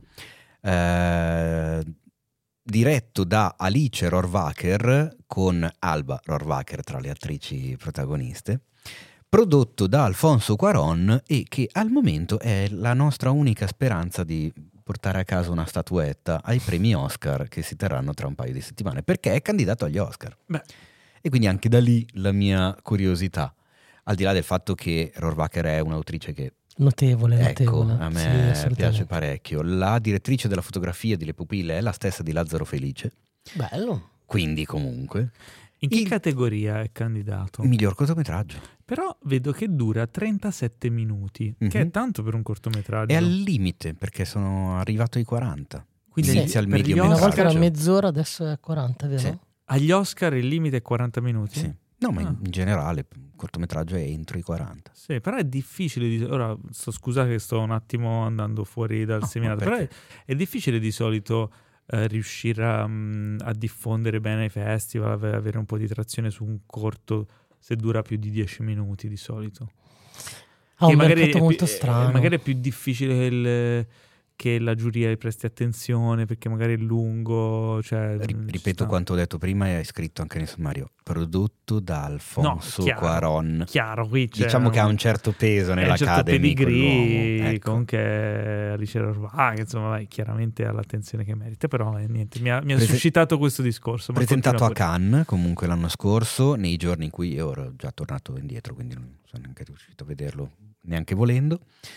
diretto da Alice Rohrwacher con Alba Rohrwacher tra le attrici protagoniste, prodotto da Alfonso Cuarón e che al momento è la nostra unica speranza di portare a casa una statuetta ai premi Oscar che si terranno tra un paio di settimane, perché è candidato agli Oscar. E quindi anche da lì la mia curiosità, al di là del fatto che Rohrwacher è un'autrice che notevole. A me piace parecchio. La direttrice della fotografia di Le pupille è la stessa di Lazzaro Felice. Bello. Quindi comunque. In che categoria è candidato? Miglior cortometraggio. Però vedo che dura 37 minuti, che è tanto per un cortometraggio. È al limite, perché sono arrivato ai 40. Quindi inizia il medio metraggio. Una volta era mezz'ora, adesso è 40, vero? Sì. Agli Oscar il limite è 40 minuti? Sì. No, ma in generale il cortometraggio è entro i 40. Sì, però è difficile ora scusa che sto un attimo andando fuori dal seminato, però è difficile di solito riuscire a diffondere bene ai festival, avere un po' di trazione su un corto se dura più di 10 minuti di solito. Ha un mercato molto strano. Magari è più difficile che la giuria gli presti attenzione perché magari è lungo, cioè, ripeto quanto ho detto prima e hai scritto anche nel sommario, prodotto da Alfonso Cuarón. Chiaro, qui diciamo che ha un certo peso nell'Academy, ecco. Comunque Alice Rohrwacher, insomma, chiaramente ha l'attenzione che merita, però niente, mi ha suscitato questo discorso. Presentato a Cannes comunque l'anno scorso, nei giorni in cui io ero già tornato indietro, quindi non sono neanche riuscito a vederlo neanche volendo.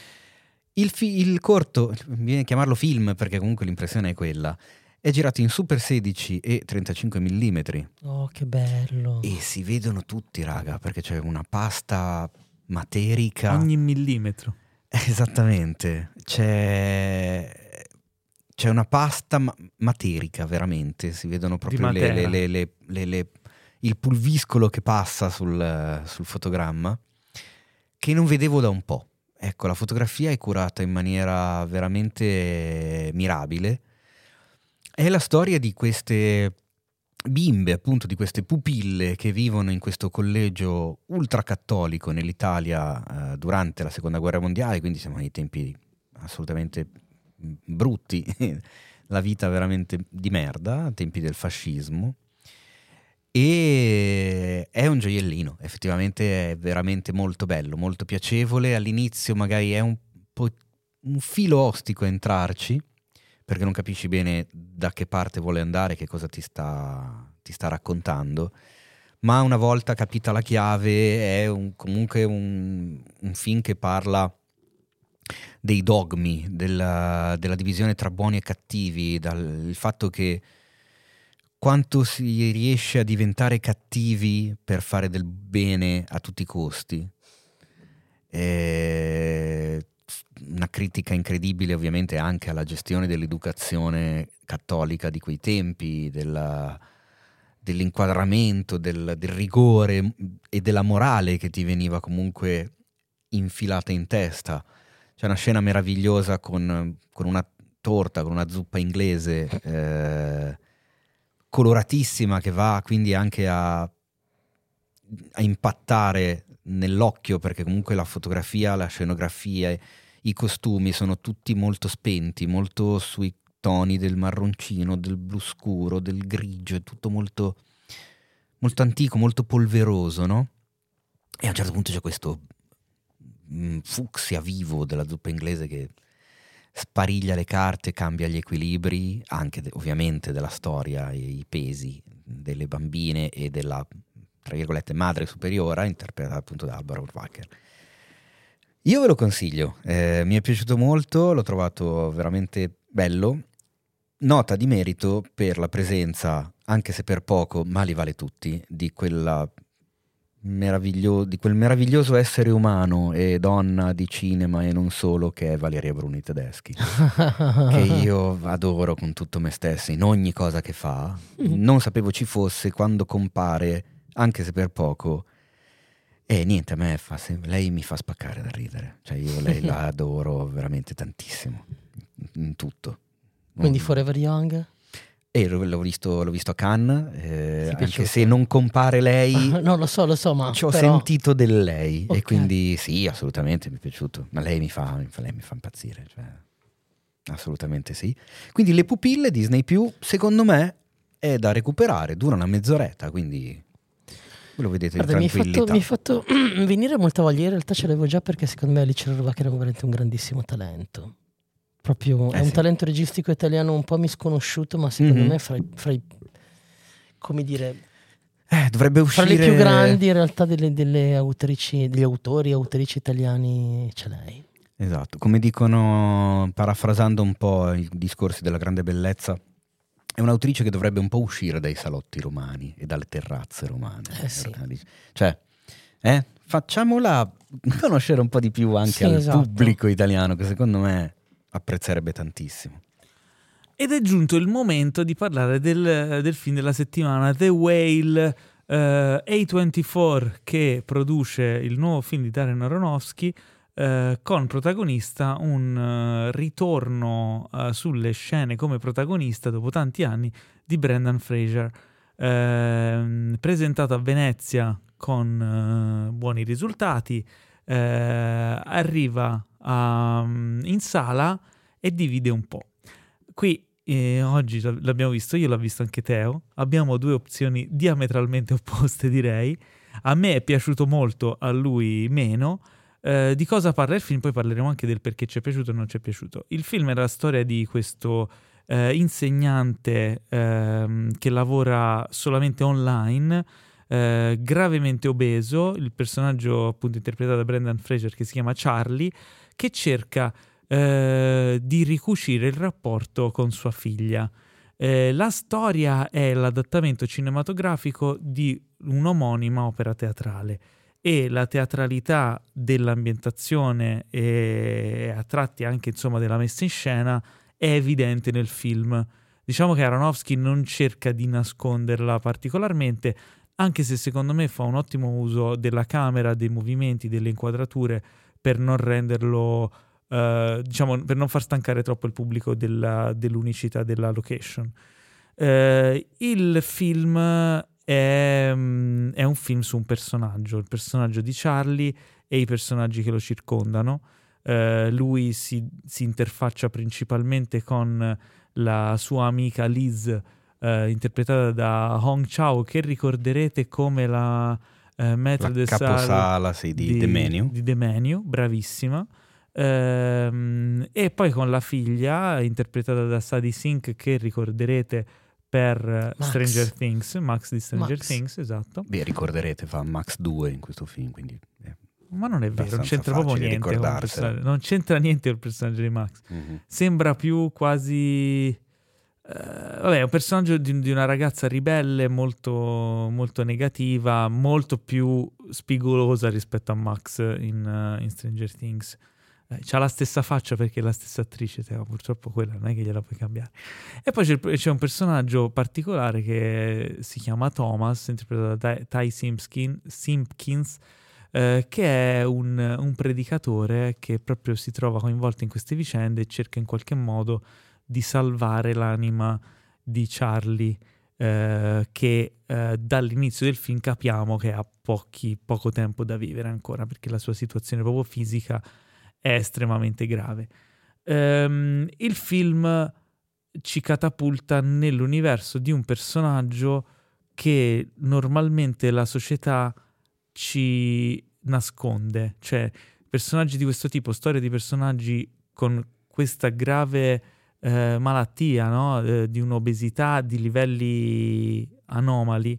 Il corto, viene a chiamarlo film perché comunque l'impressione è quella, è girato in Super 16 e 35 mm. Oh, che bello! E si vedono tutti, raga, perché c'è una pasta materica. Ogni millimetro. Esattamente. C'è una pasta materica, veramente. Si vedono proprio il pulviscolo che passa sul fotogramma, che non vedevo da un po'. ecco, la fotografia è curata in maniera veramente mirabile. È la storia di queste bimbe, appunto, di queste pupille che vivono in questo collegio ultracattolico nell'Italia durante la Seconda Guerra Mondiale, quindi siamo nei tempi assolutamente brutti, la vita veramente di merda, tempi del fascismo. E è un gioiellino, effettivamente è veramente molto bello, molto piacevole. All'inizio magari è un po' un filo ostico entrarci, perché non capisci bene da che parte vuole andare, che cosa ti sta raccontando, ma una volta capita la chiave è comunque un film che parla dei dogmi, della divisione tra buoni e cattivi, dal fatto che quanto si riesce a diventare cattivi per fare del bene a tutti i costi. Una critica incredibile ovviamente anche alla gestione dell'educazione cattolica di quei tempi, dell'inquadramento, del rigore e della morale che ti veniva comunque infilata in testa. C'è una scena meravigliosa con una torta, con una zuppa inglese coloratissima, che va quindi anche a impattare nell'occhio, perché comunque la fotografia, la scenografia, i costumi sono tutti molto spenti, molto sui toni del marroncino, del blu scuro, del grigio, è tutto molto, molto antico, molto polveroso, no? E a un certo punto c'è questo fucsia vivo della zuppa inglese che spariglia le carte, cambia gli equilibri, anche ovviamente della storia e i pesi delle bambine e della, tra virgolette, madre superiore, interpretata appunto da Barbara Wacker. Io ve lo consiglio, mi è piaciuto molto, l'ho trovato veramente bello. Nota di merito per la presenza, anche se per poco, ma li vale tutti, di quel meraviglioso essere umano e donna di cinema e non solo, che è Valeria Bruni Tedeschi, che io adoro con tutto me stesso in ogni cosa che fa. Non sapevo ci fosse, quando compare, anche se per poco, e niente, a me lei mi fa spaccare da ridere, cioè io lei la adoro veramente tantissimo in tutto. Quindi Forever Young? L'ho visto a Cannes, anche se non compare lei. No, lo so, ma ci ho sentito del lei, okay. E quindi sì, assolutamente mi è piaciuto, ma lei mi fa impazzire, cioè, assolutamente sì. Quindi Le pupille Disney+, secondo me è da recuperare, dura una mezz'oretta, quindi voi lo vedete. Guarda, in tranquillità. Mi hai fatto venire molta voglia, in realtà ce l'avevo già, perché secondo me Alice Rohrwacher era veramente un grandissimo talento. Proprio è un talento registico italiano un po' misconosciuto, ma secondo me fra come dire, dovrebbe uscire, fra le più grandi in realtà delle autrici, degli autori e autrici italiani, c'è lei. Esatto, come dicono, parafrasando un po' i discorsi della grande bellezza, è un'autrice che dovrebbe un po' uscire dai salotti romani e dalle terrazze romane. Sì. Cioè, facciamola conoscere un po' di più anche al pubblico italiano, che secondo me apprezzerebbe tantissimo. Ed è giunto il momento di parlare del film della settimana, The Whale. A24, che produce il nuovo film di Darren Aronofsky, con protagonista un ritorno sulle scene come protagonista dopo tanti anni di Brendan Fraser, presentato a Venezia con buoni risultati, arriva in sala e divide un po'. Qui oggi l'abbiamo visto, io l'ho visto anche Teo, abbiamo due opzioni diametralmente opposte, direi. A me è piaciuto molto, a lui meno. Di cosa parla il film? Poi parleremo anche del perché ci è piaciuto o non ci è piaciuto. Il film è la storia di questo insegnante che lavora solamente online, gravemente obeso, il personaggio appunto interpretato da Brendan Fraser, che si chiama Charlie, che cerca di ricucire il rapporto con sua figlia. La storia è l'adattamento cinematografico di un'omonima opera teatrale, e la teatralità dell'ambientazione e a tratti anche insomma della messa in scena è evidente nel film. Diciamo che Aronofsky non cerca di nasconderla particolarmente, anche se secondo me fa un ottimo uso della camera, dei movimenti, delle inquadrature per non renderlo, diciamo, per non far stancare troppo il pubblico dell'unicità della location. Il film è un film su un personaggio, il personaggio di Charlie e i personaggi che lo circondano. Lui si interfaccia principalmente con la sua amica Liz, interpretata da Hong Chau, che ricorderete come la maître de caposala di The Menu. Di The Menu, bravissima. E poi con la figlia, interpretata da Sadie Sink, che ricorderete per Stranger Things, Max di Stranger Things, esatto. Beh, ricorderete, fa Max 2 in questo film, quindi... Ma non è vero, non c'entra proprio niente. Non c'entra niente il personaggio di Max. Mm-hmm. Sembra più quasi... è un personaggio di una ragazza ribelle, molto, molto negativa, molto più spigolosa rispetto a Max in Stranger Things. C'ha la stessa faccia perché è la stessa attrice, ma purtroppo quella non è che gliela puoi cambiare. E poi c'è un personaggio particolare che si chiama Thomas, interpretato da Ty Simpkins, che è un predicatore che proprio si trova coinvolto in queste vicende e cerca in qualche modo di salvare l'anima di Charlie, che dall'inizio del film capiamo che ha poco tempo da vivere ancora, perché la sua situazione proprio fisica è estremamente grave. Il film ci catapulta nell'universo di un personaggio che normalmente la società ci nasconde, cioè personaggi di questo tipo, storie di personaggi con questa grave malattia, no? Di un'obesità di livelli anomali,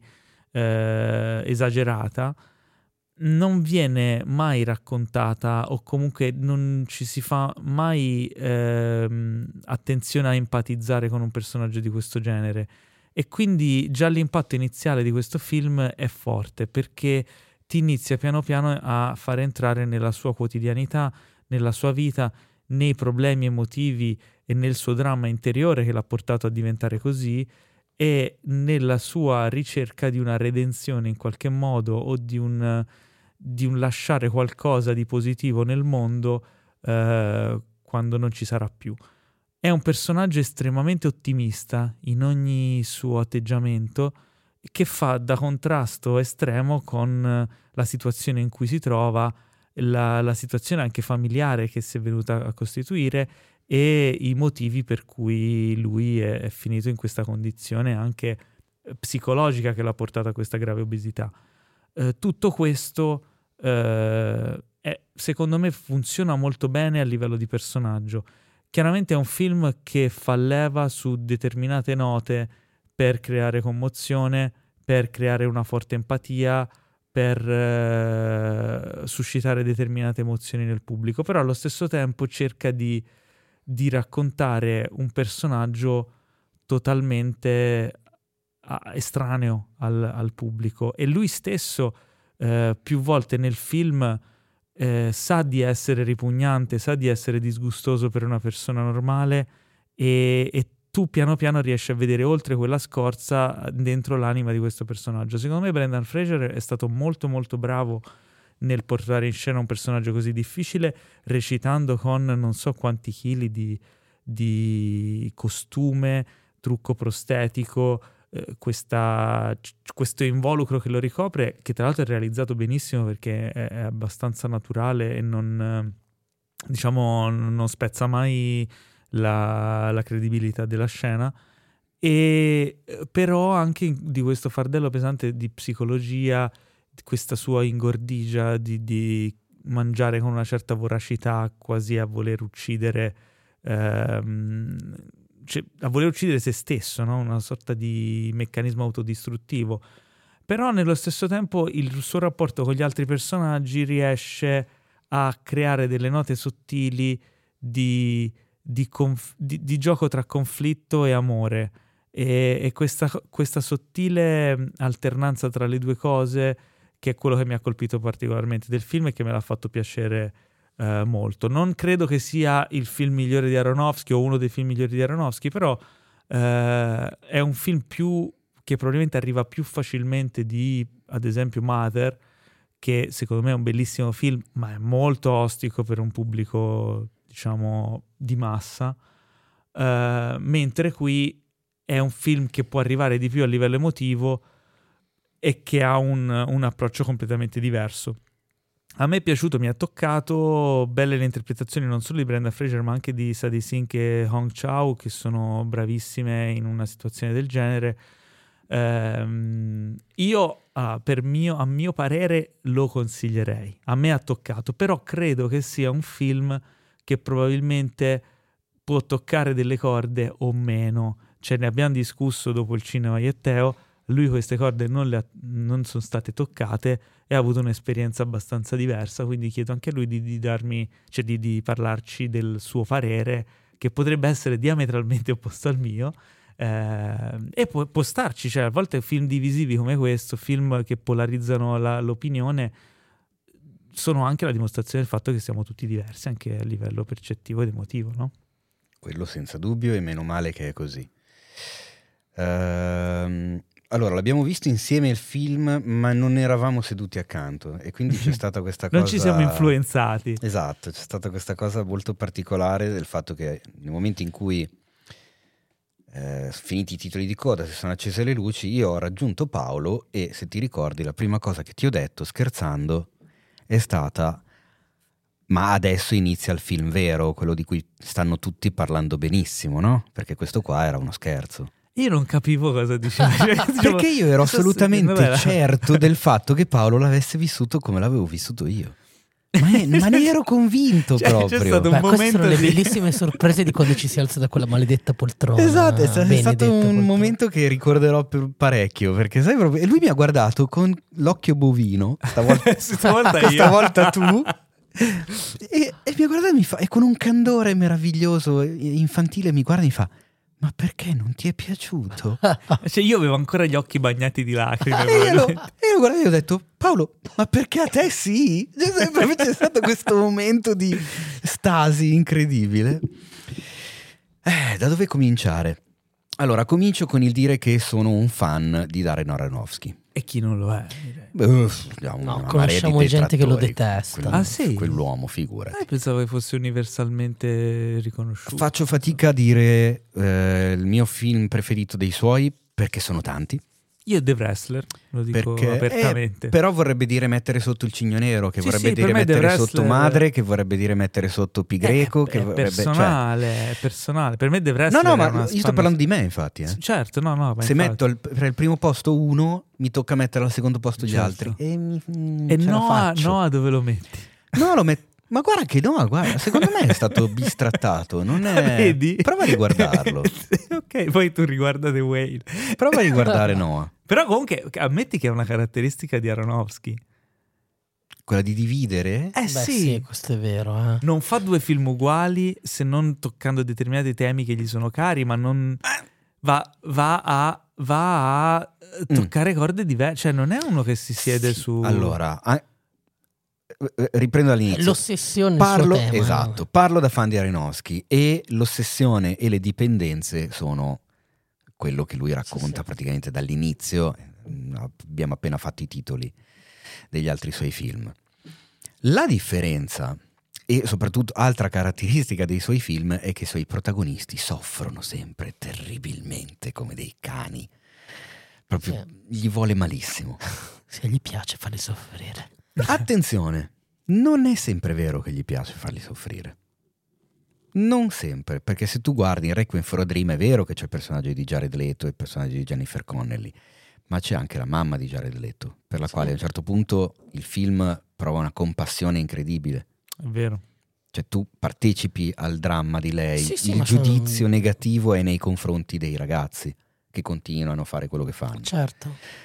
esagerata, non viene mai raccontata, o comunque non ci si fa mai attenzione a empatizzare con un personaggio di questo genere, e quindi già l'impatto iniziale di questo film è forte, perché ti inizia piano piano a far entrare nella sua quotidianità, nella sua vita, nei problemi emotivi e nel suo dramma interiore che l'ha portato a diventare così, e nella sua ricerca di una redenzione in qualche modo, o di un lasciare qualcosa di positivo nel mondo quando non ci sarà più. È un personaggio estremamente ottimista in ogni suo atteggiamento, che fa da contrasto estremo con la situazione in cui si trova, la situazione anche familiare che si è venuta a costituire, e i motivi per cui lui è finito in questa condizione anche psicologica che l'ha portato a questa grave obesità. Tutto questo secondo me funziona molto bene a livello di personaggio. Chiaramente è un film che fa leva su determinate note per creare commozione, per creare una forte empatia, per suscitare determinate emozioni nel pubblico, però allo stesso tempo cerca di raccontare un personaggio totalmente estraneo al pubblico, e lui stesso più volte nel film sa di essere ripugnante, sa di essere disgustoso per una persona normale, e tu piano piano riesci a vedere oltre quella scorza dentro l'anima di questo personaggio. Secondo me Brendan Fraser è stato molto molto bravo nel portare in scena un personaggio così difficile, recitando con non so quanti chili di costume, trucco prostetico, questo involucro che lo ricopre, che tra l'altro è realizzato benissimo perché è abbastanza naturale e non spezza mai la credibilità della scena, e però anche di questo fardello pesante di psicologia, di questa sua ingordigia di mangiare con una certa voracità, quasi a voler uccidere a voler uccidere se stesso, no? Una sorta di meccanismo autodistruttivo. Però nello stesso tempo il suo rapporto con gli altri personaggi riesce a creare delle note sottili di gioco tra conflitto e amore, e questa sottile alternanza tra le due cose, che è quello che mi ha colpito particolarmente del film e che me l'ha fatto piacere molto. Non credo che sia il film migliore di Aronofsky o uno dei film migliori di Aronofsky, però è un film che probabilmente arriva più facilmente di, ad esempio, Mother, che secondo me è un bellissimo film, ma è molto ostico per un pubblico, diciamo, di massa, mentre qui è un film che può arrivare di più a livello emotivo e che ha un approccio completamente diverso. A me è piaciuto, mi ha toccato, belle le interpretazioni non solo di Brendan Fraser ma anche di Sadie Sink e Hong Chau, che sono bravissime in una situazione del genere. Io a mio parere lo consiglierei, a me ha toccato, però credo che sia un film che probabilmente può toccare delle corde o meno, cioè ne abbiamo discusso dopo il cinema io e Teo, lui queste corde non sono state toccate e ha avuto un'esperienza abbastanza diversa, quindi chiedo anche a lui di darmi, cioè di parlarci del suo parere, che potrebbe essere diametralmente opposto al mio, e può starci, cioè a volte film divisivi come questo, film che polarizzano l'opinione, sono anche la dimostrazione del fatto che siamo tutti diversi anche a livello percettivo ed emotivo, no? Quello senza dubbio, e meno male che è così. Allora, l'abbiamo visto insieme il film, ma non eravamo seduti accanto e quindi c'è stata questa cosa... Non ci siamo influenzati. Esatto, c'è stata questa cosa molto particolare del fatto che nel momento in cui finiti i titoli di coda, si sono accese le luci, io ho raggiunto Paolo e, se ti ricordi, la prima cosa che ti ho detto, scherzando, è stata: ma adesso inizia il film vero, quello di cui stanno tutti parlando benissimo, no? Perché questo qua era uno scherzo. Io non capivo cosa diceva. Perché io ero assolutamente certo del fatto che Paolo l'avesse vissuto come l'avevo vissuto io. Ma ne ero convinto, cioè, proprio. C'è stato un momento queste sono le bellissime sorprese di quando ci si alza da quella maledetta poltrona. Esatto, è stato un momento che ricorderò per parecchio, perché sai proprio, e lui mi ha guardato con l'occhio bovino, stavolta tu. E mi ha guardato e con un candore meraviglioso, infantile, mi guarda e mi fa: ma perché non ti è piaciuto? Cioè io avevo ancora gli occhi bagnati di lacrime. E io lo guardato e ho detto: Paolo, ma perché a te sì? C'è stato questo momento di stasi incredibile. Da dove cominciare? Allora, comincio con il dire che sono un fan di Darren Aronofsky. E chi non lo è? Conosciamo gente che lo detesta. Sì? Quell'uomo, figurati. Pensavo che fosse universalmente riconosciuto. Faccio fatica a dire il mio film preferito dei suoi, perché sono tanti. Io The Wrestler, lo dico apertamente. Però vorrebbe dire mettere sotto il Cigno Nero, che vorrebbe dire mettere sotto Madre, che vorrebbe dire mettere sotto Pi Greco, che vorrebbe... È personale. Per me The Wrestler No, ma io sto parlando di me, infatti. Certo, no. Se metto per il primo posto uno, mi tocca mettere al secondo posto gli altri. E Noah dove lo metti? No, lo metto... Ma guarda che guarda, secondo me è stato bistrattato, non è... Vedi? Prova a riguardarlo. Ok, poi tu riguarda The Whale. Prova a riguardare Noah. Però comunque ammetti che è una caratteristica di Aronofsky. Quella di dividere? Sì, questo è vero. Non fa due film uguali, se non toccando determinati temi che gli sono cari, ma non... Va a toccare corde diverse. Cioè non è uno che si siede su... Allora... riprendo dall'inizio. L'ossessione parlo, suo tema. Esatto, parlo da fan di Aronofsky e l'ossessione e le dipendenze sono quello che lui racconta praticamente dall'inizio. Abbiamo appena fatto i titoli degli altri suoi film. La differenza, e soprattutto altra caratteristica dei suoi film, è che i suoi protagonisti soffrono sempre terribilmente come dei cani. Proprio gli vuole malissimo. Se gli piace farli soffrire. Attenzione, non è sempre vero che gli piace farli soffrire. Non sempre, perché se tu guardi in Requiem for a Dream è vero che c'è il personaggio di Jared Leto e il personaggio di Jennifer Connelly, ma c'è anche la mamma di Jared Leto, per la quale a un certo punto il film prova una compassione incredibile. È vero. Cioè tu partecipi al dramma di lei, il giudizio negativo è nei confronti dei ragazzi che continuano a fare quello che fanno. Certo.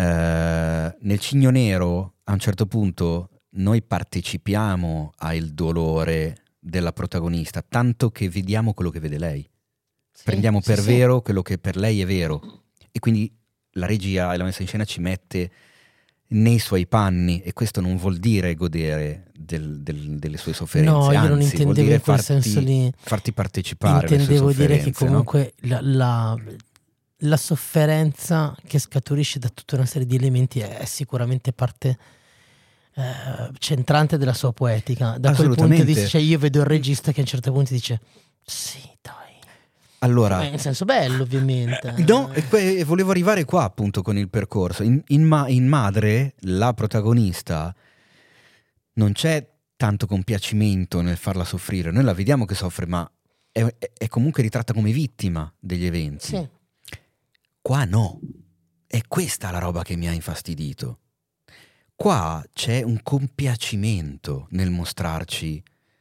Nel Cigno Nero a un certo punto noi partecipiamo al dolore della protagonista, tanto che vediamo quello che vede lei, prendiamo per vero quello che per lei è vero, e quindi la regia e la messa in scena ci mette nei suoi panni, e questo non vuol dire godere delle sue sofferenze, no, io anzi non intendevo vuol dire in quel senso lì. farti partecipare. Intendevo alle sue dire che comunque no? la sofferenza che scaturisce da tutta una serie di elementi è sicuramente parte centrante della sua poetica. Da quel punto di vista, cioè, io vedo il regista che a un certo punto dice sì, dai. Allora, in senso bello, ovviamente. No, e volevo arrivare qua appunto con il percorso. In Madre, la protagonista, non c'è tanto compiacimento nel farla soffrire. Noi la vediamo che soffre, ma è comunque ritratta come vittima degli eventi. Sì. Qua no. È questa la roba che mi ha infastidito. Qua c'è un compiacimento nel mostrarci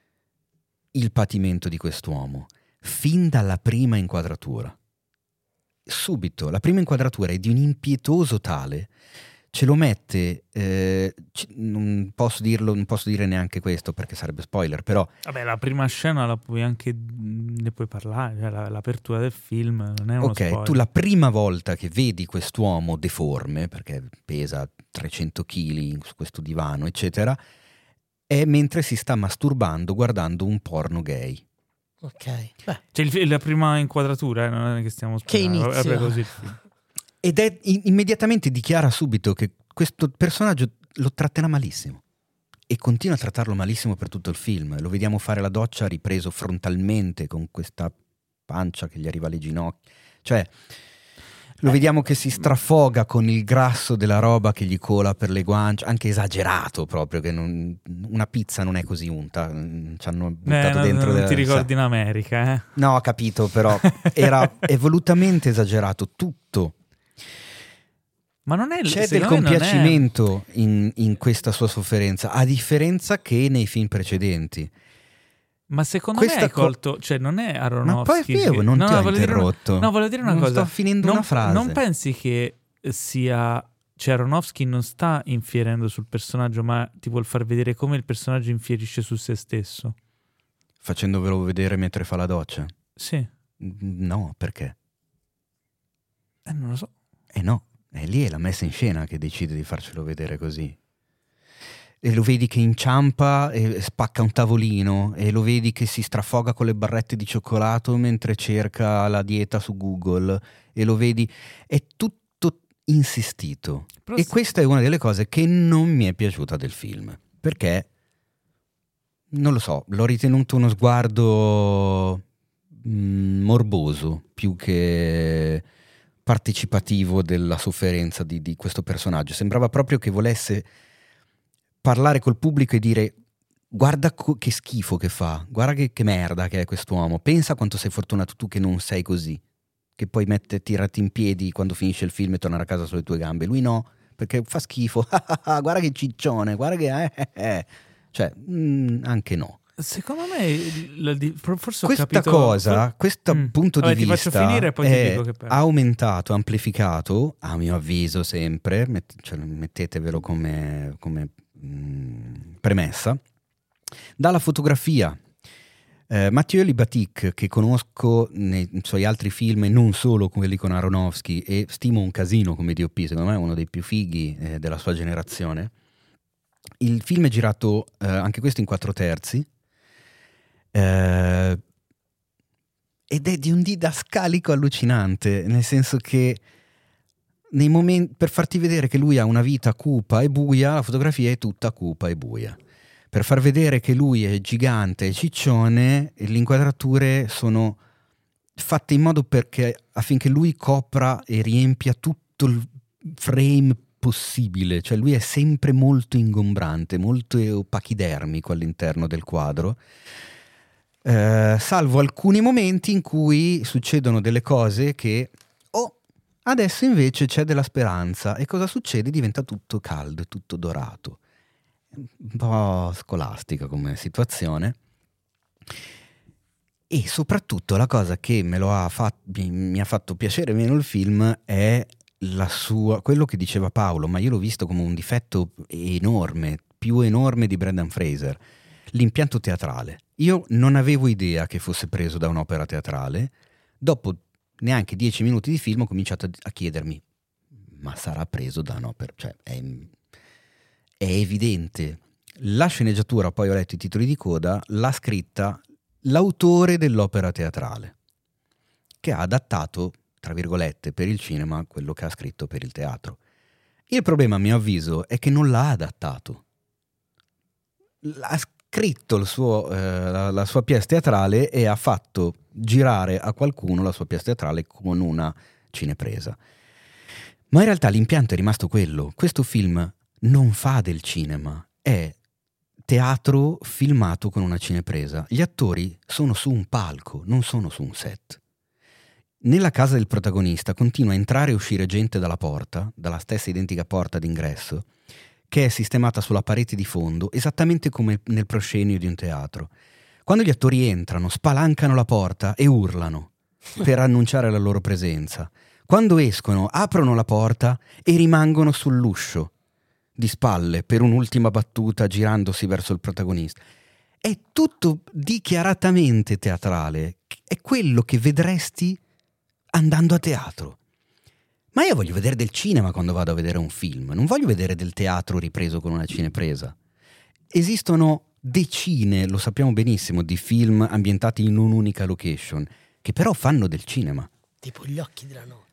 il patimento di quest'uomo. Fin dalla prima inquadratura. Subito, la prima inquadratura è di un impietoso tale, ce lo mette, non posso dire neanche questo perché sarebbe spoiler, però... Vabbè, la prima scena ne puoi parlare, cioè l'apertura del film non è uno spoiler. Ok, tu la prima volta che vedi quest'uomo deforme, perché pesa 300 kg su questo divano, eccetera, è mentre si sta masturbando guardando un porno gay. Ok. Beh. C'è la prima inquadratura, non è che stiamo spiegando. Che inizia. Così il film. Ed è immediatamente dichiara subito che questo personaggio lo tratterà malissimo. E continua a trattarlo malissimo per tutto il film. Lo vediamo fare la doccia ripreso frontalmente con questa pancia che gli arriva alle ginocchia. Cioè, lo vediamo che si strafoga con il grasso della roba che gli cola per le guance, anche esagerato proprio, che una pizza non è così unta, ci hanno buttato dentro. Non ti ricordi in America, eh? No, ho capito, però è volutamente esagerato tutto. Ma non è, c'è del compiacimento in questa sua sofferenza, a differenza che nei film precedenti. Ma secondo me hai colto, cioè non è Aronofsky. Ma poi non ti ho interrotto. Volevo dire una cosa. Sto finendo una frase. Non pensi che sia, cioè Aronofsky non sta infierendo sul personaggio, ma ti vuol far vedere come il personaggio infierisce su se stesso? Facendovelo vedere mentre fa la doccia? Sì. No, perché? Non lo so. No, è lì è la messa in scena che decide di farcelo vedere così. E lo vedi che inciampa e spacca un tavolino, e lo vedi che si strafoga con le barrette di cioccolato mentre cerca la dieta su Google, e lo vedi, è tutto insistito. E questa è una delle cose che non mi è piaciuta del film, perché non lo so, l'ho ritenuto uno sguardo morboso più che partecipativo della sofferenza di questo personaggio. Sembrava proprio che volesse parlare col pubblico e dire: guarda che schifo che fa, guarda che merda che è quest'uomo, pensa quanto sei fortunato tu che non sei così, che poi tirati in piedi quando finisce il film e tornare a casa sulle tue gambe. Lui no, perché fa schifo. Guarda che ciccione, guarda che cioè anche no. Secondo me forse ho questa capito cosa, questo punto di ti vista faccio finire e poi ti dico che aumentato, amplificato, a mio avviso sempre, mettetevelo come premessa, dalla fotografia. Mathieu Libatic, che conosco nei suoi altri film e non solo quelli con Aronofsky, e stimo un casino come DOP, secondo me è uno dei più fighi della sua generazione. Il film è girato anche questo in 4/3 ed è di un didascalico allucinante, nel senso che nei momenti, per farti vedere che lui ha una vita cupa e buia, la fotografia è tutta cupa e buia. Per far vedere che lui è gigante e ciccione, le inquadrature sono fatte in modo affinché lui copra e riempia tutto il frame possibile, cioè lui è sempre molto ingombrante, molto pachidermico all'interno del quadro, salvo alcuni momenti in cui succedono delle cose che adesso invece c'è della speranza, e cosa succede? Diventa tutto caldo, tutto dorato, un po' scolastica come situazione. E soprattutto la cosa che mi ha fatto piacere meno il film è quello che diceva Paolo, ma io l'ho visto come un difetto enorme, più enorme di Brendan Fraser: l'impianto teatrale. Io non avevo idea che fosse preso da un'opera teatrale. Dopo neanche 10 minuti di film ho cominciato a chiedermi: ma sarà preso da un'opera? Cioè è evidente. La sceneggiatura, poi ho letto i titoli di coda, l'ha scritta l'autore dell'opera teatrale, che ha adattato, tra virgolette, per il cinema quello che ha scritto per il teatro. Il problema, a mio avviso, è che non l'ha adattato. ha scritto la sua pièce teatrale e ha fatto girare a qualcuno la sua pièce teatrale con una cinepresa. Ma in realtà l'impianto è rimasto quello. Questo film non fa del cinema, è teatro filmato con una cinepresa. Gli attori sono su un palco, non sono su un set. Nella casa del protagonista continua a entrare e uscire gente dalla porta, dalla stessa identica porta d'ingresso, che è sistemata sulla parete di fondo, esattamente come nel proscenio di un teatro. Quando gli attori entrano, spalancano la porta e urlano per annunciare la loro presenza. Quando escono, aprono la porta e rimangono sull'uscio, di spalle, per un'ultima battuta, girandosi verso il protagonista. È tutto dichiaratamente teatrale. È quello che vedresti andando a teatro. Ma io voglio vedere del cinema quando vado a vedere un film, non voglio vedere del teatro ripreso con una cinepresa. Esistono decine, lo sappiamo benissimo, di film ambientati in un'unica location, che però fanno del cinema. Tipo Gli occhi della notte.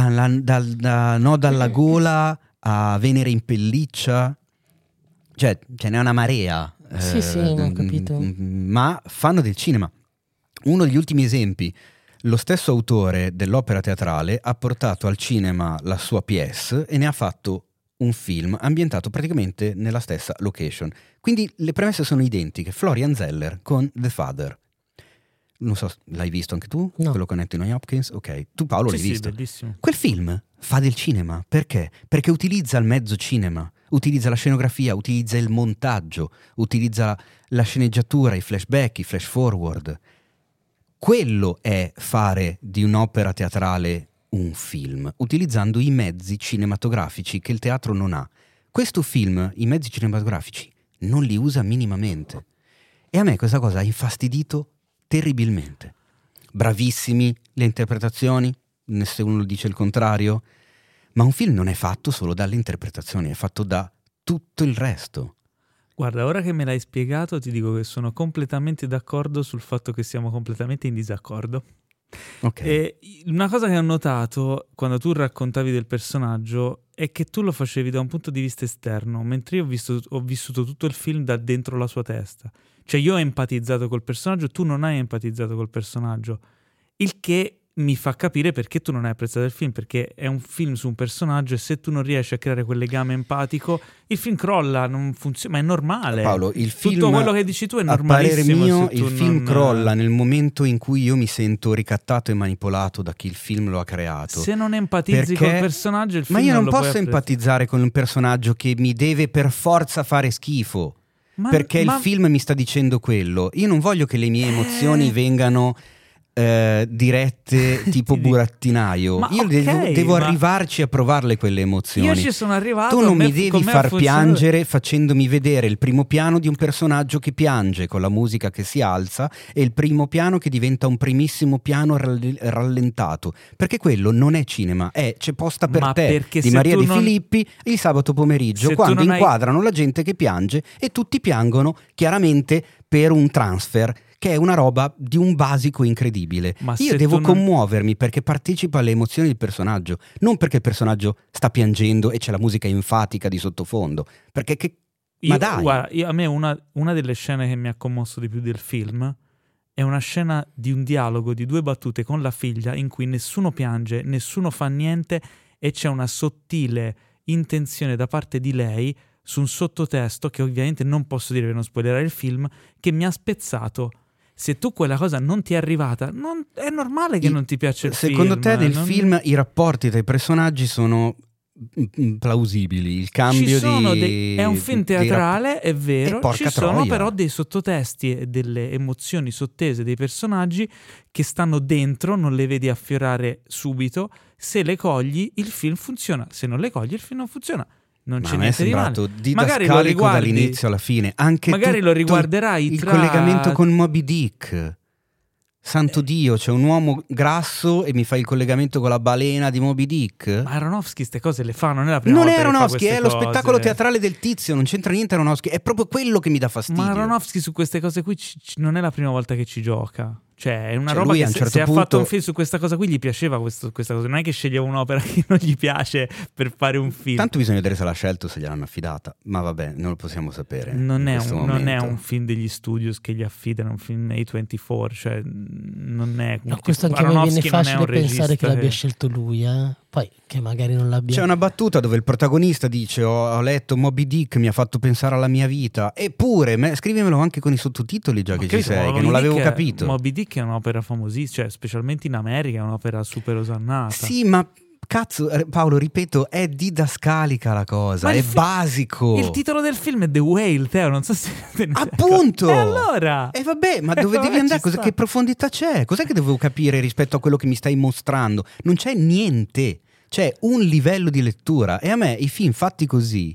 Dalla gola a Venere in pelliccia, cioè ce n'è una marea. Sì, ho capito. Ma fanno del cinema. Uno degli ultimi esempi, lo stesso autore dell'opera teatrale ha portato al cinema la sua pièce e ne ha fatto un film ambientato praticamente nella stessa location. Quindi le premesse sono identiche. Florian Zeller con The Father. Non so, l'hai visto anche tu? No. Quello con Anthony Hopkins? Ok, tu Paolo l'hai visto? Sì, bellissimo. Quel film fa del cinema, perché? Perché utilizza il mezzo cinema, utilizza la scenografia, utilizza il montaggio, utilizza la sceneggiatura, i flashback, i flash forward. Quello è fare di un'opera teatrale un film, utilizzando i mezzi cinematografici che il teatro non ha. Questo film, i mezzi cinematografici, non li usa minimamente. E a me questa cosa ha infastidito terribilmente. Bravissimi le interpretazioni, nessuno dice il contrario, ma un film non è fatto solo dalle interpretazioni, è fatto da tutto il resto. Guarda, ora che me l'hai spiegato ti dico che sono completamente d'accordo sul fatto che siamo completamente in disaccordo. Ok. E una cosa che ho notato quando tu raccontavi del personaggio è che tu lo facevi da un punto di vista esterno, mentre io ho vissuto tutto il film da dentro la sua testa. Cioè io ho empatizzato col personaggio, tu non hai empatizzato col personaggio, il che mi fa capire perché tu non hai apprezzato il film, perché è un film su un personaggio e se tu non riesci a creare quel legame empatico il film crolla, non funziona, ma è normale. Paolo, il film, tutto quello che dici tu è a parere normalissimo. mio, il film crolla nel momento in cui io mi sento ricattato e manipolato da chi il film lo ha creato. Se non empatizzi col personaggio il film ma io non lo posso puoi empatizzare con un personaggio che mi deve per forza fare schifo. Perché il film mi sta dicendo quello. Io non voglio che le mie emozioni vengano dirette tipo burattinaio. Io devo arrivarci a provarle quelle emozioni. Io ci sono arrivato. Tu non mi devi far piangere facendomi vedere il primo piano di un personaggio che piange con la musica che si alza e il primo piano che diventa un primissimo piano rallentato, perché quello non è cinema, c'è Posta per te di Maria De Filippi il sabato pomeriggio, quando inquadrano la gente che piange e tutti piangono chiaramente per un transfer, che è una roba di un basico incredibile. Ma io devo commuovermi perché partecipa alle emozioni del personaggio, non perché il personaggio sta piangendo e c'è la musica enfatica di sottofondo, perché ma dai! Guarda, a me una delle scene che mi ha commosso di più del film è una scena di un dialogo di 2 battute con la figlia in cui nessuno piange, nessuno fa niente e c'è una sottile intenzione da parte di lei su un sottotesto che ovviamente non posso dire per non spoilerare il film, che mi ha spezzato. Se tu quella cosa non ti è arrivata, è normale che non ti piaccia il film. Secondo te nel film i rapporti tra i personaggi sono plausibili? Il cambio è un film teatrale, è vero, ci sono troia. però dei sottotesti e delle emozioni sottese dei personaggi che stanno dentro, non le vedi affiorare subito. Se le cogli il film funziona, se non le cogli il film non funziona. Non c'è niente di male. Magari lo riguardi dall'inizio alla fine. Anche magari lo riguarderai il collegamento con Moby Dick. Santo Dio, c'è un uomo grasso e mi fa il collegamento con la balena di Moby Dick. Ma Aronofsky ste cose le fa, non è la prima volta. Non è Aronofsky, è lo cose. Spettacolo teatrale del Tizio, non c'entra niente Aronofsky, è proprio quello che mi dà fastidio. Ma Aronofsky su queste cose qui non è la prima volta che ci gioca. Cioè è una Cioè, roba lui che a un certo se punto ha fatto un film su questa cosa qui gli piaceva questa cosa, non è che sceglieva un'opera che non gli piace per fare un film. Tanto bisogna vedere se l'ha scelto, se gliel'hanno affidata, ma vabbè, non lo possiamo sapere. Non è un film degli studios che gli affidano, è un film A24, cioè non è... No, questo anche a me viene facile pensare che l'abbia scelto lui, poi che magari non l'abbia. C'è una battuta dove il protagonista dice ho letto Moby Dick, mi ha fatto pensare alla mia vita, eppure scrivimelo anche con i sottotitoli già che ci sei, che non l'avevo capito. Moby Dick è un'opera famosissima, cioè specialmente in America è un'opera super osannata. Sì, ma cazzo, Paolo, ripeto, è didascalica la cosa, è basico. Il titolo del film è The Whale, Teo, non so se... Appunto! E allora? E vabbè, ma dove devi andare? Che profondità c'è? Cos'è che dovevo capire rispetto a quello che mi stai mostrando? Non c'è niente. C'è un livello di lettura e a me i film fatti così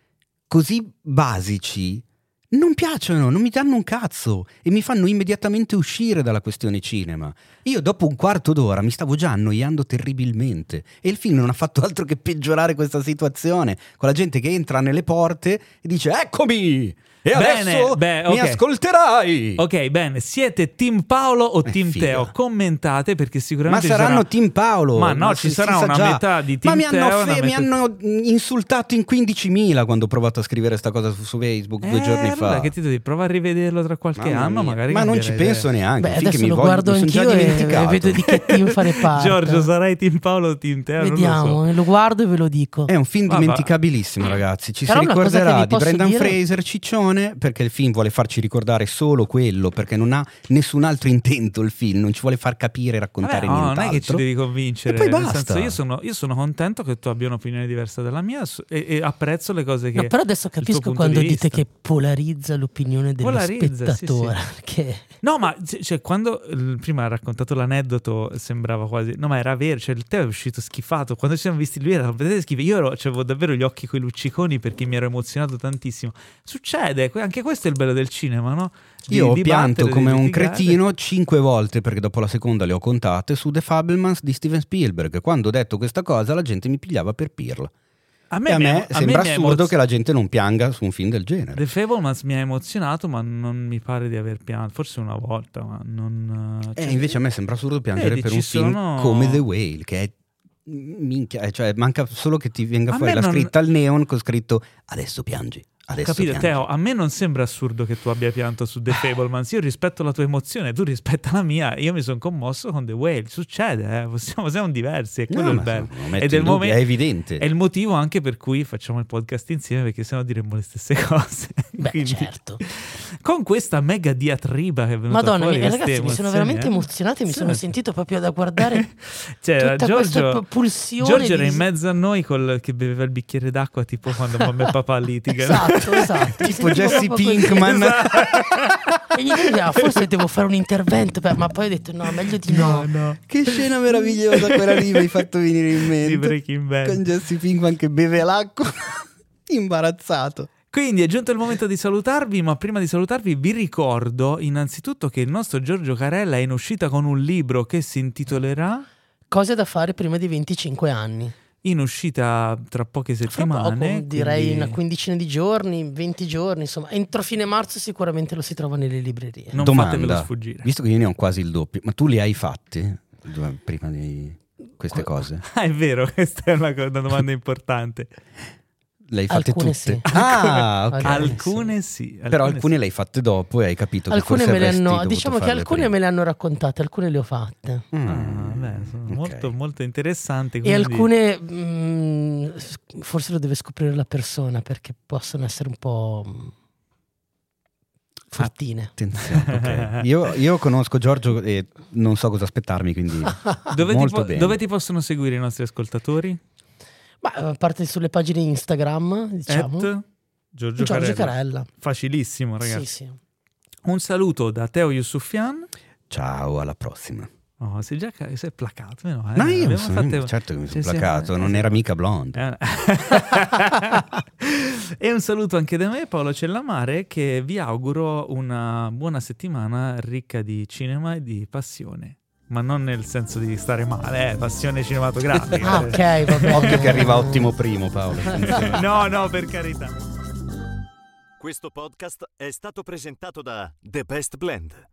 basici, non piacciono, non mi danno un cazzo e mi fanno immediatamente uscire dalla questione cinema. Io dopo un quarto d'ora mi stavo già annoiando terribilmente e il film non ha fatto altro che peggiorare questa situazione, con la gente che entra nelle porte e dice eccomi! E adesso mi ascolterai! Ok, bene, siete team Paolo o team Teo? Commentate perché sicuramente ma saranno team Paolo. Ma no, ci sarà una metà di team Teo. Ma mi hanno insultato in 15.000 quando ho provato a scrivere sta cosa su Facebook 2 giorni fa. Che ti devo dire, prova a rivederlo tra qualche anno magari. Ma non ci penso neanche. Beh, adesso lo guardo anch'io e vedo di che team fare parte. Giorgio, sarai team Paolo o team Teo? Vediamo, lo guardo e ve lo dico. È un film dimenticabilissimo, ragazzi. Ci si ricorderà di Brendan Fraser ciccione, perché il film vuole farci ricordare solo quello, perché non ha nessun altro intento il film, non ci vuole far capire e raccontare nient'altro. Non è che ci devi convincere. E poi nel basta. Senso, io sono contento che tu abbia un'opinione diversa dalla mia e apprezzo le cose che... No, però adesso capisco quando dite che polarizza l'opinione dello spettatore. Sì. Che... No, ma cioè, quando prima ha raccontato l'aneddoto sembrava quasi... No, ma era vero, cioè il Teo è uscito schifato. Quando ci siamo visti lui era completamente schifo. Io avevo davvero gli occhi coi lucciconi perché mi ero emozionato tantissimo. Succede, anche questo è il bello del cinema, no? Io ho pianto come un cretino 5 volte, perché dopo la seconda le ho contate, su The Fabelmans di Steven Spielberg. Quando ho detto questa cosa la gente mi pigliava per pirla. A me sembra assurdo che la gente non pianga su un film del genere. The Fabelmans mi ha emozionato, ma non mi pare di aver pianto. Forse una volta, ma non... invece a me sembra assurdo piangere per un film come The Whale, che è minchia, cioè manca solo che ti venga fuori la scritta al neon con scritto adesso piangi. Capito, Teo, a me non sembra assurdo che tu abbia pianto su The Fabelmans. Io rispetto la tua emozione, tu rispetta la mia. Io mi sono commosso con The Whale. Succede, siamo diversi, è quello il bello. Ed è evidente. È il motivo anche per cui facciamo il podcast insieme, perché sennò diremmo le stesse cose. Beh, quindi, certo. Con questa mega diatriba che è venuta Madonna fuori, mia, ragazzi, mi sono veramente emozionato, mi sono sentito proprio da guardare tutta questa pulsione. Giorgio era in mezzo a noi che beveva il bicchiere d'acqua, tipo quando mamma e papà litigano. Esatto. Tipo Jesse Pinkman. E gli diceva, forse devo fare un intervento, ma poi ho detto no, meglio di no. Che scena meravigliosa quella lì, mi hai fatto venire in mente. Di Breaking Bad. Con Jesse Pinkman che beve l'acqua imbarazzato. Quindi è giunto il momento di salutarvi, ma prima di salutarvi vi ricordo innanzitutto che il nostro Giorgio Carella è in uscita con un libro che si intitolerà Cose da fare prima di 25 anni. In uscita tra poche settimane. Fra poco, direi una quindicina di giorni, 20 giorni, insomma. Entro fine marzo sicuramente lo si trova nelle librerie. Non fatevelo sfuggire. Visto che io ne ho quasi il doppio, ma tu li hai fatti prima di queste cose? È vero, questa è una domanda importante. Le hai fatte alcune tutte? Sì. Okay. Alcune sì. Però alcune le hai fatte dopo e hai capito alcune che forse me le hanno, diciamo che alcune prima. me le hanno raccontate, alcune le ho fatte. Sono molto molto interessanti. Quindi... E alcune forse lo deve scoprire la persona, perché possono essere un po' fortine. Attenzione, okay. Io conosco Giorgio e non so cosa aspettarmi, quindi dove ti possono seguire i nostri ascoltatori? Ma a parte sulle pagine Instagram, diciamo. Giorgio Carella. Facilissimo, ragazzi. Sì. Un saluto da Teo Yusufian. Ciao, alla prossima. Oh, sei placato, no? No, io certo che mi sono placato, non era mica blonde. E un saluto anche da me, Paolo Cellamare, che vi auguro una buona settimana ricca di cinema e di passione. Ma non nel senso di stare male, passione cinematografica. Ok, vabbè. Occhio che arriva Ottimo Primo, Paolo. No, per carità. Questo podcast è stato presentato da The Best Blend,